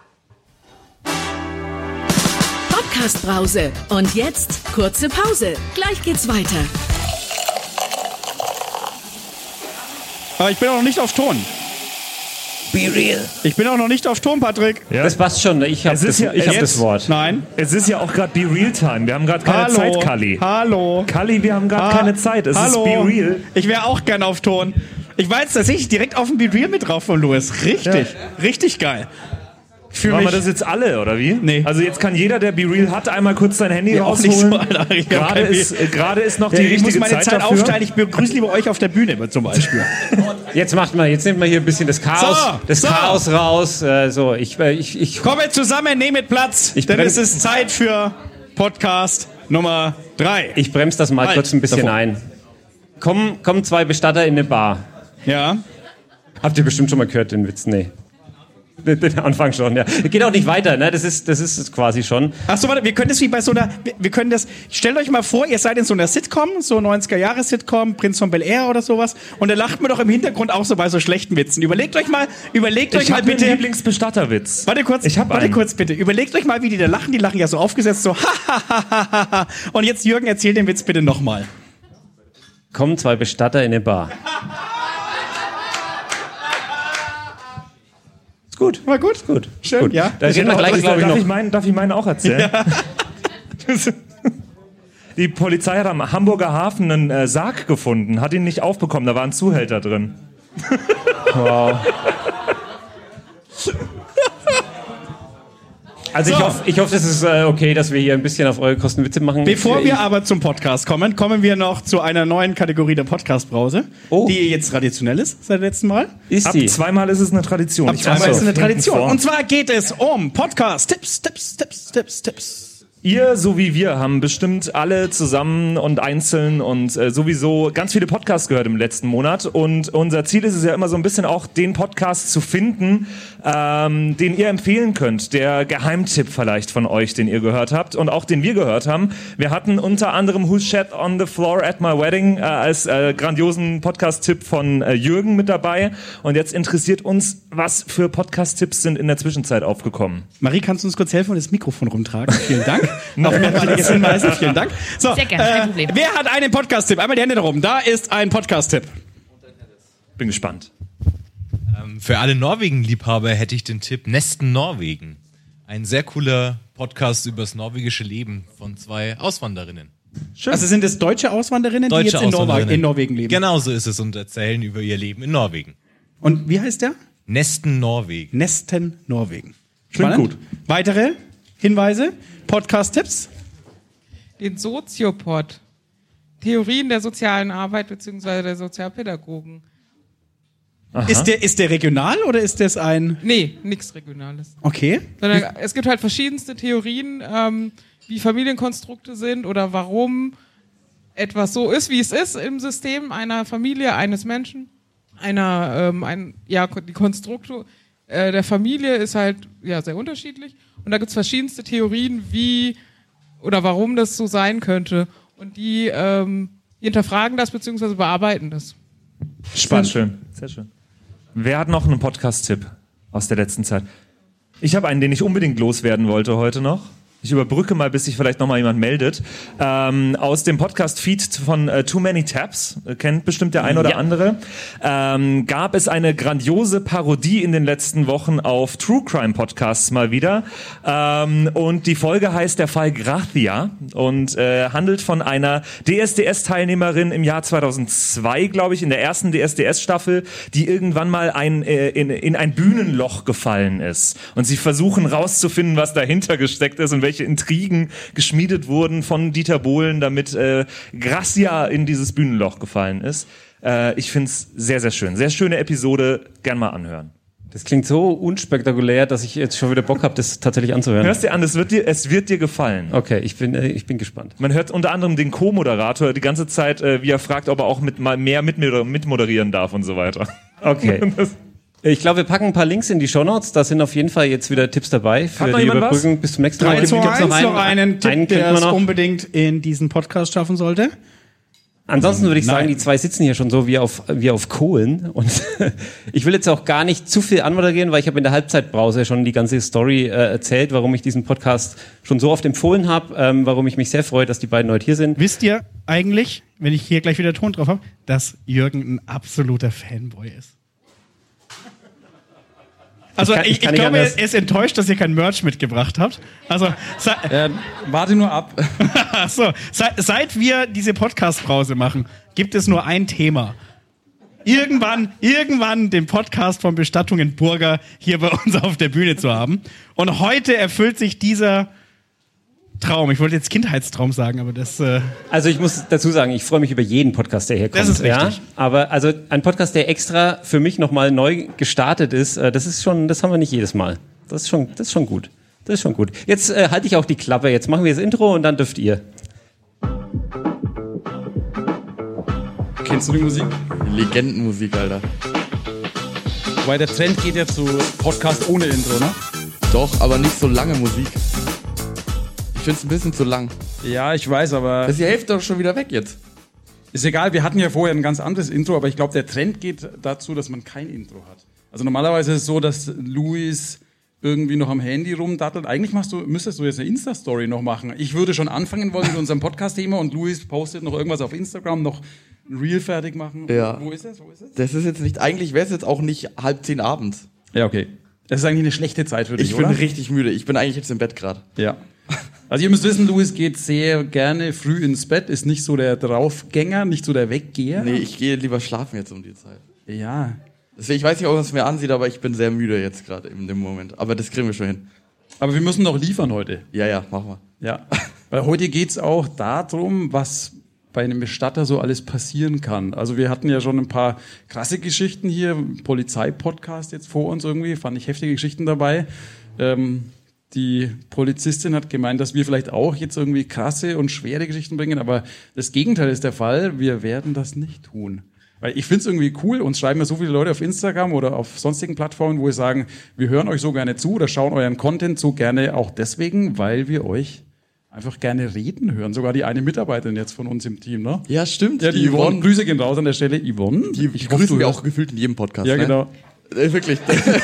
Podcast-Brause. Und jetzt kurze Pause. Gleich geht's weiter. Aber ich bin auch noch nicht auf Ton. Be real. Ich bin auch noch nicht auf Ton, Patrick. Ja. Das passt schon. Ich habe das, ja, ich hab jetzt, das Wort. Nein. Es ist ja auch gerade Be Real Time. Wir haben gerade keine Hallo. Zeit, Kalli. Hallo. Kalli, wir haben gerade Ha keine Zeit. Es Hallo. ist Be Real. Ich wäre auch gern auf Ton. Ich war jetzt tatsächlich direkt auf dem Be Real mit drauf von Louis. Richtig. Ja. Richtig geil. Machen wir das jetzt alle, oder wie? Nee. Also jetzt kann jeder, der Be Real hat, einmal kurz sein Handy Ja, auch nicht rausholen. so, Alter. Ich hab Gerade kein ist, äh, gerade ist noch Ja, die ich richtige muss meine Zeit, Zeit dafür. aufteilen. Ich begrüße lieber euch auf der Bühne zum Beispiel. Jetzt macht mal, jetzt nimmt man hier ein bisschen das Chaos, So, das so. Chaos raus. Äh, so, ich, äh, ich, ich. Kommt zusammen, nehmt Platz, Ich denn brenn- es ist Zeit für Podcast Nummer drei. Ich bremse das mal Halt, kurz ein bisschen davor. ein. Kommen, kommen zwei Bestatter in eine Bar. Ja. Habt ihr bestimmt schon mal gehört, den Witz? Nee. Den Anfang schon, ja. Geht auch nicht weiter, ne? Das ist, das ist es quasi schon. Ach so, warte, wir können das wie bei so einer, wir, wir können das, stellt euch mal vor, ihr seid in so einer Sitcom, so neunziger-Jahre-Sitcom, Prinz von Bel-Air oder sowas, und da lacht man doch im Hintergrund auch so bei so schlechten Witzen. Überlegt euch mal, überlegt Ich euch mal hab bitte. einen Lieblingsbestatterwitz. Warte kurz, Ich hab warte einen. kurz bitte. Überlegt euch mal, wie die da lachen. Die lachen ja so aufgesetzt, so ha. Und jetzt Jürgen, erzähl den Witz bitte nochmal. Kommen zwei Bestatter in eine Bar. Ist gut. War gut? Gut. Schön, gut. ja. Da reden wir gleich, glaube ich, darf, noch. ich meinen, darf ich meinen auch erzählen? Ja. Die Polizei hat am Hamburger Hafen einen äh, Sarg gefunden, hat ihn nicht aufbekommen, da war ein Zuhälter drin. Wow. Also So. ich hoffe, ich hoffe, es ist äh, okay, dass wir hier ein bisschen auf eure Kosten Witze machen. Bevor Ich- wir aber zum Podcast kommen, kommen wir noch zu einer neuen Kategorie der Podcast-Brause, Oh. die jetzt traditionell ist seit letztem Mal. Ist Ab die? zweimal ist es eine Tradition. Ab Ich zweimal weiß ist es eine auf Tradition. hinten vor. Und zwar geht es um Podcast-Tipps, Tipps, Tipps, Tipps, Tipps. Ihr, so wie wir, haben bestimmt alle zusammen und einzeln und äh, sowieso ganz viele Podcasts gehört im letzten Monat. Und unser Ziel ist es ja immer so ein bisschen auch, den Podcast zu finden, ähm, den ihr empfehlen könnt. Der Geheimtipp vielleicht von euch, den ihr gehört habt und auch den wir gehört haben. Wir hatten unter anderem Who Shat on the Floor at My Wedding äh, als äh, grandiosen Podcast-Tipp von äh, Jürgen mit dabei. Und jetzt interessiert uns, was für Podcast-Tipps sind in der Zwischenzeit aufgekommen. Marie, kannst du uns kurz helfen und das Mikrofon rumtragen? Vielen Dank. Auf mehrmaliges Hinweisen, vielen Dank. So, Sehr gerne, kein äh, Problem. wer hat einen Podcast-Tipp? Einmal die Hände da oben. Da ist ein Podcast-Tipp. Bin gespannt. Ähm, für alle Norwegen-Liebhaber hätte ich den Tipp Nesten Norwegen. Ein sehr cooler Podcast übers norwegische Leben von zwei Auswanderinnen. Schön. Also sind es deutsche Auswanderinnen, Deutsche die jetzt in, Norwegen, Auswanderinnen. in Norwegen leben? Genau so ist es und erzählen über ihr Leben in Norwegen. Und wie heißt der? Nesten Norwegen. Nesten Norwegen. Klingt Spannend. gut. Weitere Hinweise? Podcast-Tipps? Den Soziopod. Theorien der sozialen Arbeit bzw. der Sozialpädagogen. Ist der, ist der regional oder ist das ein... Nee, nichts Regionales. Okay. Sondern es gibt halt verschiedenste Theorien, ähm, wie Familienkonstrukte sind oder warum etwas so ist, wie es ist im System einer Familie, eines Menschen. Einer, ähm, ein, ja, die Konstrukte äh, der Familie ist halt ja, sehr unterschiedlich. Und da gibt es verschiedenste Theorien, wie oder warum das so sein könnte. Und die ähm, hinterfragen das bzw. bearbeiten das. Spannend. Sehr schön, sehr schön. Wer hat noch einen Podcast-Tipp aus der letzten Zeit? Ich habe einen, den ich unbedingt loswerden wollte heute noch. Ich überbrücke mal, bis sich vielleicht noch mal jemand meldet. Ähm, aus dem Podcast-Feed von äh, Too Many Tabs, äh, kennt bestimmt der ein oder Ja. andere, ähm, gab es eine grandiose Parodie in den letzten Wochen auf True Crime Podcasts mal wieder. Ähm, und die Folge heißt der Fall Gracia und äh, handelt von einer D S D S-Teilnehmerin im Jahr zweitausendzwei, glaube ich, in der ersten D S D S-Staffel, die irgendwann mal ein, äh, in, in ein Bühnenloch gefallen ist. Und sie versuchen rauszufinden, was dahinter gesteckt ist und welche Intrigen geschmiedet wurden von Dieter Bohlen, damit äh, Gracia in dieses Bühnenloch gefallen ist. Äh, ich finde es sehr, sehr schön. Sehr schöne Episode, gern mal anhören. Das klingt so unspektakulär, dass ich jetzt schon wieder Bock habe, das tatsächlich anzuhören. Hörst dir an, es wird dir, es wird dir gefallen. Okay, ich bin, äh, ich bin gespannt. Man hört unter anderem den Co-Moderator die ganze Zeit, äh, wie er fragt, ob er auch mit mal mehr mitmoder- mitmoderieren darf und so weiter. Okay. Das- Ich glaube, wir packen ein paar Links in die Shownotes. Da sind auf jeden Fall jetzt wieder Tipps dabei für Hat noch die jemand was? Überbrückung bis zum nächsten Mal. drei, zwei, Gibt's eins, noch einen Tipp, einen der könnten wir es noch. unbedingt in diesen Podcast schaffen sollte. Ansonsten würde ich sagen, Nein. die zwei sitzen hier schon so wie auf, wie auf Kohlen. Und ich will jetzt auch gar nicht zu viel anmoderieren, weil ich habe in der Halbzeitbrause schon die ganze Story äh, erzählt, warum ich diesen Podcast schon so oft empfohlen habe, ähm, warum ich mich sehr freue, dass die beiden heute hier sind. Wisst ihr eigentlich, wenn ich hier gleich wieder Ton drauf habe, dass Jürgen ein absoluter Fanboy ist? Also Ich kann- ich, ich ich, kann nicht glaube, anders. er ist enttäuscht, dass ihr kein Merch mitgebracht habt. Also se- Äh, warte nur ab. so, seit, seit wir diese Podcast-Brause machen, gibt es nur ein Thema. Irgendwann, irgendwann den Podcast von Bestattungen Burger hier bei uns auf der Bühne zu haben. Und heute erfüllt sich dieser Traum. Ich wollte jetzt Kindheitstraum sagen, aber das... Äh Also ich muss dazu sagen, ich freue mich über jeden Podcast, der hier kommt. Das ist richtig. Ja? Aber also ein Podcast, der extra für mich nochmal neu gestartet ist, äh, das ist schon, das haben wir nicht jedes Mal. Das ist schon, das ist schon gut. Das ist schon gut. Jetzt äh, halte ich auch die Klappe. Jetzt machen wir das Intro und dann dürft ihr. Kennst du die Musik? Legendenmusik, Alter. Weil der Trend geht ja zu Podcast ohne Intro, ne? Doch, aber nicht so lange Musik. Ich finde es ein bisschen zu lang. Ja, ich weiß, aber... Das ist die Hälfte doch schon wieder weg jetzt. Ist egal, wir hatten ja vorher ein ganz anderes Intro, aber ich glaube, der Trend geht dazu, dass man kein Intro hat. Also normalerweise ist es so, dass Luis irgendwie noch am Handy rumdattelt. Eigentlich machst du, müsstest du jetzt eine Insta-Story noch machen. Ich würde schon anfangen wollen mit unserem Podcast-Thema und Luis postet noch irgendwas auf Instagram, noch ein Reel fertig machen. Ja. Wo ist es? Wo ist es? Das ist jetzt nicht, eigentlich wäre es jetzt auch nicht halb zehn abends. Ja, okay. Das ist eigentlich eine schlechte Zeit für dich, Ich oder? bin richtig müde. Ich bin eigentlich jetzt im Bett gerade. Ja. Also ihr müsst wissen, Luis geht sehr gerne früh ins Bett, ist nicht so der Draufgänger, nicht so der Weggeher. Nee, ich gehe lieber schlafen jetzt um die Zeit. Ja. Deswegen, ich weiß nicht, ob es mir ansieht, aber ich bin sehr müde jetzt gerade in dem Moment. Aber das kriegen wir schon hin. Aber wir müssen noch liefern heute. Ja, ja, machen wir. Ja. Weil heute geht's auch darum, was bei einem Bestatter so alles passieren kann. Also wir hatten ja schon ein paar krasse Geschichten hier, Polizeipodcast jetzt vor uns irgendwie, fand ich heftige Geschichten dabei. Ähm, die Polizistin hat gemeint, dass wir vielleicht auch jetzt irgendwie krasse und schwere Geschichten bringen, aber das Gegenteil ist der Fall, wir werden das nicht tun. Weil ich finde es irgendwie cool, uns schreiben ja so viele Leute auf Instagram oder auf sonstigen Plattformen, wo wir sagen, wir hören euch so gerne zu oder schauen euren Content so gerne auch deswegen, weil wir euch einfach gerne reden hören. Sogar die eine Mitarbeiterin jetzt von uns im Team, ne? Ja, stimmt. Ja, die, die Yvonne. Yvonne. Grüße gehen raus an der Stelle. Yvonne. Die ich grüßen wir auch gefühlt in jedem Podcast. Ja, ne? genau. Äh, wirklich.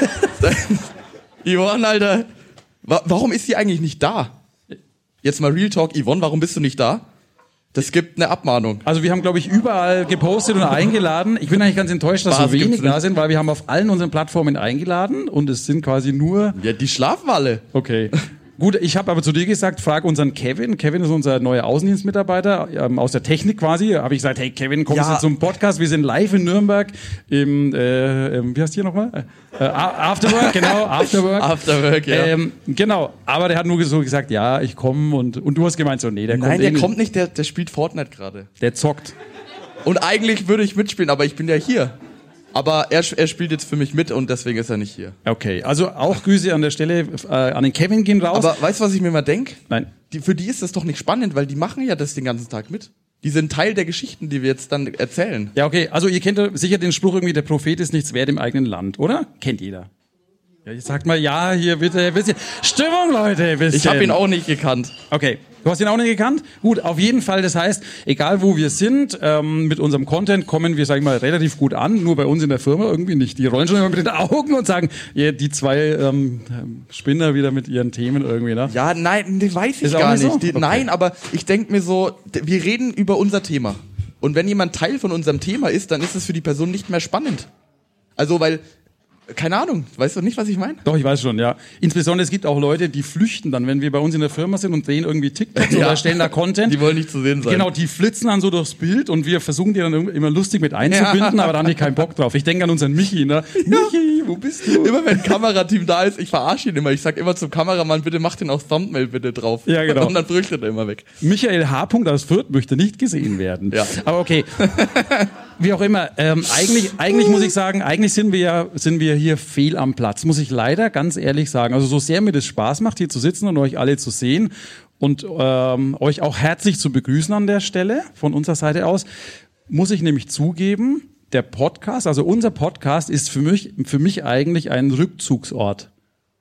Yvonne, Alter. Wa- warum ist sie eigentlich nicht da? Jetzt mal Real Talk, Yvonne, warum bist du nicht da? Das gibt eine Abmahnung. Also wir haben, glaube ich, überall gepostet und eingeladen. Ich bin eigentlich ganz enttäuscht, dass Was so wenig gibt's da nicht? sind, weil wir haben auf allen unseren Plattformen eingeladen und es sind quasi nur... Ja, die schlafen alle. Okay. Gut, ich habe aber zu dir gesagt, frag unseren Kevin. Kevin ist unser neuer Außendienstmitarbeiter, ähm, aus der Technik quasi. Habe ich gesagt, hey Kevin, kommst Ja. du zum Podcast? Wir sind live in Nürnberg im, äh, im wie heißt hier nochmal? Äh, Afterwork, genau, Afterwork. Afterwork, ja. Ähm, genau, aber der hat nur so gesagt, ja, ich komme und, und du hast gemeint so, nee, der kommt Nein, der eh nicht. kommt nicht, der, der spielt Fortnite gerade. Der zockt. Und eigentlich würde ich mitspielen, aber ich bin ja hier. Aber er, er spielt jetzt für mich mit und deswegen ist er nicht hier. Okay, also auch Grüße an der Stelle äh, an den Kevin gehen raus. Aber weißt du, was ich mir mal denk? Nein. Die, für die ist das doch nicht spannend, weil die machen ja das den ganzen Tag mit. Die sind Teil der Geschichten, die wir jetzt dann erzählen. Ja, okay, also ihr kennt ja sicher den Spruch irgendwie, der Prophet ist nichts wert im eigenen Land, oder? Kennt jeder. Ja, jetzt sagt mal, ja, hier bitte ein bisschen Stimmung, Leute, ein bisschen. Ich habe ihn auch nicht gekannt. Okay, du hast ihn auch nicht gekannt? Gut, auf jeden Fall, das heißt, egal wo wir sind, ähm, mit unserem Content kommen wir, sag ich mal, relativ gut an, nur bei uns in der Firma irgendwie nicht. Die rollen schon immer mit den Augen und sagen, ja, die zwei ähm, Spinner wieder mit ihren Themen irgendwie, ne? Ja, nein, das weiß ich Ist auch gar nicht nicht. so? Die, Okay. Nein, aber ich denk mir so, d- wir reden über unser Thema. Und wenn jemand Teil von unserem Thema ist, dann ist es für die Person nicht mehr spannend. Also, weil, keine Ahnung, weißt du nicht, was ich meine? Doch, ich weiß schon, ja. Insbesondere es gibt auch Leute, die flüchten dann, wenn wir bei uns in der Firma sind und drehen irgendwie TikToks Ja. oder stellen da Content. Die wollen nicht zu sehen sein. Genau, die flitzen dann so durchs Bild und wir versuchen die dann irgendwie immer lustig mit einzubinden, Ja. aber da haben die keinen Bock drauf. Ich denke an unseren Michi, ne? Michi, wo bist du? Immer wenn ein Kamerateam da ist, ich verarsche ihn immer. Ich sag immer zum Kameramann, bitte mach den aufs Thumbnail bitte drauf. Ja, genau. Und dann flüchtet er immer weg. Michael H. aus Fürth möchte nicht gesehen werden. Ja. Aber okay. Wie auch immer, ähm, eigentlich, eigentlich muss ich sagen, eigentlich sind wir ja, sind wir hier fehl am Platz, muss ich leider ganz ehrlich sagen. Also so sehr mir das Spaß macht, hier zu sitzen und euch alle zu sehen und ähm, euch auch herzlich zu begrüßen an der Stelle von unserer Seite aus, muss ich nämlich zugeben, der Podcast, also unser Podcast ist für mich, für mich eigentlich ein Rückzugsort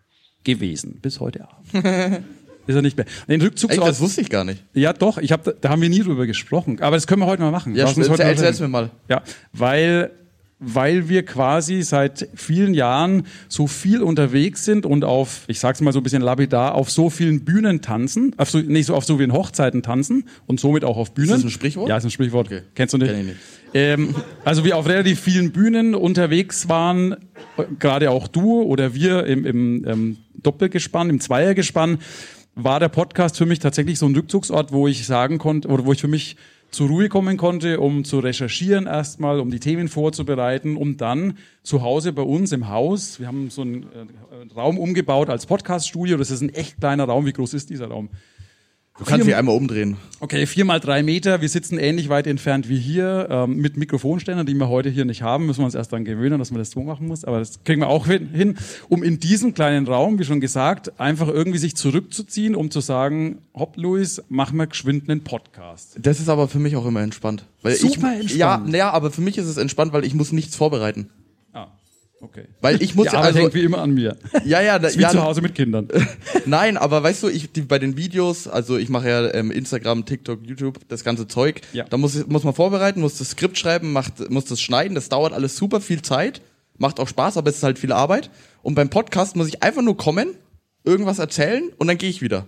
gewesen bis heute Abend. Ist er nicht mehr. Den Rückzugsort. Echt, das wusste ich gar nicht. Ja, doch. Ich hab, da haben wir nie drüber gesprochen. Aber das können wir heute mal machen. Ja, Lass uns heute erzähl- mal erzähl's reden. mir mal. Ja, weil, weil wir quasi seit vielen Jahren so viel unterwegs sind und auf, ich sag's mal so ein bisschen lapidar, auf so vielen Bühnen tanzen, auf so, nicht so auf so vielen Hochzeiten tanzen und somit auch auf Bühnen. Ist das ein Sprichwort? Ja, ist ein Sprichwort. Okay. Kennst du nicht? Kenn ich nicht. Ähm, also wir auf relativ vielen Bühnen unterwegs waren, äh, gerade auch du oder wir im, im ähm, Doppelgespann, im Zweiergespann, war der Podcast für mich tatsächlich so ein Rückzugsort, wo ich sagen konnte, oder wo ich für mich zur Ruhe kommen konnte, um zu recherchieren erstmal, um die Themen vorzubereiten, um dann zu Hause bei uns im Haus, wir haben so einen äh, Raum umgebaut als Podcaststudio, das ist ein echt kleiner Raum. Wie groß ist dieser Raum? Du kannst Vier- dich einmal umdrehen. Okay, vier mal drei Meter. Wir sitzen ähnlich weit entfernt wie hier, ähm, mit Mikrofonständern, die wir heute hier nicht haben. Müssen wir uns erst dann gewöhnen, dass man das so machen muss. Aber das kriegen wir auch hin, hin, um in diesem kleinen Raum, wie schon gesagt, einfach irgendwie sich zurückzuziehen, um zu sagen, hopp, Luis, mach mal geschwind einen Podcast. Das ist aber für mich auch immer entspannt. Weil Super ich, entspannt. Ja, naja, aber für mich ist es entspannt, weil ich muss nichts vorbereiten. Ah. Okay. Weil ich muss ja, ja, aber also hängt wie immer an mir. Ja, ja, da, ist wie ja, zu Hause mit Kindern. Nein, aber weißt du, ich die, bei den Videos, also ich mache ja ähm, Instagram, TikTok, YouTube, das ganze Zeug. Ja. Da muss muss man vorbereiten, muss das Skript schreiben, macht muss das schneiden. Das dauert alles super viel Zeit, macht auch Spaß, aber es ist halt viel Arbeit. Und beim Podcast muss ich einfach nur kommen, irgendwas erzählen und dann gehe ich wieder.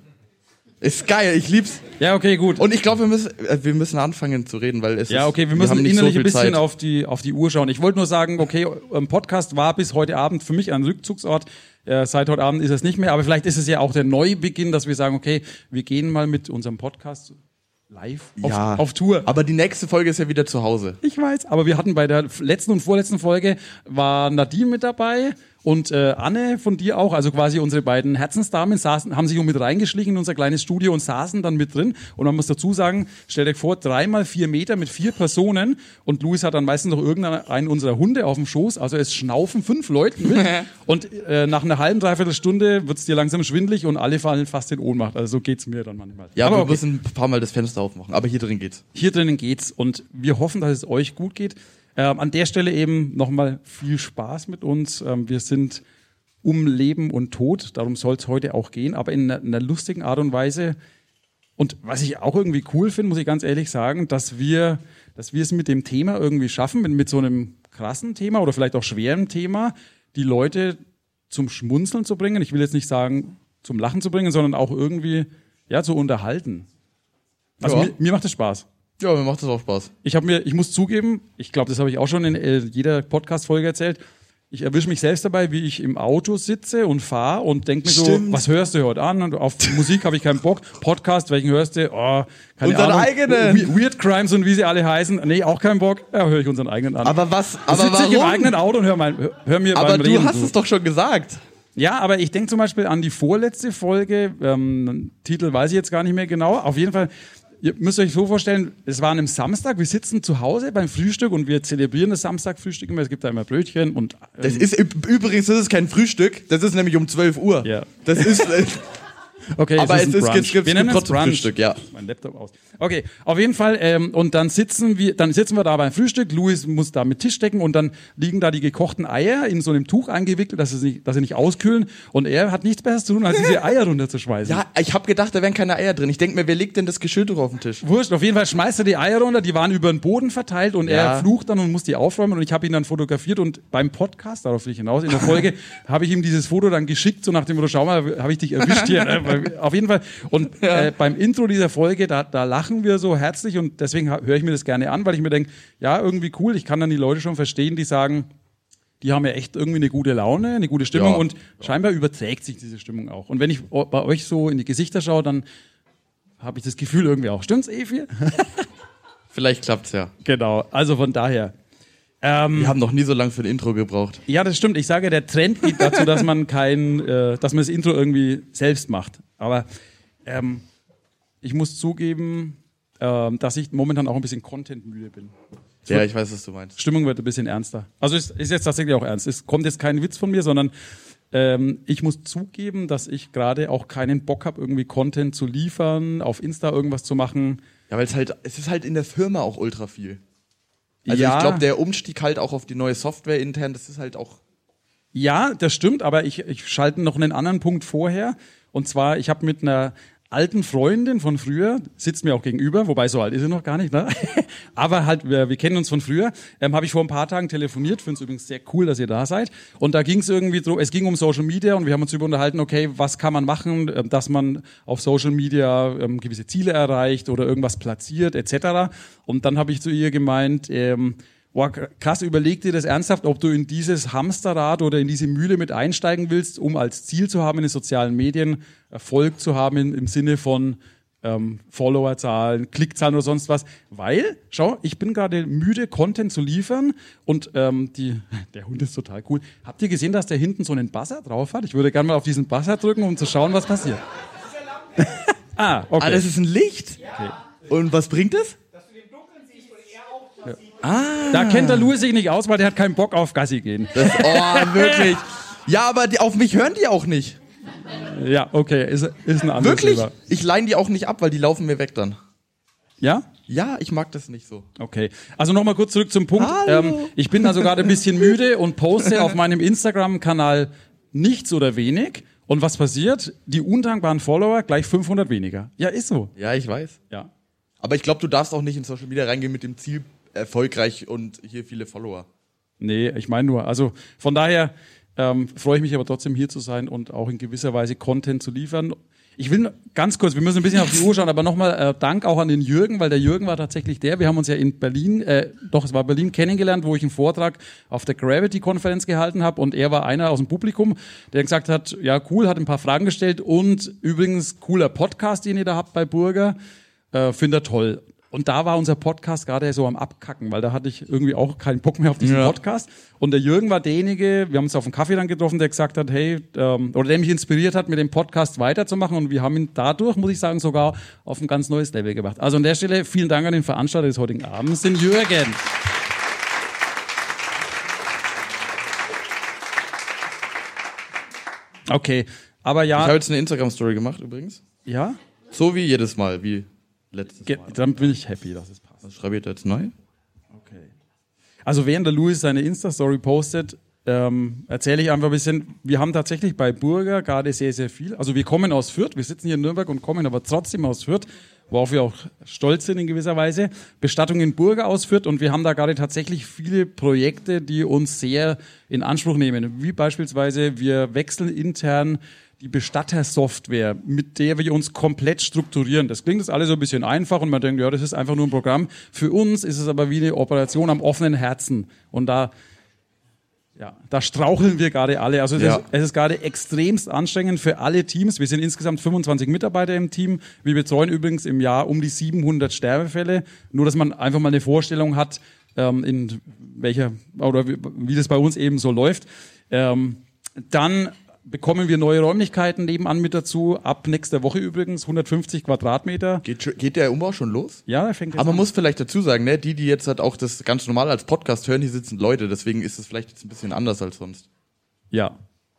Ist geil, ich lieb's. Ja, okay, gut. Und ich glaube, wir müssen äh, wir müssen anfangen zu reden, weil es Ja, ist, okay, wir müssen haben nicht innerlich so ein viel bisschen Zeit. auf die, auf die Uhr schauen. Ich wollte nur sagen, okay, ein Podcast war bis heute Abend für mich ein Rückzugsort. Äh, seit heute Abend ist es nicht mehr, aber vielleicht ist es ja auch der Neubeginn, dass wir sagen, okay, wir gehen mal mit unserem Podcast live auf, ja, auf Tour. Aber die nächste Folge ist ja wieder zu Hause. Ich weiß, aber wir hatten bei der letzten und vorletzten Folge war Nadine mit dabei und äh, Anne von dir auch, also quasi unsere beiden Herzensdamen saßen, haben sich auch mit reingeschlichen in unser kleines Studio und saßen dann mit drin. Und man muss dazu sagen, stellt euch vor, dreimal vier Meter mit vier Personen und Luis hat dann meistens noch irgendeinen unserer Hunde auf dem Schoß, also es schnaufen fünf Leute mit und äh, nach einer halben, dreiviertel Stunde wird's dir langsam schwindelig und alle fallen fast in Ohnmacht. Also so geht's mir dann manchmal. Ja, aber wir okay. müssen ein paar Mal das Fenster aufmachen, aber hier drin geht's. Hier drinnen geht's und wir hoffen, dass es euch gut geht. Ähm, an der Stelle eben nochmal viel Spaß mit uns. Ähm, wir sind um Leben und Tod, darum soll es heute auch gehen, aber in einer, in einer lustigen Art und Weise. Und was ich auch irgendwie cool finde, muss ich ganz ehrlich sagen, dass wir, dass wir es mit dem Thema irgendwie schaffen, mit, mit so einem krassen Thema oder vielleicht auch schweren Thema, die Leute zum Schmunzeln zu bringen. Ich will jetzt nicht sagen, zum Lachen zu bringen, sondern auch irgendwie, ja, zu unterhalten. Also Ja. mir, mir macht es Spaß. Ja, mir macht das auch Spaß. Ich habe mir, ich muss zugeben, ich glaube, das habe ich auch schon in äh, jeder Podcast-Folge erzählt. Ich erwische mich selbst dabei, wie ich im Auto sitze und fahre und denke mir so, Stimmt. was hörst du heute an? Und auf Musik habe ich keinen Bock. Podcast, welchen hörst du? Oh, keine Unseren Ahnung. eigenen. We- Weird Crimes und wie sie alle heißen. Nee, auch keinen Bock. Ja, höre ich unseren eigenen an. Aber was, Dann aber sitze ich im warum? eigenen Auto und hör, mein, hör, hör mir Aber beim du Reden hast zu. es doch schon gesagt. Ja, aber ich denke zum Beispiel an die vorletzte Folge, ähm, Titel weiß ich jetzt gar nicht mehr genau. Auf jeden Fall, ihr müsst euch so vorstellen, es war an einem Samstag, wir sitzen zu Hause beim Frühstück und wir zelebrieren das Samstagfrühstück immer, es gibt da immer Brötchen und... Ähm, Das ist üb- übrigens, das ist kein Frühstück, das ist nämlich um zwölf Uhr. Ja. Das ist, äh, Okay, aber es ein ist, Brunch. es gibt, Wir es nennen gibt es trotzdem Brunch. Frühstück, ja. Mein Laptop aus. Okay, auf jeden Fall. Ähm, und dann sitzen wir, dann sitzen wir da beim Frühstück. Luis muss da mit Tisch decken und dann liegen da die gekochten Eier in so einem Tuch eingewickelt, dass sie nicht, dass sie nicht auskühlen. Und er hat nichts Besseres zu tun, als diese Eier runterzuschmeißen. Ja, ich habe gedacht, da wären keine Eier drin. Ich denke mir, wer legt denn das Geschirrtuch auf den Tisch? Wurscht, auf jeden Fall schmeißt er die Eier runter, die waren über den Boden verteilt und Ja. er flucht dann und muss die aufräumen und ich habe ihn dann fotografiert und beim Podcast, darauf will ich hinaus, in der Folge habe ich ihm dieses Foto dann geschickt, so nach dem Motto, schau mal, habe ich dich erwischt hier. ne? Weil- auf jeden Fall. Und Ja. äh, beim Intro dieser Folge, da, da lachen wir so herzlich und deswegen ha- höre ich mir das gerne an, weil ich mir denke, ja, irgendwie cool, ich kann dann die Leute schon verstehen, die sagen, die haben ja echt irgendwie eine gute Laune, eine gute Stimmung Ja. und scheinbar überträgt sich diese Stimmung auch. Und wenn ich o- bei euch so in die Gesichter schaue, dann habe ich das Gefühl irgendwie auch. Stimmt's, Evi? Vielleicht klappt's ja. Genau, also von daher. Ähm, Wir haben noch nie so lange für ein Intro gebraucht. ja, das stimmt. Ich sage, der Trend geht dazu, dass man kein, äh, dass man das Intro irgendwie selbst macht. Aber ähm, ich muss zugeben, ähm, dass ich momentan auch ein bisschen contentmüde bin. Es Ja, wird- ich weiß, was du meinst. Stimmung wird ein bisschen ernster. Also es ist jetzt tatsächlich auch ernst. Es kommt jetzt kein Witz von mir, sondern ähm, ich muss zugeben, dass ich gerade auch keinen Bock habe, irgendwie Content zu liefern, auf Insta irgendwas zu machen. Ja, weil es halt, es ist halt in der Firma auch ultra viel. Also Ja. ich glaube, der Umstieg halt auch auf die neue Software intern, das ist halt auch. Ja, das stimmt, aber ich, ich schalte noch einen anderen Punkt vorher. Und zwar, ich habe mit einer alten Freundin von früher, sitzt mir auch gegenüber, wobei so alt ist sie noch gar nicht, ne? Aber halt, wir, wir kennen uns von früher, ähm, habe ich vor ein paar Tagen telefoniert, finde es übrigens sehr cool, dass ihr da seid. Und da ging es irgendwie drum, es ging um Social Media und wir haben uns darüber unterhalten, okay, was kann man machen, ähm, dass man auf Social Media ähm, gewisse Ziele erreicht oder irgendwas platziert, et cetera. Und dann habe ich zu ihr gemeint, ähm, boah, krass, überleg dir das ernsthaft, ob du in dieses Hamsterrad oder in diese Mühle mit einsteigen willst, um als Ziel zu haben, in den sozialen Medien Erfolg zu haben in, im Sinne von ähm, Followerzahlen, Klickzahlen oder sonst was. Weil, schau, ich bin gerade müde, Content zu liefern und ähm, die, der Hund ist total cool. Habt ihr gesehen, dass der hinten so einen Buzzer drauf hat? Ich würde gerne mal auf diesen Buzzer drücken, um zu schauen, was passiert. ah, okay. Ah, das ist ein Licht? Okay. Und was bringt es? Ah. Da kennt der Louis sich nicht aus, weil der hat keinen Bock auf Gassi gehen. Das, oh, wirklich. Ja, aber die, auf mich hören die auch nicht. Ja, okay, ist, ist ein anderes Wirklich? Thema. Ich leine die auch nicht ab, weil die laufen mir weg dann. Ja? Ja, ich mag das nicht so. Okay. Also nochmal kurz zurück zum Punkt. Ähm, ich bin also gerade ein bisschen müde und poste auf meinem Instagram-Kanal nichts oder wenig. Und was passiert? Die undankbaren Follower gleich fünfhundert weniger. Ja, ist so. Ja, ich weiß. Ja. Aber ich glaube, du darfst auch nicht in Social Media reingehen mit dem Ziel, erfolgreich und hier viele Follower. Nee, ich meine nur. Also von daher ähm, freue ich mich aber trotzdem hier zu sein und auch in gewisser Weise Content zu liefern. Ich will ganz kurz, wir müssen ein bisschen auf die Uhr schauen, aber nochmal äh, Dank auch an den Jürgen, weil der Jürgen war tatsächlich der, wir haben uns ja in Berlin, äh, doch es war Berlin kennengelernt, wo ich einen Vortrag auf der Gravity-Konferenz gehalten habe und er war einer aus dem Publikum, der gesagt hat, ja cool, hat ein paar Fragen gestellt und übrigens cooler Podcast, den ihr da habt bei Burger, äh, finde er toll. Und da war unser Podcast gerade so am Abkacken, weil da hatte ich irgendwie auch keinen Bock mehr auf diesen Ja. Podcast. Und der Jürgen war derjenige, wir haben uns auf einen Kaffee dann getroffen, der gesagt hat, hey, ähm, oder der mich inspiriert hat, mit dem Podcast weiterzumachen. Und wir haben ihn dadurch, muss ich sagen, sogar auf ein ganz neues Level gebracht. Also an der Stelle vielen Dank an den Veranstalter des heutigen Abends, den Jürgen. Okay, aber ja. Ich habe jetzt eine Instagram-Story gemacht übrigens. Ja? So wie jedes Mal, wie letztes Ge- Mal. Dann bin ich happy, dass es passt. Was schreibe ich da jetzt neu? Okay. Also während der Louis seine Insta-Story postet, ähm, erzähle ich einfach ein bisschen, wir haben tatsächlich bei Burger gerade sehr, sehr viel. Also wir kommen aus Fürth, wir sitzen hier in Nürnberg und kommen aber trotzdem aus Fürth, worauf wir auch stolz sind in gewisser Weise. Bestattung in Burger aus Fürth und wir haben da gerade tatsächlich viele Projekte, die uns sehr in Anspruch nehmen. Wie beispielsweise, wir wechseln intern die Bestattersoftware, mit der wir uns komplett strukturieren. Das klingt jetzt alles so ein bisschen einfach und man denkt, ja, das ist einfach nur ein Programm. Für uns ist es aber wie eine Operation am offenen Herzen. Und da, ja, da straucheln wir gerade alle. Also es, Ja. ist, es ist gerade extremst anstrengend für alle Teams. Wir sind insgesamt fünfundzwanzig Mitarbeiter im Team. Wir betreuen übrigens im Jahr um die siebenhundert Sterbefälle. Nur, dass man einfach mal eine Vorstellung hat, ähm, in welcher, oder wie, wie das bei uns eben so läuft. Ähm, dann bekommen wir neue Räumlichkeiten nebenan mit dazu. Ab nächster Woche übrigens, hundertfünfzig Quadratmeter. Geht, schon- geht der Umbau schon los? Ja, er fängt jetzt Aber man an. muss vielleicht dazu sagen, ne, die, die jetzt halt auch das ganz normal als Podcast hören, hier sitzen Leute, deswegen ist es vielleicht jetzt ein bisschen anders als sonst. Ja.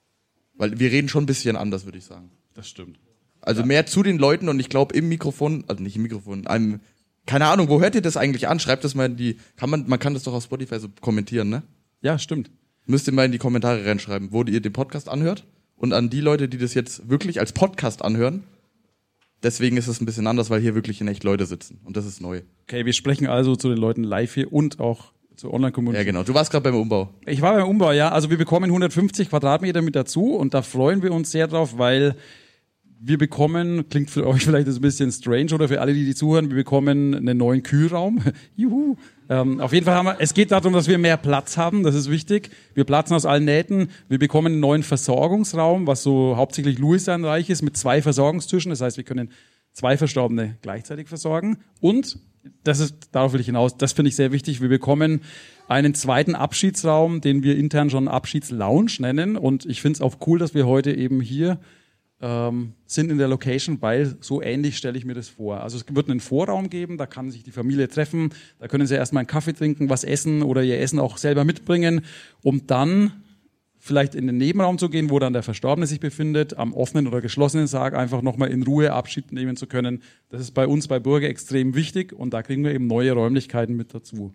Weil wir reden schon ein bisschen anders, würde ich sagen. Das stimmt. Also mehr zu den Leuten und ich glaube im Mikrofon, also nicht im Mikrofon, einem, keine Ahnung, wo hört ihr das eigentlich an? Schreibt das mal in die, kann man, man kann das doch auf Spotify so kommentieren, ne? Ja, stimmt. Müsst ihr mal in die Kommentare reinschreiben, wo ihr den Podcast anhört. Und an die Leute, die das jetzt wirklich als Podcast anhören. Deswegen ist es ein bisschen anders, weil hier wirklich in echt Leute sitzen. Und das ist neu. Okay, wir sprechen also zu den Leuten live hier und auch zur Online-Community. Ja, genau. Du warst gerade beim Umbau. Ich war beim Umbau, ja. Also wir bekommen hundertfünfzig Quadratmeter mit dazu und da freuen wir uns sehr drauf, weil wir bekommen, klingt für euch vielleicht ein bisschen strange oder für alle, die die zuhören, wir bekommen einen neuen Kühlraum. Juhu. Ähm, auf jeden Fall haben wir, es geht darum, dass wir mehr Platz haben, das ist wichtig. Wir platzen aus allen Nähten. Wir bekommen einen neuen Versorgungsraum, was so hauptsächlich Louis sein Reich ist, mit zwei Versorgungstischen. Das heißt, wir können zwei Verstorbene gleichzeitig versorgen. Und, das ist, darauf will ich hinaus, das finde ich sehr wichtig, wir bekommen einen zweiten Abschiedsraum, den wir intern schon Abschiedslounge nennen. Und ich finde es auch cool, dass wir heute eben hier ähm, sind in der Location, weil so ähnlich stelle ich mir das vor. Also es wird einen Vorraum geben, da kann sich die Familie treffen, da können sie erstmal einen Kaffee trinken, was essen oder ihr Essen auch selber mitbringen, um dann vielleicht in den Nebenraum zu gehen, wo dann der Verstorbene sich befindet, am offenen oder geschlossenen Sarg einfach nochmal in Ruhe Abschied nehmen zu können. Das ist bei uns bei Burger extrem wichtig und da kriegen wir eben neue Räumlichkeiten mit dazu.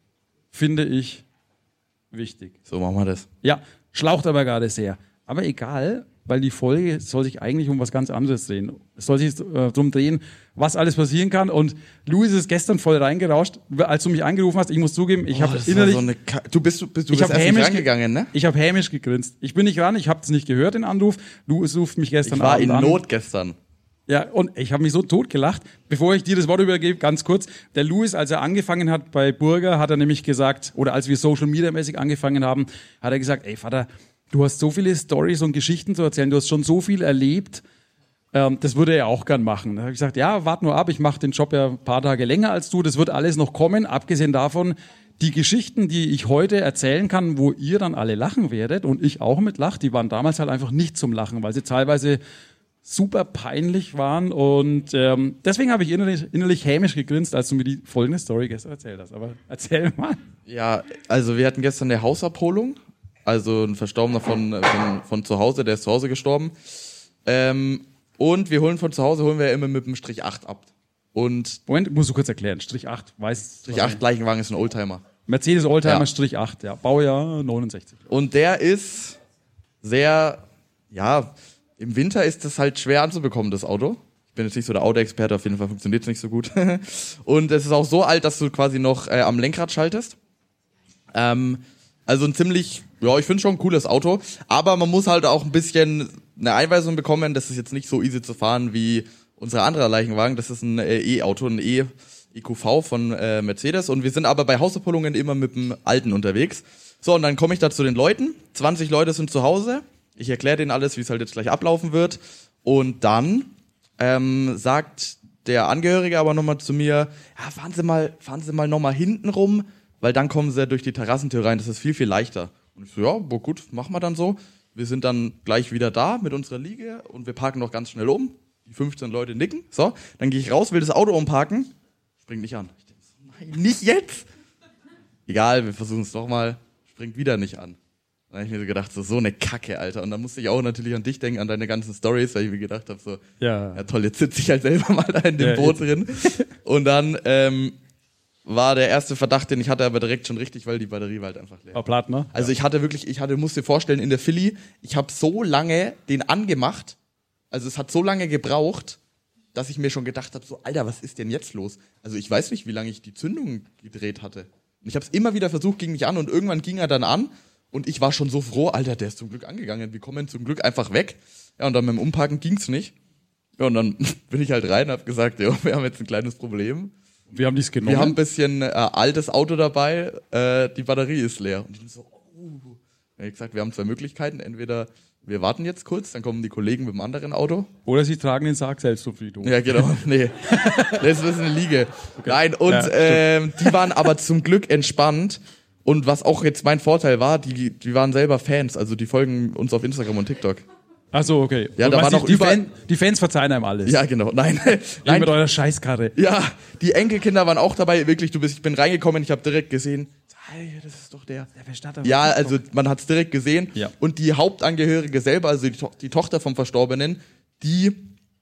Finde ich wichtig. So machen wir das. Ja, schlaucht aber gerade sehr. Aber egal, weil die Folge soll sich eigentlich um was ganz anderes drehen. Es soll sich äh, darum drehen, was alles passieren kann. Und Luis ist gestern voll reingerauscht, als du mich angerufen hast. Ich muss zugeben, ich Oh, habe das war innerlich... so eine Ka- du bist, du bist, du ich bist hab erst nicht hämisch rangegangen, ne? Ich habe hämisch gegrinst. Ich bin nicht ran, ich habe es nicht gehört, den Anruf. Luis ruft mich gestern Ich war Abend in an. Not gestern. Ja, und ich habe mich so tot gelacht. Bevor ich dir das Wort übergebe, ganz kurz. Der Louis, als er angefangen hat bei Burger, hat er nämlich gesagt, oder als wir Social Media mäßig angefangen haben, hat er gesagt, ey Vater, du hast so viele Storys und Geschichten zu erzählen, du hast schon so viel erlebt, ähm, das würde er auch gern machen. Da habe ich gesagt, ja, warte nur ab, ich mache den Job ja ein paar Tage länger als du, das wird alles noch kommen, abgesehen davon, die Geschichten, die ich heute erzählen kann, wo ihr dann alle lachen werdet und ich auch mit lacht, die waren damals halt einfach nicht zum Lachen, weil sie teilweise super peinlich waren und ähm, deswegen habe ich innerlich, innerlich hämisch gegrinst, als du mir die folgende Story gestern erzählt hast. Aber erzähl mal. Ja, also wir hatten gestern eine Hausabholung, also ein Verstorbener von, von, von zu Hause, der ist zu Hause gestorben. Ähm, und wir holen von zu Hause, holen wir ja immer mit dem Strich acht ab. Und Moment, musst du kurz erklären. Strich acht, weiß. Strich acht Leichenwagen ist ein Oldtimer. Mercedes Oldtimer Ja. Strich acht, ja. Baujahr neunundsechzig. Und der ist sehr, ja, im Winter ist das halt schwer anzubekommen, das Auto. Ich bin jetzt nicht so der Autoexperte, auf jeden Fall funktioniert es nicht so gut. Und es ist auch so alt, dass du quasi noch äh, am Lenkrad schaltest. Ähm, also ein ziemlich, ja, ich finde schon ein cooles Auto. Aber man muss halt auch ein bisschen eine Einweisung bekommen, das ist jetzt nicht so easy zu fahren wie unsere andere Leichenwagen. Das ist ein äh, E-Auto, ein E- E Q V von äh, Mercedes. Und wir sind aber bei Hausabholungen immer mit dem Alten unterwegs. So, und dann komme ich da zu den Leuten. zwanzig Leute sind zu Hause. Ich erkläre denen alles, wie es halt jetzt gleich ablaufen wird. Und dann ähm, sagt der Angehörige aber nochmal zu mir, ja, fahren Sie mal, fahren Sie mal nochmal hinten rum, weil dann kommen Sie durch die Terrassentür rein. Das ist viel, viel leichter. Und ich so, ja, gut, machen wir dann so. Wir sind dann gleich wieder da mit unserer Liege und wir parken noch ganz schnell um. Die fünfzehn Leute nicken. So, dann gehe ich raus, will das Auto umparken. Springt nicht an. Ich denke so, nein, nicht jetzt. Egal, wir versuchen es doch mal. Springt wieder nicht an. Dann habe ich mir so gedacht, so, so eine Kacke, Alter. Und dann musste ich auch natürlich an dich denken, an deine ganzen Storys, weil ich mir gedacht habe, so, Ja. ja toll, jetzt sitze ich halt selber mal da in dem Ja, Boot jetzt. drin. Und dann ähm, war der erste Verdacht, den ich hatte, aber direkt schon richtig, weil die Batterie war halt einfach leer. War platt, ne? Also ich hatte wirklich, ich hatte, musst dir vorstellen, in der Philly, ich habe so lange den angemacht, also es hat so lange gebraucht, dass ich mir schon gedacht habe, so, Alter, was ist denn jetzt los? Also ich weiß nicht, wie lange ich die Zündung gedreht hatte. Und ich habe es immer wieder versucht, ging nicht an und irgendwann ging er dann an und ich war schon so froh, Alter, der ist zum Glück angegangen, wir kommen zum Glück einfach weg. Ja, und dann mit dem Umparken ging's nicht. Ja, und dann bin ich halt rein und hab gesagt, ja, wir haben jetzt ein kleines Problem. Wir haben dies genommen. Wir haben ein bisschen äh, altes Auto dabei, äh, die Batterie ist leer. Und ich bin so, oh. Dann hab ich gesagt, wir haben zwei Möglichkeiten, entweder wir warten jetzt kurz, dann kommen die Kollegen mit dem anderen Auto. Oder sie tragen den Sarg selbst zum Friedhof. Ja, genau. Nee. Das ist eine Liege. Okay. Nein, und Ja, ähm, die waren aber zum Glück entspannt. Und was auch jetzt mein Vorteil war, die, die waren selber Fans. Also die folgen uns auf Instagram und TikTok. Ach so, okay. Ja, Du da weißt war nicht, noch die, über- Fan, die Fans verzeihen einem alles. Ja, genau. Nein. Nein. Nein. Mit eurer Scheißkarre. Ja, die Enkelkinder waren auch dabei. Wirklich, du bist, ich bin reingekommen, ich habe direkt gesehen, hey, das ist doch der. Der Bestatter. Ja, also man hat es direkt gesehen. Ja. Und die Hauptangehörige selber, also die, To- die Tochter vom Verstorbenen, die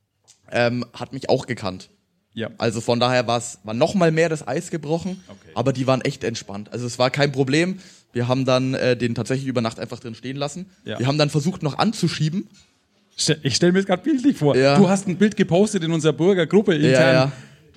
ähm, hat mich auch gekannt. Ja. Also von daher war's, war noch mal mehr das Eis gebrochen, okay. Aber die waren echt entspannt. Also es war kein Problem. Wir haben dann äh, den tatsächlich über Nacht einfach drin stehen lassen. Ja. Wir haben dann versucht noch anzuschieben. Ich stelle mir das gerade bildlich vor. Ja. Du hast ein Bild gepostet in unserer Bürgergruppe intern. Ja, ja.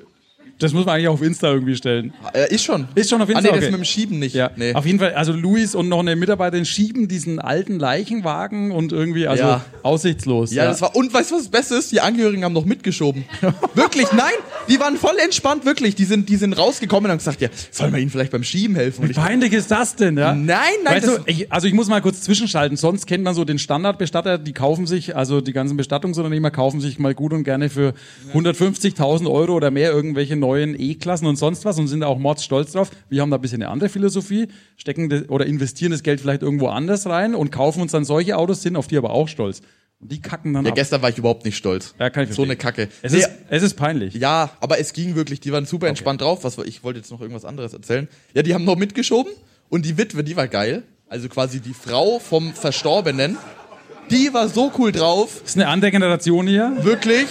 Das muss man eigentlich auf Insta irgendwie stellen. Äh, ist schon. Ist schon auf Ah, Insta. nee, das okay. mit dem Schieben nicht. Ja. Nee. Auf jeden Fall, also Luis und noch eine Mitarbeiterin schieben diesen alten Leichenwagen und irgendwie, also Ja. aussichtslos. Ja, das war, und weißt du, was das Beste ist? Die Angehörigen haben noch mitgeschoben. Wirklich, nein, die waren voll entspannt, wirklich. Die sind, die sind rausgekommen und haben gesagt, ja, sollen wir ihnen vielleicht beim Schieben helfen? Und Wie peinlich ist das denn, ja? Nein, nein, Weißt das- du, ich, also ich muss mal kurz zwischenschalten. Sonst kennt man so den Standardbestatter, die kaufen sich, also die ganzen Bestattungsunternehmer kaufen sich mal gut und gerne für hundertfünfzigtausend Euro oder mehr irgendwelche neuen E-Klassen und sonst was und sind da auch mordsstolz drauf. Wir haben da ein bisschen eine andere Philosophie, stecken das, oder investieren das Geld vielleicht irgendwo anders rein und kaufen uns dann solche Autos, sind auf die aber auch stolz. Und die kacken dann Ja, ab. gestern war ich überhaupt nicht stolz. Ja, kann ich so verstehen. eine Kacke. Es, Nee, ist, es ist peinlich. ja, aber es ging wirklich. Die waren super entspannt drauf. Was, ich wollte jetzt noch irgendwas anderes erzählen. Ja, die haben noch mitgeschoben und die Witwe, die war geil. Also quasi die Frau vom Verstorbenen. Die war so cool drauf. Das ist eine andere Generation hier. Wirklich.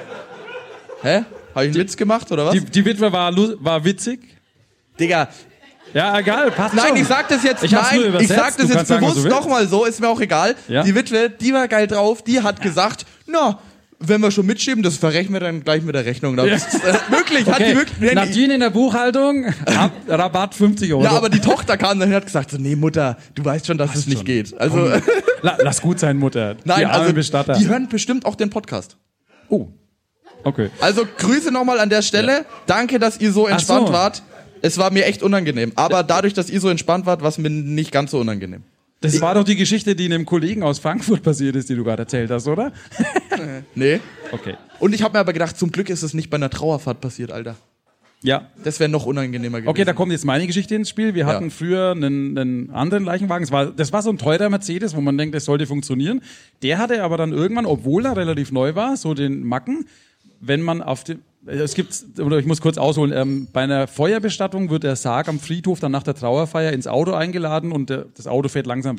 Hä? Habe ich einen Witz gemacht oder was? Die, die Witwe war, lu- war witzig. Digga. Ja, egal, passt Nein, schon. ich sag das jetzt, Ich hab's nur nein, übersetzt. ich sag das Du jetzt kannst sagen, was bewusst du willst. nochmal so, ist mir auch egal. Ja. Die Witwe, die war geil drauf, die hat gesagt, na, wenn wir schon mitschieben, das verrechnen wir dann gleich mit der Rechnung. Da Ja. ist, äh, wirklich, hat Okay. die wirklich. Nee, nee. Nadine in der Buchhaltung, ab, Rabatt fünfzig Euro. Ja, aber die Tochter kam dann und hat gesagt, so, nee, Mutter, du weißt schon, dass es nicht geht. Also, Komm, la, lass gut sein, Mutter. nein, die armen also, Bestatter. die hören bestimmt auch den Podcast. Oh, okay. Also, Grüße nochmal an der Stelle. Ja. Danke, dass ihr so Ach entspannt so. wart. Es war mir echt unangenehm. Aber dadurch, dass ihr so entspannt wart, war es mir nicht ganz so unangenehm. Das Ich- war doch die Geschichte, die einem Kollegen aus Frankfurt passiert ist, die du gerade erzählt hast, oder? Nee. Okay. Und ich habe mir aber gedacht, zum Glück ist es nicht bei einer Trauerfahrt passiert, Alter. Ja. Das wäre noch unangenehmer gewesen. Okay, da kommt jetzt meine Geschichte ins Spiel. Wir Ja. hatten früher einen, einen anderen Leichenwagen. Das war, das war so ein teurer Mercedes, wo man denkt, das sollte funktionieren. Der hatte aber dann irgendwann, obwohl er relativ neu war, so den Macken, wenn man auf dem, es gibt, oder ich muss kurz ausholen, ähm, bei einer Feuerbestattung wird der Sarg am Friedhof dann nach der Trauerfeier ins Auto eingeladen und der, das Auto fährt langsam weg.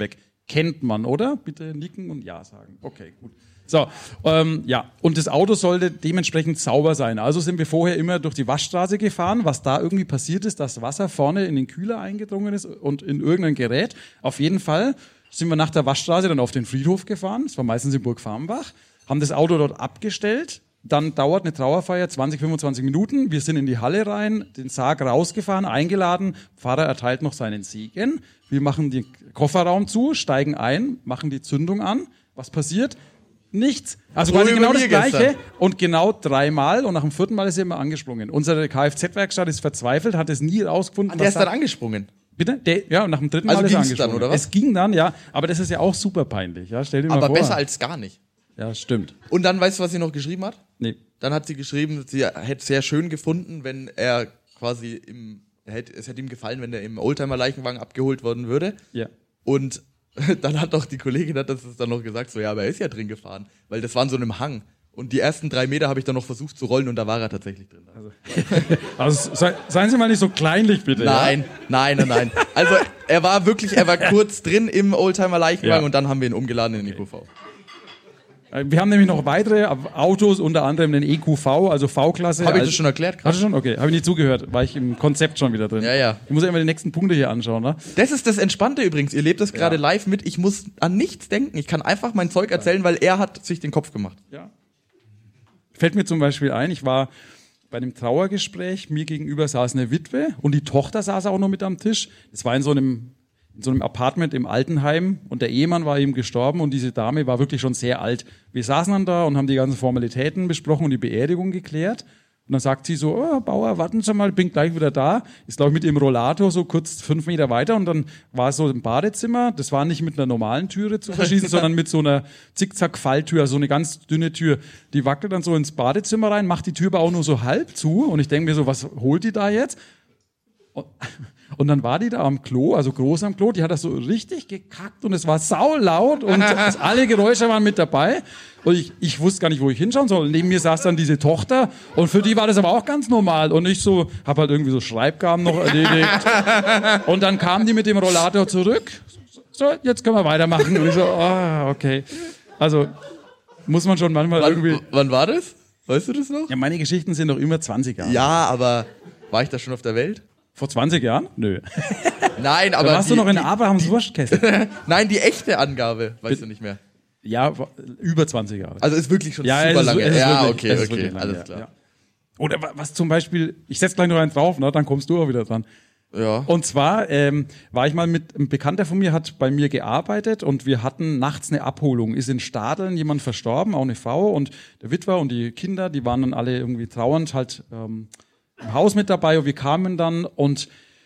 kennt man, oder? Bitte nicken und Ja sagen. Okay, gut. So, ähm, ja, und das Auto sollte dementsprechend sauber sein. Also sind wir vorher immer durch die Waschstraße gefahren. Was da irgendwie passiert ist, dass Wasser vorne in den Kühler eingedrungen ist und in irgendein Gerät. Auf jeden Fall sind wir nach der Waschstraße dann auf den Friedhof gefahren. Das war meistens in Burg Farmbach. Haben das Auto dort abgestellt. Dann dauert eine Trauerfeier zwanzig, fünfundzwanzig Minuten. Wir sind in die Halle rein, den Sarg rausgefahren, eingeladen. Pfarrer erteilt noch seinen Segen. Wir machen den Kofferraum zu, steigen ein, machen die Zündung an. Was passiert? Nichts. Also quasi genau das Gleiche gestern. Und genau dreimal und nach dem vierten Mal ist er immer angesprungen. Unsere Kfz-Werkstatt ist verzweifelt, hat es nie rausgefunden. Ah, der ist dann angesprungen? Bitte? Der, ja, und nach dem dritten also Mal ist er angesprungen. Dann, oder was? Es ging dann, ja, aber das ist ja auch super peinlich. Ja, stell dir mal aber vor. besser als gar nicht. Ja, stimmt. Und dann, weißt du, was sie noch geschrieben hat? Nee. Dann hat sie geschrieben, sie hätte es sehr schön gefunden, wenn er quasi im, er hätte, es hätte ihm gefallen, wenn er im Oldtimer-Leichenwagen abgeholt worden würde. Ja. Und dann hat doch die Kollegin hat das dann noch gesagt, so ja, aber er ist ja drin gefahren, weil das war in so einem Hang. Und die ersten drei Meter habe ich dann noch versucht zu rollen und da war er tatsächlich drin. Also, also sei, seien Sie mal nicht so kleinlich, bitte. Nein, ja? nein, nein, nein. Also er war wirklich, er war kurz drin im Oldtimer-Leichenwagen Ja. und dann haben wir ihn umgeladen in den E Q V. Wir haben nämlich noch weitere Autos, unter anderem den E Q V, also V-Klasse. Habe ich als- das schon erklärt? Hast du schon? Okay, habe ich nicht zugehört, war ich im Konzept schon wieder drin. Ja, ja. Ich muss ja immer die nächsten Punkte hier anschauen, ne? Das ist das Entspannte übrigens. Ihr lebt das gerade Ja. live mit. Ich muss an nichts denken. Ich kann einfach mein Zeug erzählen, weil er hat sich den Kopf gemacht. Ja. Fällt mir zum Beispiel ein, ich war bei einem Trauergespräch, mir gegenüber saß eine Witwe und die Tochter saß auch noch mit am Tisch. Das war in so einem, in so einem Apartment im Altenheim und der Ehemann war eben gestorben und diese Dame war wirklich schon sehr alt. Wir saßen dann da und haben die ganzen Formalitäten besprochen und die Beerdigung geklärt. Und dann sagt sie so, oh, Bauer, warten Sie mal, bin gleich wieder da. Ist, glaube ich, mit ihrem Rollator so kurz fünf Meter weiter und dann war so ein Badezimmer. Das war nicht mit einer normalen Türe zu verschließen, sondern mit so einer Zickzack-Falltür, so eine ganz dünne Tür. Die wackelt dann so ins Badezimmer rein, macht die Tür aber auch nur so halb zu und ich denke mir so, was holt die da jetzt? Und, und dann war die da am Klo, also groß am Klo, die hat das so richtig gekackt und es war saulaut und alle Geräusche waren mit dabei. Und ich, ich wusste gar nicht, wo ich hinschauen soll. Neben mir saß dann diese Tochter und für die war das aber auch ganz normal. Und ich so, habe halt irgendwie so Schreibgaben noch erledigt. Und dann kam die mit dem Rollator zurück. So, jetzt können wir weitermachen. Und ich so, ah, okay. Also muss man schon manchmal Wann, irgendwie... wann war das? Weißt du das noch? Ja, meine Geschichten sind doch immer zwanzig Jahre. Ja, aber war ich da schon auf der Welt? Vor zwanzig Jahren? Nö. Nein, aber Da warst die, du noch in die, Abrahams Wurstkessel. Nein, die echte Angabe, weißt du nicht mehr. Ja, über zwanzig Jahre. Also ist wirklich schon ja, super es ist, lange. Es ist Ja, wirklich, okay, es ist okay, wirklich lange, alles ja, klar. Ja. Oder wa- was zum Beispiel, ich setze gleich noch einen drauf, ne, dann kommst du auch wieder dran. Ja. Und zwar ähm, war ich mal mit, ein Bekannter von mir hat bei mir gearbeitet und wir hatten nachts eine Abholung. Ist in Stadeln jemand verstorben, auch eine Frau und der Witwer und die Kinder, die waren dann alle irgendwie trauernd halt ähm, im Haus mit dabei und wir kamen dann und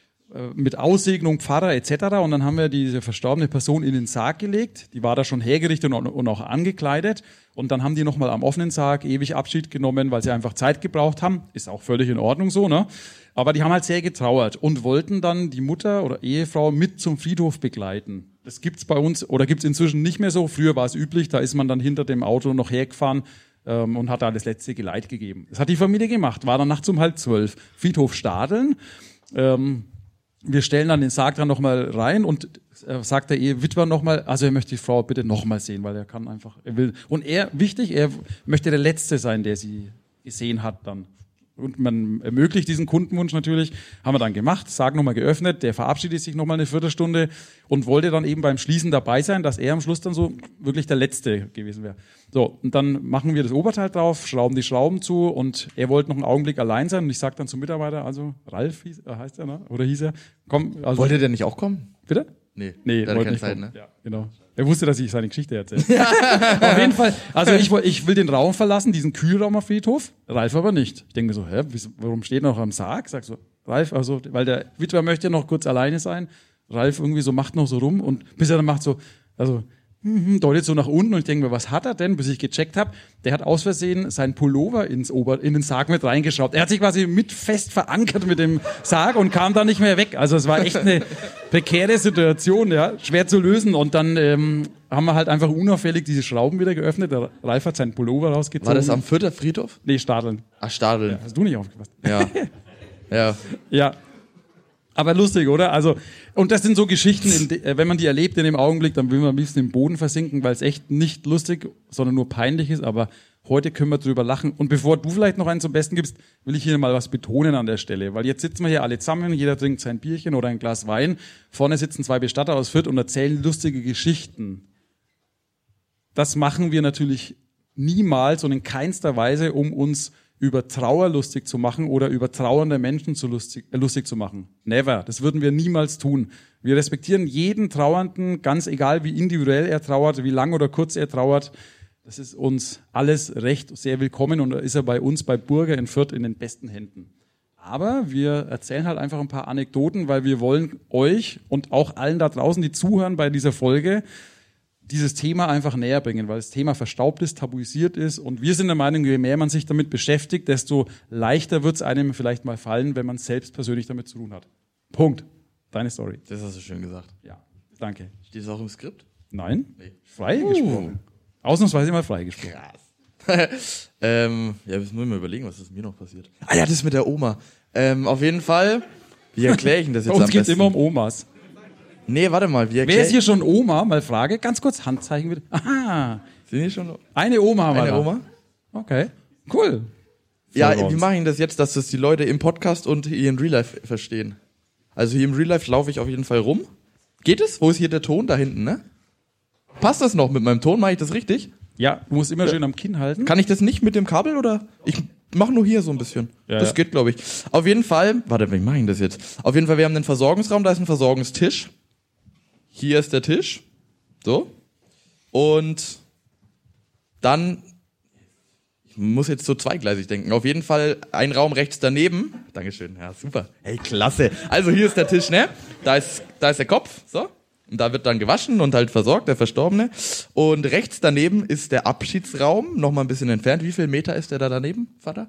mit Aussegnung, Pfarrer et cetera. Und dann haben wir diese verstorbene Person in den Sarg gelegt. Die war da schon hergerichtet und, und auch angekleidet. Und dann haben die nochmal am offenen Sarg ewig Abschied genommen, weil sie einfach Zeit gebraucht haben. Ist auch völlig in Ordnung so, ne? Aber die haben halt sehr getrauert und wollten dann die Mutter oder Ehefrau mit zum Friedhof begleiten. Das gibt's bei uns oder gibt's inzwischen nicht mehr so. Früher war es üblich, da ist man dann hinter dem Auto noch hergefahren ähm, und hat da das letzte Geleit gegeben. Das hat die Familie gemacht. War dann nachts um halb zwölf. Friedhof Stadeln. Ähm, Wir stellen dann den Sarg dann nochmal rein und äh, sagt der Ehewitwer nochmal, also er möchte die Frau bitte nochmal sehen, weil er kann einfach, er will. Und er, wichtig, er möchte der Letzte sein, der sie gesehen hat dann. Und man ermöglicht diesen Kundenwunsch natürlich, haben wir dann gemacht, Sarg nochmal geöffnet, der verabschiedet sich nochmal eine Viertelstunde und wollte dann eben beim Schließen dabei sein, dass er am Schluss dann so wirklich der Letzte gewesen wäre. So, und dann machen wir das Oberteil drauf, schrauben die Schrauben zu und er wollte noch einen Augenblick allein sein und ich sag dann zum Mitarbeiter, also Ralf hieß, äh, heißt er, ne? Oder hieß er? Komm, also, Wollte der nicht auch kommen? Bitte? Nee, Nee, der hatte wollte keine nicht Zeit, kommen. ne? Ja, genau. Er wusste, dass ich seine Geschichte erzähle. Auf jeden Fall. Also ich, woll- ich will den Raum verlassen, diesen Kühlraum am Friedhof. Ralf aber nicht. Ich denke mir so, hä, wieso- warum steht er noch am Sarg? Sag so, Ralf, also, weil der Witwer möchte noch kurz alleine sein. Ralf irgendwie so macht noch so rum und bis er dann macht so, also, hm, deutet so nach unten und ich denke mir, was hat er denn, bis ich gecheckt habe, der hat aus Versehen seinen Pullover ins Ober, in den Sarg mit reingeschraubt. Er hat sich quasi mit fest verankert mit dem Sarg und kam da nicht mehr weg. Also es war echt eine prekäre Situation, ja, schwer zu lösen. Und dann ähm, haben wir halt einfach unauffällig diese Schrauben wieder geöffnet. Der Ralf hat seinen Pullover rausgezogen. War das am Fürther Friedhof? Nee, Stadeln. Ach, Stadeln. Ja, hast du nicht aufgepasst? Ja. Ja. Ja. Aber lustig, oder? Also, und das sind so Geschichten, in de, wenn man die erlebt in dem Augenblick, dann will man am liebsten im Boden versinken, weil es echt nicht lustig, sondern nur peinlich ist. Aber heute können wir drüber lachen. Und bevor du vielleicht noch einen zum Besten gibst, will ich hier mal was betonen an der Stelle. Weil jetzt sitzen wir hier alle zusammen, jeder trinkt sein Bierchen oder ein Glas Wein. Vorne sitzen zwei Bestatter aus Fürth und erzählen lustige Geschichten. Das machen wir natürlich niemals und in keinster Weise, um uns über Trauer lustig zu machen oder über trauernde Menschen zu lustig, äh, lustig zu machen. Never. Das würden wir niemals tun. Wir respektieren jeden Trauernden, ganz egal wie individuell er trauert, wie lang oder kurz er trauert. Das ist uns alles recht sehr willkommen und da ist er bei uns, bei Burger in Fürth, in den besten Händen. Aber wir erzählen halt einfach ein paar Anekdoten, weil wir wollen euch und auch allen da draußen, die zuhören bei dieser Folge, dieses Thema einfach näher bringen, weil das Thema verstaubt ist, tabuisiert ist und wir sind der Meinung, je mehr man sich damit beschäftigt, desto leichter wird es einem vielleicht mal fallen, wenn man selbst persönlich damit zu tun hat. Punkt. Deine Story. Das hast du schön gesagt. Ja, danke. Steht das auch im Skript? Nein, Nee. frei Uh. gesprochen. Ausnahmsweise mal frei gesprochen. Krass. ähm, ja, müssen wir mal überlegen, was ist mir noch passiert. Ah ja, das mit der Oma. Ähm, auf jeden Fall, wie erkläre ich denn das jetzt Bei uns am geht es besten? immer um Omas. Nee, warte mal. Wie Wer ist hier schon Oma? Mal Frage. Ganz kurz Handzeichen bitte. Aha. Sind hier schon Eine Oma haben wir Eine da. Oma? Okay. Cool. Ja, Vor wie uns. mache ich das jetzt, dass das die Leute im Podcast und hier in Real Life verstehen? Also hier im Real Life laufe ich auf jeden Fall rum. Geht es? Wo ist hier der Ton? Da hinten, ne? Passt das noch mit meinem Ton? Mache ich das richtig? Ja, du musst immer schön am Kinn halten. Kann ich das nicht mit dem Kabel oder? Ich mache nur hier so ein bisschen. Ja, das ja. geht, glaube ich. Auf jeden Fall, warte, wie mache ich das jetzt? Auf jeden Fall, wir haben den Versorgungsraum, da ist ein Versorgungstisch. Hier ist der Tisch. So. Und dann, ich muss jetzt so zweigleisig denken. Auf jeden Fall ein Raum rechts daneben. Dankeschön. Ja, super. Hey, klasse. Also hier ist der Tisch, ne? Da ist, da ist der Kopf. So. Und da wird dann gewaschen und halt versorgt, der Verstorbene. Und rechts daneben ist der Abschiedsraum, noch mal ein bisschen entfernt. Wie viel Meter ist der da daneben, Vater?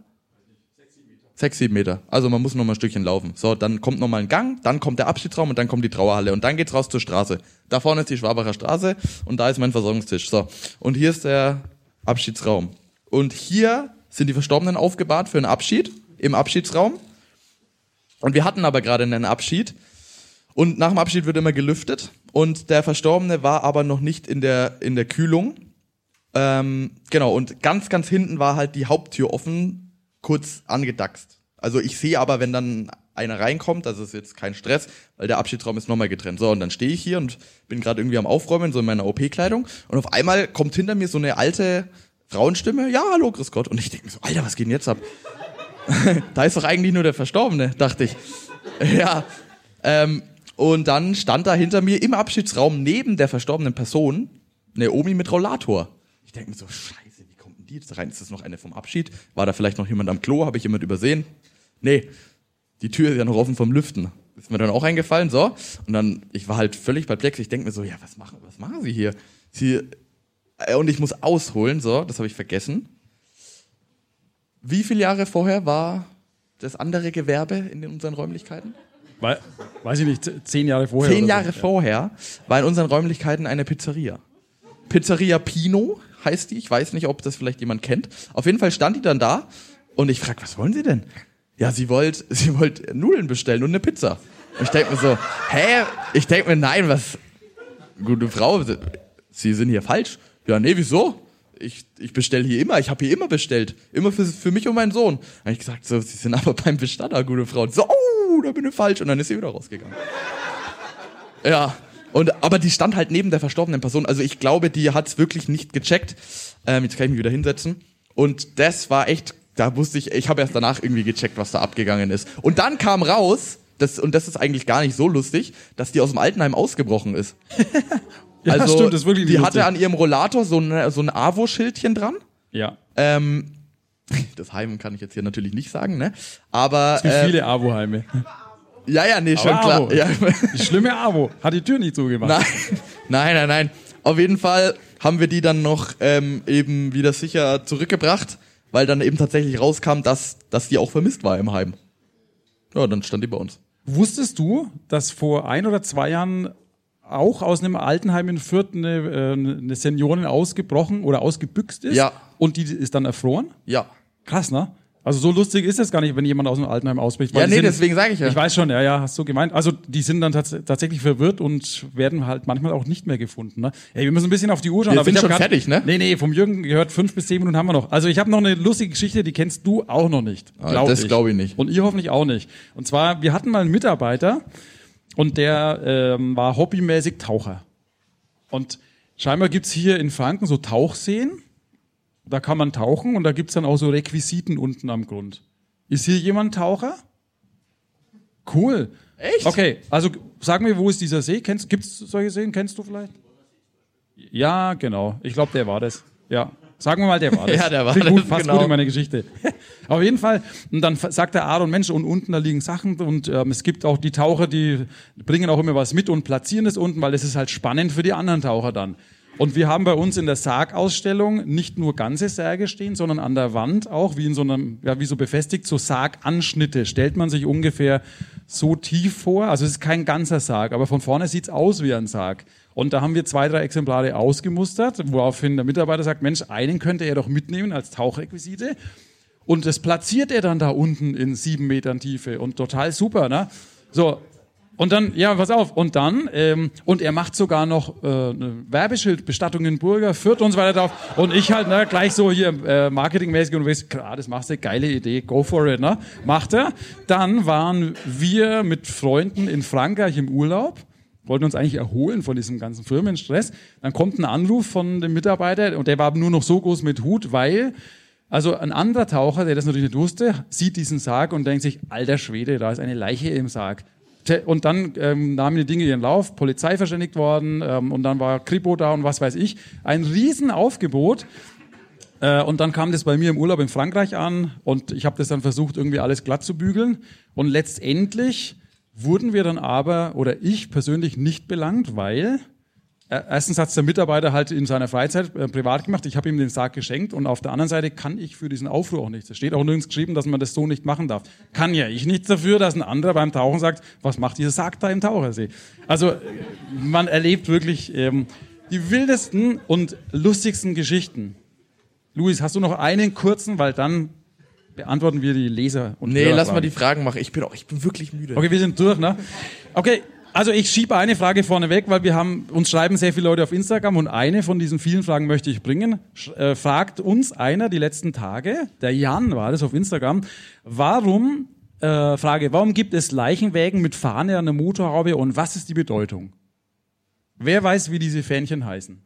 Sechs, sieben Meter. Also man muss noch mal ein Stückchen laufen. So, dann kommt noch mal ein Gang, dann kommt der Abschiedsraum und dann kommt die Trauerhalle. Und dann geht's raus zur Straße. Da vorne ist die Schwabacher Straße und da ist mein Versorgungstisch. So, und hier ist der Abschiedsraum. Und hier sind die Verstorbenen aufgebahrt für einen Abschied im Abschiedsraum. Und wir hatten aber gerade einen Abschied. Und nach dem Abschied wird immer gelüftet. Und der Verstorbene war aber noch nicht in der, in der Kühlung. Ähm, genau, und ganz, ganz hinten war halt die Haupttür offen, kurz angedachst. Also ich sehe aber, wenn dann einer reinkommt, das ist jetzt kein Stress, weil der Abschiedsraum ist nochmal getrennt. So, und dann stehe ich hier und bin gerade irgendwie am Aufräumen, so in meiner O P-Kleidung. Und auf einmal kommt hinter mir so eine alte Frauenstimme. Ja, hallo, grüß Gott. Und ich denke mir so, Alter, was geht denn jetzt ab? Da ist doch eigentlich nur der Verstorbene, dachte ich. Ja, ähm, und dann stand da hinter mir im Abschiedsraum neben der verstorbenen Person eine Omi mit Rollator. Ich denke mir so, scheiße, wie kommt denn die jetzt rein? Ist das noch eine vom Abschied? War da vielleicht noch jemand am Klo? Habe ich jemand übersehen? Nee, die Tür ist ja noch offen vom Lüften. Ist mir dann auch eingefallen, so. Und dann, ich war halt völlig perplex. Ich denke mir so, ja, was machen, was machen Sie hier? Sie, äh, und ich muss ausholen, so, das habe ich vergessen. Wie viele Jahre vorher war das andere Gewerbe in unseren Räumlichkeiten? Weil, weiß ich nicht, zehn Jahre vorher. Zehn oder Jahre so. vorher war in unseren Räumlichkeiten eine Pizzeria. Pizzeria Pino heißt die. Ich weiß nicht, ob das vielleicht jemand kennt. Auf jeden Fall stand die dann da und ich frag, was wollen Sie denn? Ja, sie wollte sie wollt Nudeln bestellen und eine Pizza. Und ich denk mir so, hä? Ich denk mir, nein, was? Gute Frau, Sie sind hier falsch. Ja, nee, wieso? Ich, ich bestelle hier immer, ich habe hier immer bestellt. Immer für, für mich und meinen Sohn. Dann hab ich gesagt, so, Sie sind aber beim Bestatter, gute Frau. Und so, oh, da bin ich falsch. Und dann ist sie wieder rausgegangen. Ja, und, aber die stand halt neben der verstorbenen Person. Also ich glaube, die hat's wirklich nicht gecheckt. Ähm, jetzt kann ich mich wieder hinsetzen. Und das war echt, da wusste ich, ich habe erst danach irgendwie gecheckt, was da abgegangen ist. Und dann kam raus, das, und das ist eigentlich gar nicht so lustig, dass die aus dem Altenheim ausgebrochen ist. Ja, Also, stimmt, das ist wirklich die lustig. hatte an ihrem Rollator so ein, so ein AWO-Schildchen dran. Ja. Ähm, das Heim kann ich jetzt hier natürlich nicht sagen, ne? Aber Es gibt äh, viele AWO-Heime. Ja, ja, nee, schon Aber klar. AWO. Ja. Die schlimme AWO. Hat die Tür nicht zugemacht. Nein, nein, nein, nein. Auf jeden Fall haben wir die dann noch ähm, eben wieder sicher zurückgebracht, weil dann eben tatsächlich rauskam, dass, dass die auch vermisst war im Heim. Ja, dann stand die bei uns. Wusstest du, dass vor ein oder zwei Jahren auch aus einem Altenheim in Fürth eine, äh, eine Seniorin ausgebrochen oder ausgebüxt ist? Ja. Und die ist dann erfroren? Ja. Krass, ne? Also so lustig ist es gar nicht, wenn jemand aus dem Altenheim ausbricht. Ja, weil die nee, sind, deswegen sage ich ja. Ich weiß schon, ja, ja, hast du gemeint. Also die sind dann tats- tatsächlich verwirrt und werden halt manchmal auch nicht mehr gefunden. Ne? Ey, wir müssen ein bisschen auf die Uhr schauen. Wir aber sind ich hab schon grad, fertig, ne? Nee, nee, vom Jürgen gehört, fünf bis zehn Minuten haben wir noch. Also ich habe noch eine lustige Geschichte, die kennst du auch noch nicht. Ah, Glaub das ich. glaube ich nicht. Und ihr hoffentlich auch nicht. Und zwar, wir hatten mal einen Mitarbeiter und der ähm, war hobbymäßig Taucher. Und scheinbar gibt's hier in Franken so Tauchseen. Da kann man tauchen und da gibt's dann auch so Requisiten unten am Grund. Ist hier jemand Taucher? Cool. Echt? Okay, also sag mir, wo ist dieser See? Kennst, gibt's solche Seen? Kennst du vielleicht? Ja, genau. Ich glaube, der war das. Ja. Sagen wir mal, der war das. Ja, der war Klingt gut, das, passt genau. gut in meine Geschichte. Auf jeden Fall. Und dann sagt der Aaron, Mensch, und unten da liegen Sachen und ähm, es gibt auch die Taucher, die bringen auch immer was mit und platzieren das unten, weil das ist halt spannend für die anderen Taucher dann. Und wir haben bei uns in der Sargausstellung nicht nur ganze Särge stehen, sondern an der Wand auch, wie in so einem, ja, wie so befestigt, so Sarganschnitte. Stellt man sich ungefähr so tief vor. Also es ist kein ganzer Sarg, aber von vorne sieht's aus wie ein Sarg. Und da haben wir zwei, drei Exemplare ausgemustert, woraufhin der Mitarbeiter sagt, Mensch, einen könnte er doch mitnehmen als Tauchrequisite. Und das platziert er dann da unten in sieben Metern Tiefe. Und total super, ne? So. Und dann, ja, pass auf, und dann, ähm, und er macht sogar noch äh, ein Werbeschild, Bestattung in Burger, Fürth und so weiter drauf. Und ich halt, ne, gleich so hier äh, marketingmäßig und weiß, klar, das machst du, geile Idee, go for it, ne? Macht er. Dann waren wir mit Freunden in Frankreich im Urlaub, wollten uns eigentlich erholen von diesem ganzen Firmenstress. Dann kommt ein Anruf von dem Mitarbeiter und der war nur noch so groß mit Hut, weil, also ein anderer Taucher, der das natürlich nicht wusste, sieht diesen Sarg und denkt sich, alter Schwede, da ist eine Leiche im Sarg. Und dann ähm, nahmen die Dinge ihren Lauf, Polizei verständigt worden ähm, und dann war Kripo da und was weiß ich. Ein Riesenaufgebot. Äh, und dann kam das bei mir im Urlaub in Frankreich an und ich habe das dann versucht, irgendwie alles glatt zu bügeln. Und letztendlich wurden wir dann aber, oder ich persönlich nicht belangt, weil äh, erstens hat es der Mitarbeiter halt in seiner Freizeit äh, privat gemacht. Ich habe ihm den Sarg geschenkt und auf der anderen Seite kann ich für diesen Aufruhr auch nichts. Es steht auch nirgends geschrieben, dass man das so nicht machen darf. Kann ja ich nichts dafür, dass ein anderer beim Tauchen sagt, was macht dieser Sarg da im Tauchersee? Also äh, man erlebt wirklich ähm, die wildesten und lustigsten Geschichten. Luis, hast du noch einen kurzen, weil dann beantworten wir die Leser und Nee, lass mal die Fragen. Fragen machen. Ich bin auch, ich bin wirklich müde. Okay, wir sind durch, ne? Okay. Also ich schiebe eine Frage vorne weg, weil wir haben, uns schreiben sehr viele Leute auf Instagram und eine von diesen vielen Fragen möchte ich bringen. Sch- äh, fragt uns einer die letzten Tage, der Jan war das auf Instagram, warum, äh, Frage, warum gibt es Leichenwägen mit Fahne an der Motorhaube und was ist die Bedeutung? Wer weiß, wie diese Fähnchen heißen?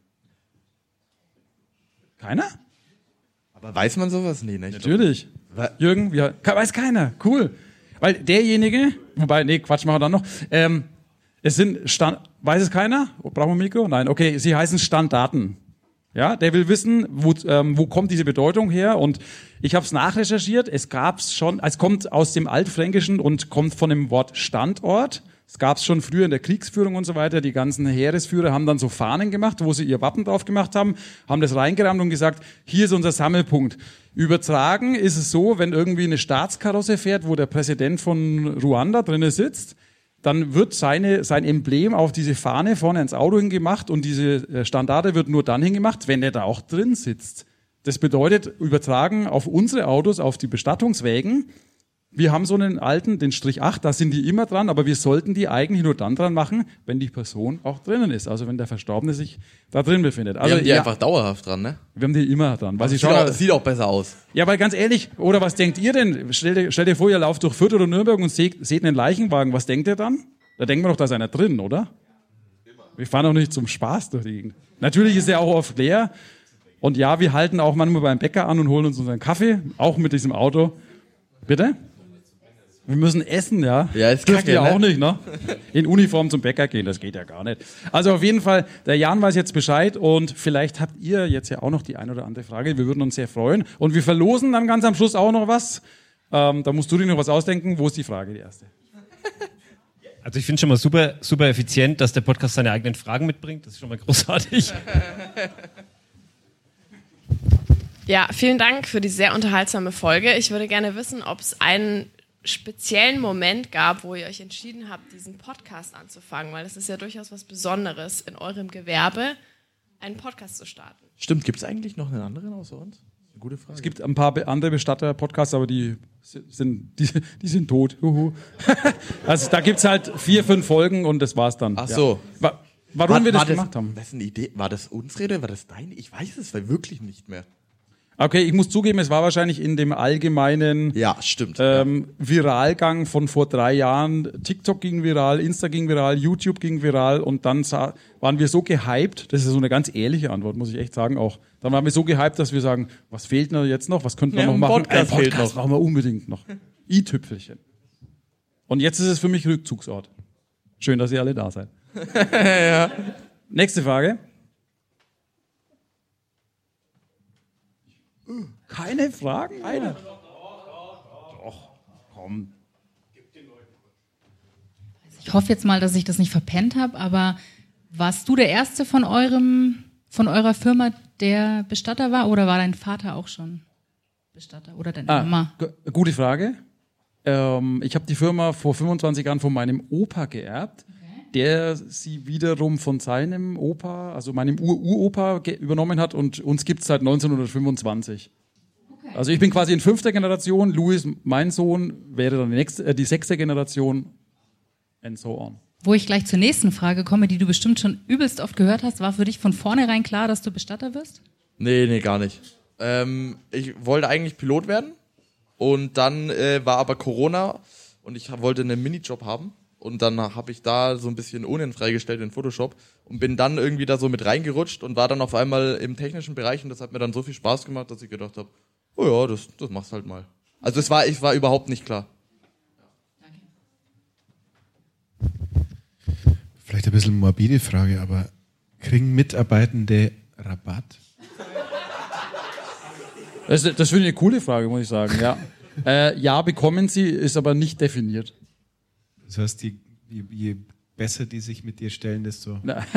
Keiner? Aber weiß man sowas? Nee, ne? Natürlich. Jürgen, wie, weiß keiner. Cool. Weil derjenige, wobei, nee, Quatsch, machen wir dann noch, ähm, es sind Stand, weiß es keiner? Brauchen wir ein Mikro? Nein, okay, sie heißen Standdaten. Ja, der will wissen, wo, ähm, wo kommt diese Bedeutung her und ich habe es nachrecherchiert, es gab's schon, es kommt aus dem Altfränkischen und kommt von dem Wort Standort. Es gab's schon früher in der Kriegsführung und so weiter, die ganzen Heeresführer haben dann so Fahnen gemacht, wo sie ihr Wappen drauf gemacht haben, haben das reingerammt und gesagt, hier ist unser Sammelpunkt. Übertragen ist es so, wenn irgendwie eine Staatskarosse fährt, wo der Präsident von Ruanda drinnen sitzt, dann wird seine, sein Emblem auf diese Fahne vorne ins Auto hingemacht und diese Standarte wird nur dann hingemacht, wenn er da auch drin sitzt. Das bedeutet, übertragen auf unsere Autos, auf die Bestattungswägen, wir haben so einen alten, den Strich acht, da sind die immer dran, aber wir sollten die eigentlich nur dann dran machen, wenn die Person auch drinnen ist, also wenn der Verstorbene sich da drin befindet. Also, wir haben die ja, einfach dauerhaft dran, ne? Wir haben die immer dran. Weil sie sieht, schauen, auch, sieht auch besser aus. Ja, weil ganz ehrlich, oder was denkt ihr denn? Stellt dir, stellt dir vor, ihr lauft durch Fürth oder Nürnberg und seht, seht einen Leichenwagen, was denkt ihr dann? Da denkt man doch, da ist einer drin, oder? Wir fahren doch nicht zum Spaß durch die Gegend. Natürlich ist er auch oft leer. Und ja, wir halten auch manchmal beim Bäcker an und holen uns unseren Kaffee, auch mit diesem Auto. Bitte? Wir müssen essen, ja. Ja, ist Dürft kacke, ihr ne? auch nicht, ne? In Uniform zum Bäcker gehen, das geht ja gar nicht. Also auf jeden Fall, der Jan weiß jetzt Bescheid und vielleicht habt ihr jetzt ja auch noch die ein oder andere Frage. Wir würden uns sehr freuen. Und wir verlosen dann ganz am Schluss auch noch was. Ähm, da musst du dir noch was ausdenken. Wo ist die Frage, die erste? Also ich finde schon mal super, super effizient, dass der Podcast seine eigenen Fragen mitbringt. Das ist schon mal großartig. Ja, vielen Dank für die sehr unterhaltsame Folge. Ich würde gerne wissen, ob es einen speziellen Moment gab, wo ihr euch entschieden habt, diesen Podcast anzufangen, weil es ist ja durchaus was Besonderes in eurem Gewerbe, einen Podcast zu starten. Stimmt, gibt es eigentlich noch einen anderen außer uns? Gute Frage. Es gibt ein paar be- andere Bestatter-Podcasts, aber die sind, die, die sind tot. Huhu. Also da gibt's halt vier, fünf Folgen und das war's dann. Ach so. Ja. Wa- warum war, wir das war gemacht haben? Wessen Idee? War das unsere Idee? War das deine? Ich weiß es wirklich nicht mehr. Okay, ich muss zugeben, es war wahrscheinlich in dem allgemeinen ja, stimmt. Ähm, Viralgang von vor drei Jahren. TikTok ging viral, Insta ging viral, YouTube ging viral und dann sah, waren wir so gehypt, das ist so eine ganz ehrliche Antwort, muss ich echt sagen auch. Dann waren wir so gehypt, dass wir sagen, was fehlt denn jetzt noch? Was könnten wir Ja, noch ein machen? Podcast ein fehlt Podcast noch. brauchen wir unbedingt noch. i-Tüpfelchen. Und jetzt ist es für mich Rückzugsort. Schön, dass ihr alle da seid. ja. Nächste Frage. Keine Fragen? Eine. Doch, komm. Ich hoffe jetzt mal, dass ich das nicht verpennt habe, aber warst du der Erste von eurem, von eurer Firma, der Bestatter war, oder war dein Vater auch schon Bestatter oder deine Ah, Mama? gu- gute Frage. Ähm, ich habe die Firma vor fünfundzwanzig Jahren von meinem Opa geerbt, der sie wiederum von seinem Opa, also meinem Ur-Uropa ge- übernommen hat und uns gibt's seit neunzehnhundertfünfundzwanzig. Also ich bin quasi in fünfter Generation, Louis, mein Sohn, wäre dann die, nächste, äh, die sechste Generation and so on. Wo ich gleich zur nächsten Frage komme, die du bestimmt schon übelst oft gehört hast, war für dich von vornherein klar, dass du Bestatter wirst? Nee, nee, gar nicht. Ähm, ich wollte eigentlich Pilot werden und dann äh, war aber Corona und ich hab, wollte einen Minijob haben und dann habe ich da so ein bisschen Unien freigestellt in Photoshop und bin dann irgendwie da so mit reingerutscht und war dann auf einmal im technischen Bereich und das hat mir dann so viel Spaß gemacht, dass ich gedacht habe, oh ja, das, das machst halt mal. Also es war, ich war überhaupt nicht klar. Vielleicht ein bisschen morbide Frage, aber kriegen Mitarbeitende Rabatt? Das, das finde ich eine coole Frage, muss ich sagen. Ja, äh, ja bekommen sie, ist aber nicht definiert. Das heißt, je, je, je besser die sich mit dir stellen, desto...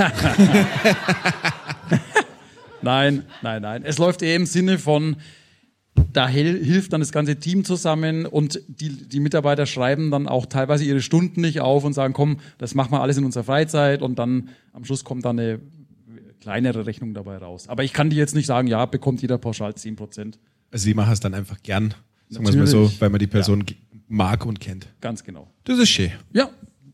Nein, nein, nein. Es läuft eher im Sinne von, da hel- hilft dann das ganze Team zusammen und die, die Mitarbeiter schreiben dann auch teilweise ihre Stunden nicht auf und sagen, komm, das machen wir alles in unserer Freizeit und dann am Schluss kommt dann eine kleinere Rechnung dabei raus. Aber ich kann dir jetzt nicht sagen, ja, bekommt jeder pauschal zehn Prozent. Also die machen es dann einfach gern, sagen wir es mal so, Natürlich. weil man die Person Ja. ge- mag und kennt. Ganz genau. Das ist schön. Ja.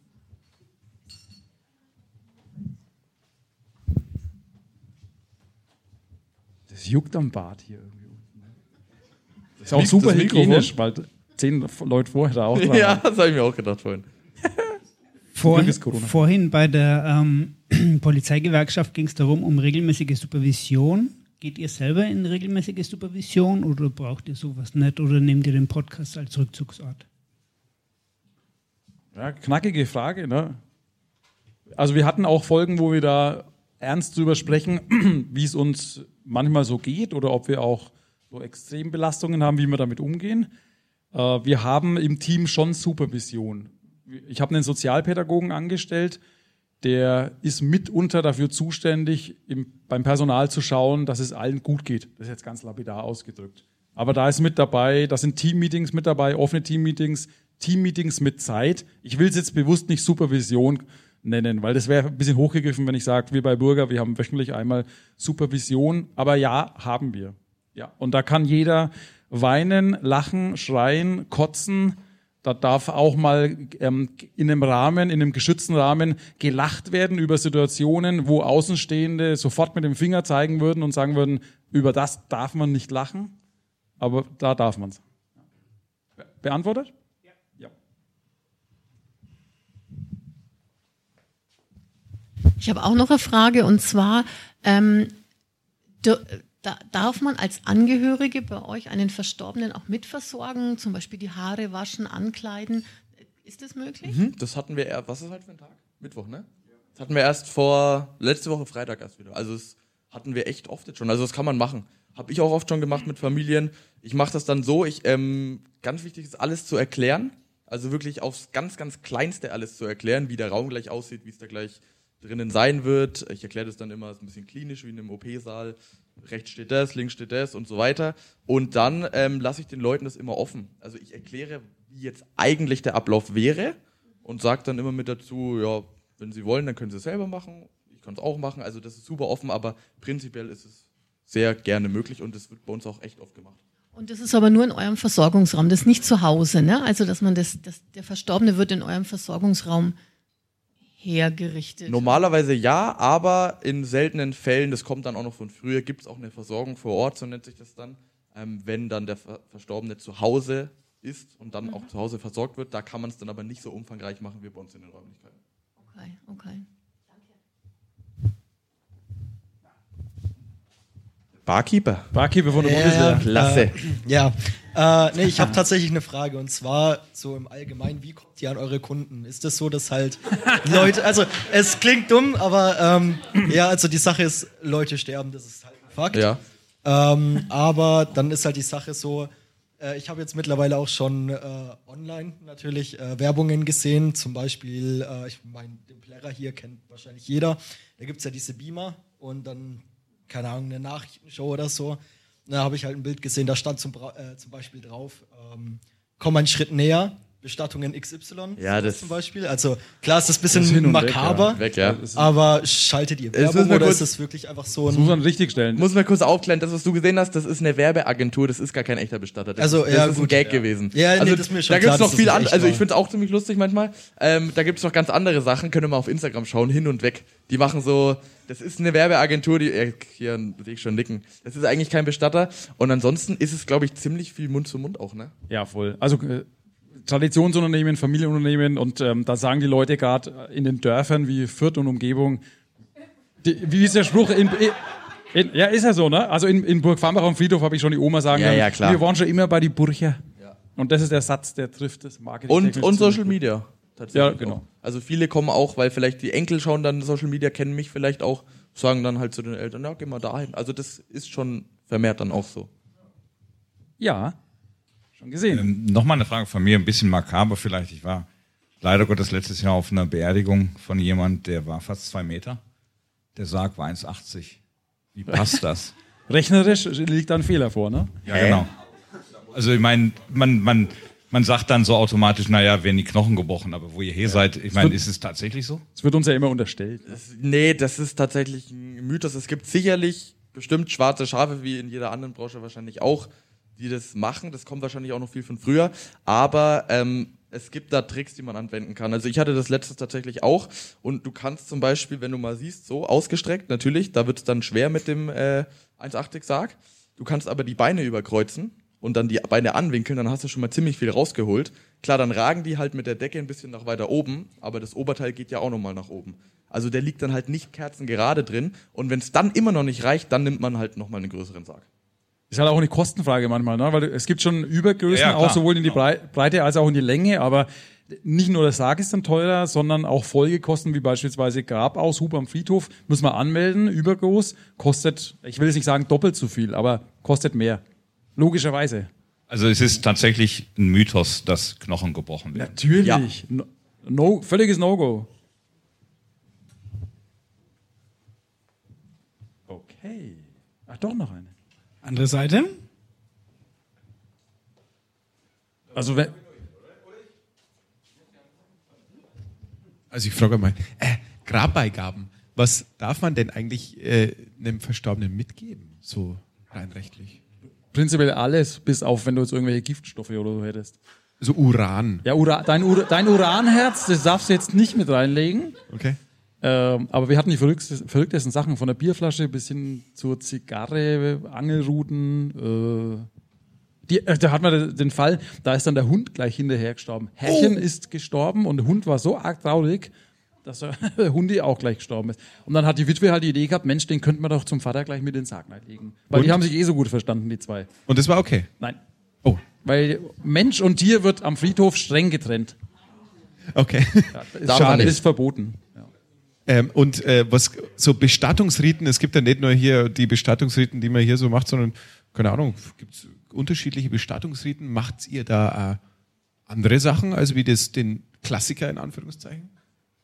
Das juckt am Bart hier irgendwie. Das ist auch Liegt super das Mikrofon? hygienisch, weil zehn Leute vorher da auch dran Ja, waren. das habe ich mir auch gedacht vorhin. Vor, Glück ist Corona. vorhin bei der ähm, Polizeigewerkschaft ging es darum, um regelmäßige Supervision. Geht ihr selber in regelmäßige Supervision oder braucht ihr sowas nicht oder nehmt ihr den Podcast als Rückzugsort? Ja, knackige Frage, ne? Also wir hatten auch Folgen, wo wir da ernst drüber sprechen, wie es uns manchmal so geht oder ob wir auch so Extrembelastungen haben, wie wir damit umgehen. Äh, wir haben im Team schon Supervision. Ich habe einen Sozialpädagogen angestellt, der ist mitunter dafür zuständig, im, beim Personal zu schauen, dass es allen gut geht. Das ist jetzt ganz lapidar ausgedrückt. Aber da ist mit dabei, da sind Teammeetings mit dabei, offene Teammeetings, Teammeetings mit Zeit. Ich will es jetzt bewusst nicht Supervision nennen, weil das wäre ein bisschen hochgegriffen, wenn ich sage, wir bei Burger, wir haben wöchentlich einmal Supervision. Aber ja, haben wir. Ja. Und da kann jeder weinen, lachen, schreien, kotzen. Da darf auch mal ähm, in einem Rahmen, in einem geschützten Rahmen gelacht werden über Situationen, wo Außenstehende sofort mit dem Finger zeigen würden und sagen würden, über das darf man nicht lachen, aber da darf man es. Be- Beantwortet? Ja. Ich habe auch noch eine Frage und zwar, ähm, du, da, darf man als Angehörige bei euch einen Verstorbenen auch mitversorgen, zum Beispiel die Haare waschen, ankleiden? Ist das möglich? Mhm. Das hatten wir eher, was ist heute für ein Tag? Mittwoch, ne? Das hatten wir erst vor, letzte Woche Freitag erst wieder. Also das hatten wir echt oft jetzt schon. Also das kann man machen. Habe ich auch oft schon gemacht mit Familien. Ich mache das dann so, ich, ähm, ganz wichtig ist, alles zu erklären. Also wirklich aufs ganz, ganz Kleinste alles zu erklären, wie der Raum gleich aussieht, wie es da gleich drinnen sein wird. Ich erkläre das dann immer, ist ein bisschen klinisch, wie in einem O P-Saal. Rechts steht das, links steht das und so weiter. Und dann ähm, lasse ich den Leuten das immer offen. Also ich erkläre, wie jetzt eigentlich der Ablauf wäre und sage dann immer mit dazu, ja, wenn Sie wollen, dann können Sie es selber machen. Ich kann es auch machen. Also das ist super offen, aber prinzipiell ist es sehr gerne möglich und das wird bei uns auch echt oft gemacht. Und das ist aber nur in eurem Versorgungsraum, das ist nicht zu Hause, ne? Also dass man das, das der Verstorbene wird in eurem Versorgungsraum hergerichtet. Normalerweise ja, aber in seltenen Fällen, das kommt dann auch noch von früher, gibt es auch eine Versorgung vor Ort, so nennt sich das dann, ähm, wenn dann der Ver- Verstorbene zu Hause ist und dann mhm. auch zu Hause versorgt wird. Da kann man es dann aber nicht so umfangreich machen wie bei uns in den Räumlichkeiten. Okay, okay. Barkeeper. Barkeeper von der Ja, Bundeswehr. Klasse. Äh, ja, äh, nee, ich habe tatsächlich eine Frage und zwar so im Allgemeinen, wie kommt ihr an eure Kunden? Ist das so, dass halt Leute, also es klingt dumm, aber ähm, ja, also die Sache ist, Leute sterben, das ist halt ein Fakt. Ja. Ähm, aber dann ist halt die Sache so, äh, ich habe jetzt mittlerweile auch schon äh, online natürlich äh, Werbungen gesehen, zum Beispiel, äh, ich meine, den Plärrer hier kennt wahrscheinlich jeder, da gibt es ja diese Beamer und dann keine Ahnung, eine Nachrichtenshow oder so. Da habe ich halt ein Bild gesehen, da stand zum, Bra- äh, zum Beispiel drauf, ähm, komm einen Schritt näher, Bestattungen X Y Ja, das zum Beispiel. Also klar ist das ein Das ist hin bisschen und makaber, weg, ja. Weg, ja. aber schaltet ihr Es ist Werbung mir oder kurz- ist es wirklich einfach so ein... Das muss man richtig stellen. Muss man kurz aufklären, das, was du gesehen hast, das ist eine Werbeagentur, das ist gar kein echter Bestatter. Das Also, ist, das ja, ist ein gut, Gag ja. gewesen. Ja, nee, also, das ist mir schon da klar, gibt's noch dass viel das an, nicht also echt ich finde es auch ziemlich lustig manchmal. Ähm, da gibt's noch ganz andere Sachen, könnt ihr mal auf Instagram schauen, hin und weg. Die machen so, das ist eine Werbeagentur, die, äh, hier sehe ich schon nicken. Das ist eigentlich kein Bestatter. Und ansonsten ist es, glaube ich, ziemlich viel Mund zu Mund auch, ne? Ja, voll. Also äh, Traditionsunternehmen, Familienunternehmen und ähm, da sagen die Leute gerade in den Dörfern wie Fürth und Umgebung, die, wie ist der Spruch? In, in, ja, ist ja so, ne? Also in, in Burg Farmbach am Friedhof habe ich schon die Oma sagen Ja, hören, ja, klar. wir waren schon immer bei die Burcher. Ja. Und das ist der Satz, der trifft das Marketing. Und, und Social Media. Tatsächlich Ja, genau. auch. Also viele kommen auch, weil vielleicht die Enkel schauen dann Social Media, kennen mich vielleicht auch, sagen dann halt zu den Eltern, ja, geh mal dahin. Also das ist schon vermehrt dann auch so. Ja, schon gesehen. Ähm, Nochmal eine Frage von mir, ein bisschen makaber vielleicht. Ich war leider Gottes letztes Jahr auf einer Beerdigung von jemand, der war fast zwei Meter. Der Sarg war eins achtzig. Wie passt das? Rechnerisch liegt da ein Fehler vor, ne? Ja, genau. Also ich meine, man, man, man sagt dann so automatisch, naja, werden die Knochen gebrochen, aber wo ihr hier seid, ich meine, ist es tatsächlich so? Es wird uns ja immer unterstellt. Das, nee, das ist tatsächlich ein Mythos. Es gibt sicherlich bestimmt schwarze Schafe, wie in jeder anderen Branche wahrscheinlich auch, die das machen. Das kommt wahrscheinlich auch noch viel von früher. Aber ähm, es gibt da Tricks, die man anwenden kann. Also ich hatte das letztes tatsächlich auch. Und du kannst zum Beispiel, wenn du mal siehst, so ausgestreckt, natürlich, da wird es dann schwer mit dem äh, eins achtzig Sarg. Du kannst aber die Beine überkreuzen und dann die Beine anwinkeln, dann hast du schon mal ziemlich viel rausgeholt. Klar, dann ragen die halt mit der Decke ein bisschen nach weiter oben, aber das Oberteil geht ja auch nochmal nach oben. Also der liegt dann halt nicht kerzengerade drin. Und wenn es dann immer noch nicht reicht, dann nimmt man halt nochmal einen größeren Sarg. Ist halt auch eine Kostenfrage manchmal, ne? Weil es gibt schon Übergrößen, Ja, ja, auch klar. sowohl in die Brei- Breite als auch in die Länge, aber nicht nur der Sarg ist dann teurer, sondern auch Folgekosten wie beispielsweise Grabaushub am Friedhof muss man anmelden, übergroß, kostet, ich will jetzt nicht sagen doppelt so viel, aber kostet mehr. Logischerweise. Also es ist tatsächlich ein Mythos, dass Knochen gebrochen werden. Natürlich. No, no, völliges No-Go. Okay. Ach, doch noch eine. Andere Seite? Also wenn, Also ich frage mal, äh, Grabbeigaben, was darf man denn eigentlich äh, einem Verstorbenen mitgeben, so rein rechtlich? prinzipiell alles, bis auf, wenn du jetzt irgendwelche Giftstoffe oder so hättest. So Uran. Ja, Ura, dein, Ura, dein Uranherz, das darfst du jetzt nicht mit reinlegen. Okay. Ähm, aber wir hatten die verrücktesten, verrücktesten Sachen, von der Bierflasche bis hin zur Zigarre, Angelruten. Äh, die, äh, da hat man den Fall, da ist dann der Hund gleich hinterher gestorben. Herrchen Oh. ist gestorben und der Hund war so arg traurig, dass der Hundi auch gleich gestorben ist. Und dann hat die Witwe halt die Idee gehabt, Mensch, den könnten wir doch zum Vater gleich mit in den Sarg legen. Weil Und? die haben sich eh so gut verstanden, die zwei. Und das war okay? Nein. Oh. Weil Mensch und Tier wird am Friedhof streng getrennt. Okay. Ja, das ist, schade, ist verboten. Ja. Ähm, und äh, was so Bestattungsriten, es gibt ja nicht nur hier die Bestattungsriten, die man hier so macht, sondern, keine Ahnung, gibt es unterschiedliche Bestattungsriten. Macht ihr da äh, andere Sachen, also wie das den Klassiker in Anführungszeichen?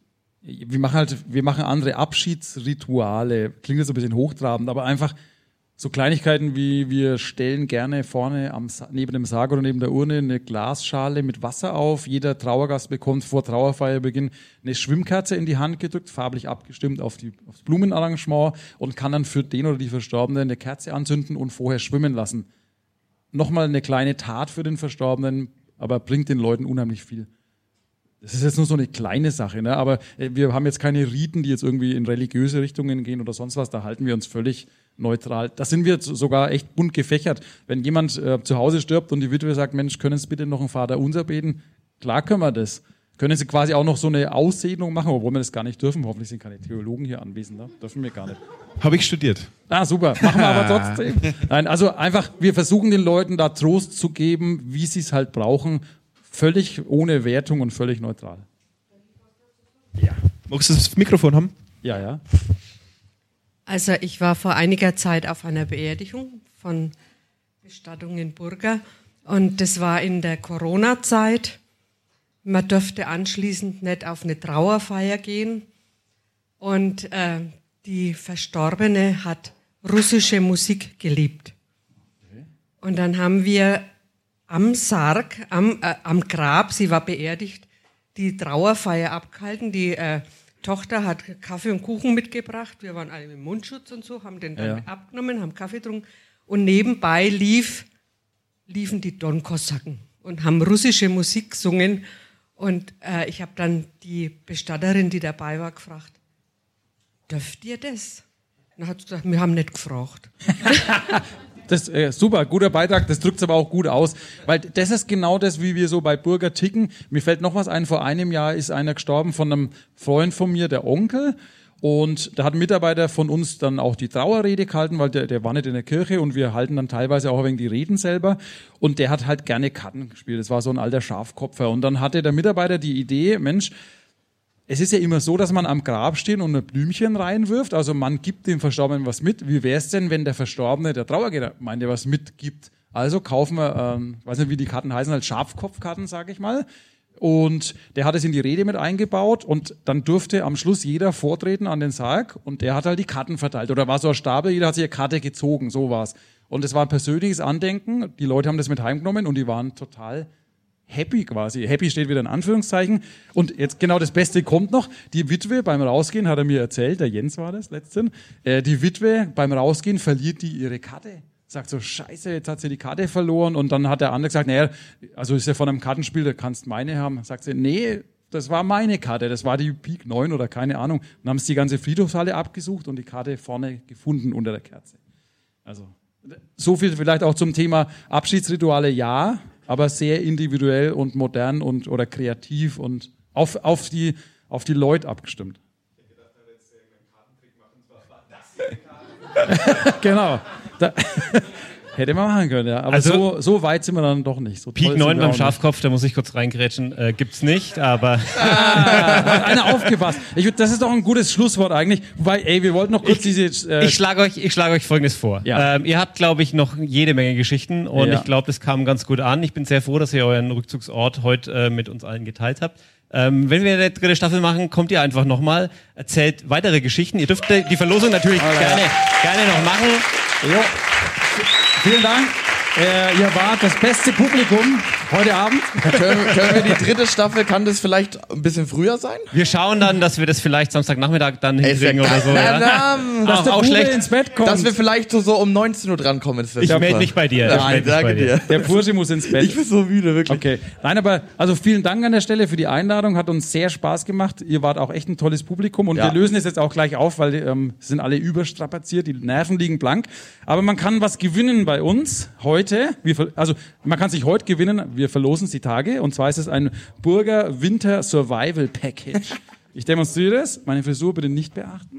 Wir machen halt, wir machen andere Abschiedsrituale. Klingt jetzt ein bisschen hochtrabend, aber einfach, So Kleinigkeiten wie wir stellen gerne vorne am, neben dem Sarg oder neben der Urne eine Glasschale mit Wasser auf. Jeder Trauergast bekommt vor Trauerfeierbeginn eine Schwimmkerze in die Hand gedrückt, farblich abgestimmt auf die, aufs Blumenarrangement und kann dann für den oder die Verstorbene eine Kerze anzünden und vorher schwimmen lassen. Nochmal eine kleine Tat für den Verstorbenen, aber bringt den Leuten unheimlich viel. Das ist jetzt nur so eine kleine Sache, ne? Aber wir haben jetzt keine Riten, die jetzt irgendwie in religiöse Richtungen gehen oder sonst was. Da halten wir uns völlig neutral. Da sind wir sogar echt bunt gefächert. Wenn jemand äh, zu Hause stirbt und die Witwe sagt, Mensch, können Sie bitte noch ein Vaterunser beten? Klar können wir das. Können Sie quasi auch noch so eine Aussegnung machen, obwohl wir das gar nicht dürfen. Hoffentlich sind keine Theologen hier anwesend. Ne? Dürfen wir gar nicht. Habe ich studiert. Ah, super. Machen wir aber trotzdem. Nein, also einfach, wir versuchen den Leuten da Trost zu geben, wie sie es halt brauchen. Völlig ohne Wertung und völlig neutral. Ja. Magst du das Mikrofon haben? Ja, ja. Also ich war vor einiger Zeit auf einer Beerdigung von Bestattung in Burger und das war in der Corona-Zeit. Man durfte anschließend nicht auf eine Trauerfeier gehen und äh, die Verstorbene hat russische Musik geliebt. Und dann haben wir am Sarg, am, äh, am Grab, sie war beerdigt, die Trauerfeier abgehalten. Die äh, Tochter hat Kaffee und Kuchen mitgebracht. Wir waren alle mit Mundschutz und so, haben den dann Ja. abgenommen, haben Kaffee getrunken. Und nebenbei lief, liefen die Don-Kosaken und haben russische Musik gesungen. Und äh, ich habe dann die Bestatterin, die dabei war, gefragt, dürft ihr das? Und dann hat sie gesagt, wir haben nicht gefragt. Das äh, super, guter Beitrag, das drückt es aber auch gut aus, weil das ist genau das, wie wir so bei Burger ticken. Mir fällt noch was ein, vor einem Jahr ist einer gestorben von einem Freund von mir, der Onkel, und da hat ein Mitarbeiter von uns dann auch die Trauerrede gehalten, weil der, der war nicht in der Kirche und wir halten dann teilweise auch wegen die Reden selber und der hat halt gerne Karten gespielt, das war so ein alter Schafkopfer und dann hatte der Mitarbeiter die Idee, Mensch, es ist ja immer so, dass man am Grab steht und ein Blümchen reinwirft. Also man gibt dem Verstorbenen was mit. Wie wäre es denn, wenn der Verstorbene, der Trauergemeinde, was mitgibt? Also kaufen wir, ähm, weiß nicht, wie die Karten heißen, halt Schafkopfkarten, sage ich mal. Und der hat es in die Rede mit eingebaut und dann durfte am Schluss jeder vortreten an den Sarg und der hat halt die Karten verteilt. Oder war so ein Stapel, jeder hat sich eine Karte gezogen, so war's. Und es war ein persönliches Andenken. Die Leute haben das mit heimgenommen und die waren total happy quasi. Happy steht wieder in Anführungszeichen. Und jetzt genau das Beste kommt noch. Die Witwe beim Rausgehen, hat er mir erzählt, der Jens war das letztens, äh, die Witwe beim Rausgehen verliert die ihre Karte. Sagt so, scheiße, jetzt hat sie die Karte verloren. Und dann hat der andere gesagt, naja, also ist ja von einem Kartenspiel, da kannst meine haben. Sagt sie, nee, das war meine Karte, das war die Pik neun oder keine Ahnung. Dann haben sie die ganze Friedhofshalle abgesucht und die Karte vorne gefunden unter der Kerze. Also so viel vielleicht auch zum Thema Abschiedsrituale, ja, aber sehr individuell und modern und oder kreativ und auf, auf, die, auf die Leute abgestimmt. Genau. Da, hätte man machen können, ja. Aber Also- so, so weit sind wir dann doch nicht. So toll Pik sind neun wir beim auch Schafkopf, da muss ich kurz reingrätschen, äh, gibt's nicht, aber... Ah, hat einer aufgepasst. Ich, das ist doch ein gutes Schlusswort eigentlich. Wobei, ey, wir wollten noch kurz diese... Äh, Ich schlage euch, ich schlage euch Folgendes vor. Ja. Ähm, ihr habt, glaube ich, noch jede Menge Geschichten und Ja. ich glaube, das kam ganz gut an. Ich bin sehr froh, dass ihr euren Rückzugsort heute äh, mit uns allen geteilt habt. Ähm, wenn wir eine dritte Staffel machen, kommt ihr einfach nochmal, erzählt weitere Geschichten. Ihr dürft die Verlosung natürlich Oh, ja. gerne, gerne noch machen. Jo. Vielen Dank. Äh, ihr wart das beste Publikum heute Abend. können, können wir die dritte Staffel, kann das vielleicht ein bisschen früher sein? Wir schauen dann, dass wir das vielleicht Samstagnachmittag dann hinkriegen oder so. Na, Ja. na, Auch, auch schlecht. Dass wir vielleicht so, so um neunzehn Uhr drankommen. Das wär Ich super. melde mich bei dir. Ich Nein, melde mich danke bei dir. dir. Der Bursche muss ins Bett. Ich bin so müde, wirklich. Okay. Nein, aber also vielen Dank an der Stelle für die Einladung. Hat uns sehr Spaß gemacht. Ihr wart auch echt ein tolles Publikum und Ja. wir lösen es jetzt auch gleich auf, weil ähm, sind alle überstrapaziert, die Nerven liegen blank. Aber man kann was gewinnen bei uns heute. Wir, ver- also man kann sich heute gewinnen. Wir verlosen es die Tage. Und zwar ist es ein Burger Winter Survival Package. Ich demonstriere es. Meine Frisur bitte nicht beachten.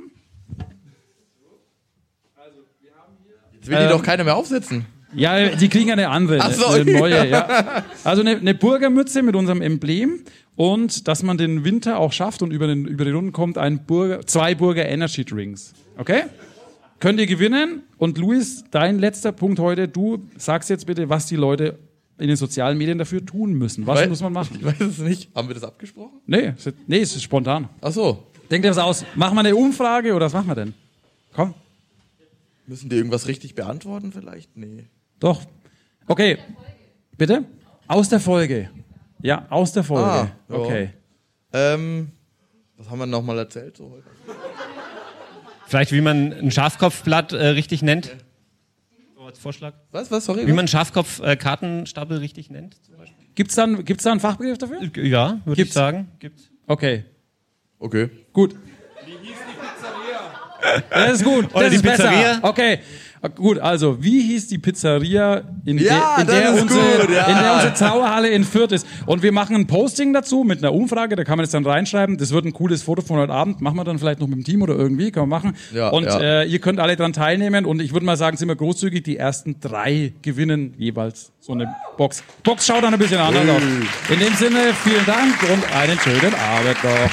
Jetzt will die Ähm, doch keiner mehr aufsetzen. Ja, die kriegen eine andere, Ach so. eine neue. Ja. Also eine, eine Burgermütze mit unserem Emblem und dass man den Winter auch schafft und über, den, über die Runden kommt, ein Burger, zwei Burger Energy Drinks. Okay? Könnt ihr gewinnen? Und Luis, dein letzter Punkt heute. Du sagst jetzt bitte, was die Leute in den sozialen Medien dafür tun müssen. Was Weil- muss man machen? Ich weiß es nicht. Haben wir das abgesprochen? Nee, es ist- nee, es ist spontan. Ach so. Denkt ihr was aus? Machen wir eine Umfrage oder was machen wir denn? Komm. Müssen die irgendwas richtig beantworten vielleicht? Nee. Doch. Okay. Bitte? Aus der Folge. Ja, aus der Folge. Ah, ja. Okay. Ähm, was haben wir nochmal erzählt? So heute? Vielleicht, wie man ein Schafkopfblatt äh, richtig nennt. So als Vorschlag. Was, was, sorry? Wie man einen Schafkopf-Kartenstapel äh, richtig nennt. Zum Beispiel. Gibt's dann, gibt's da einen Fachbegriff dafür? Ja, würde ich sagen. Gibt's. Okay. Okay. Gut. Das ist gut. Oder das die ist besser. Pizzeria. Okay. Gut, also, wie hieß die Pizzeria, in, Ja, der, in, das der, ist unsere, gut, ja. in der unsere Zauberhalle in Fürth ist? Und wir machen ein Posting dazu mit einer Umfrage, da kann man das dann reinschreiben. Das wird ein cooles Foto von heute Abend. Machen wir dann vielleicht noch mit dem Team oder irgendwie, können wir machen. Ja, und ja. Äh, ihr könnt alle dran teilnehmen. Und ich würde mal sagen, sind wir großzügig. Die ersten drei gewinnen jeweils so eine Box. Box schaut dann ein bisschen anders aus. In dem Sinne, vielen Dank und einen schönen Abend noch.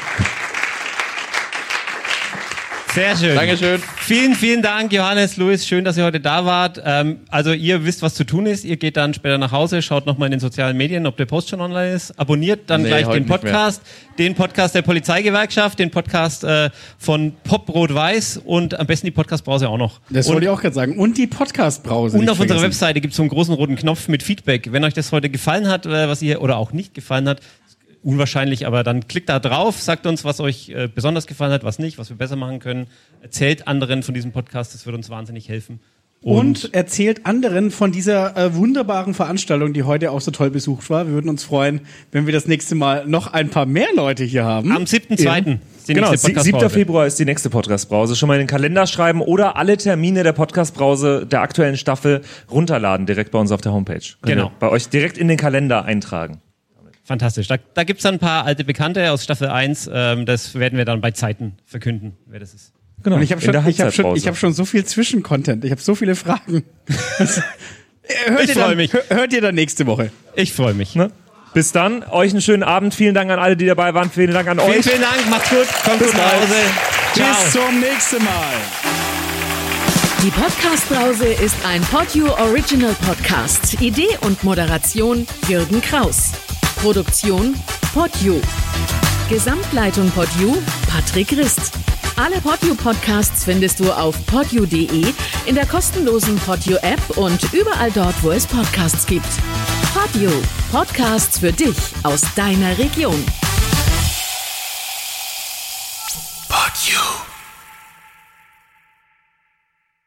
Sehr schön. Dankeschön. Vielen, vielen Dank, Johannes, Luis. Schön, dass ihr heute da wart. Ähm, also ihr wisst, was zu tun ist. Ihr geht dann später nach Hause, schaut nochmal in den sozialen Medien, ob der Post schon online ist. Abonniert dann Nee, gleich heute den nicht mehr. Podcast, den Podcast der Polizeigewerkschaft, den Podcast äh, von Pop Rot-Weiß und am besten die Podcast-Brause auch noch. Das und, wollte ich auch gerade sagen. Und die Podcast-Brause. Und nicht auf unserer vergessen. Webseite gibt es so einen großen roten Knopf mit Feedback. Wenn euch das heute gefallen hat, äh, was ihr oder auch nicht gefallen hat, unwahrscheinlich, aber dann klickt da drauf, sagt uns, was euch äh, besonders gefallen hat, was nicht, was wir besser machen können. Erzählt anderen von diesem Podcast, das wird uns wahnsinnig helfen. Und, und erzählt anderen von dieser äh, wunderbaren Veranstaltung, die heute auch so toll besucht war. Wir würden uns freuen, wenn wir das nächste Mal noch ein paar mehr Leute hier haben. Am siebten zweiten Genau, siebter Februar ist die nächste Podcast-Brause. Schon mal in den Kalender schreiben oder alle Termine der Podcast-Brause der aktuellen Staffel runterladen, direkt bei uns auf der Homepage. Könnt Genau. ihr bei euch direkt in den Kalender eintragen. Fantastisch. Da, da gibt es dann ein paar alte Bekannte aus Staffel eins. Ähm, das werden wir dann bei Zeiten verkünden, wer das ist. Genau. Und ich habe schon, ich hab schon, ich hab schon so viel Zwischencontent. Ich habe so viele Fragen. hört, Ich ihr freu dann, mich. hör- hört ihr dann nächste Woche. Ich freue mich. Ne? Bis dann, euch einen schönen Abend. Vielen Dank an alle, die dabei waren. Vielen Dank an Vielen, euch. vielen Dank. Macht's gut. Kommt Bis gut nach bald. Hause. Ciao. Bis zum nächsten Mal. Die Podcast-Brause ist ein PodU Original Podcast. Idee und Moderation Jürgen Kraus. Produktion PodU. Gesamtleitung PodU Patrick Rist. Alle PodU Podcasts findest du auf podu punkt de, in der kostenlosen PodU App und überall dort, wo es Podcasts gibt. PodU. Podcasts für dich aus deiner Region.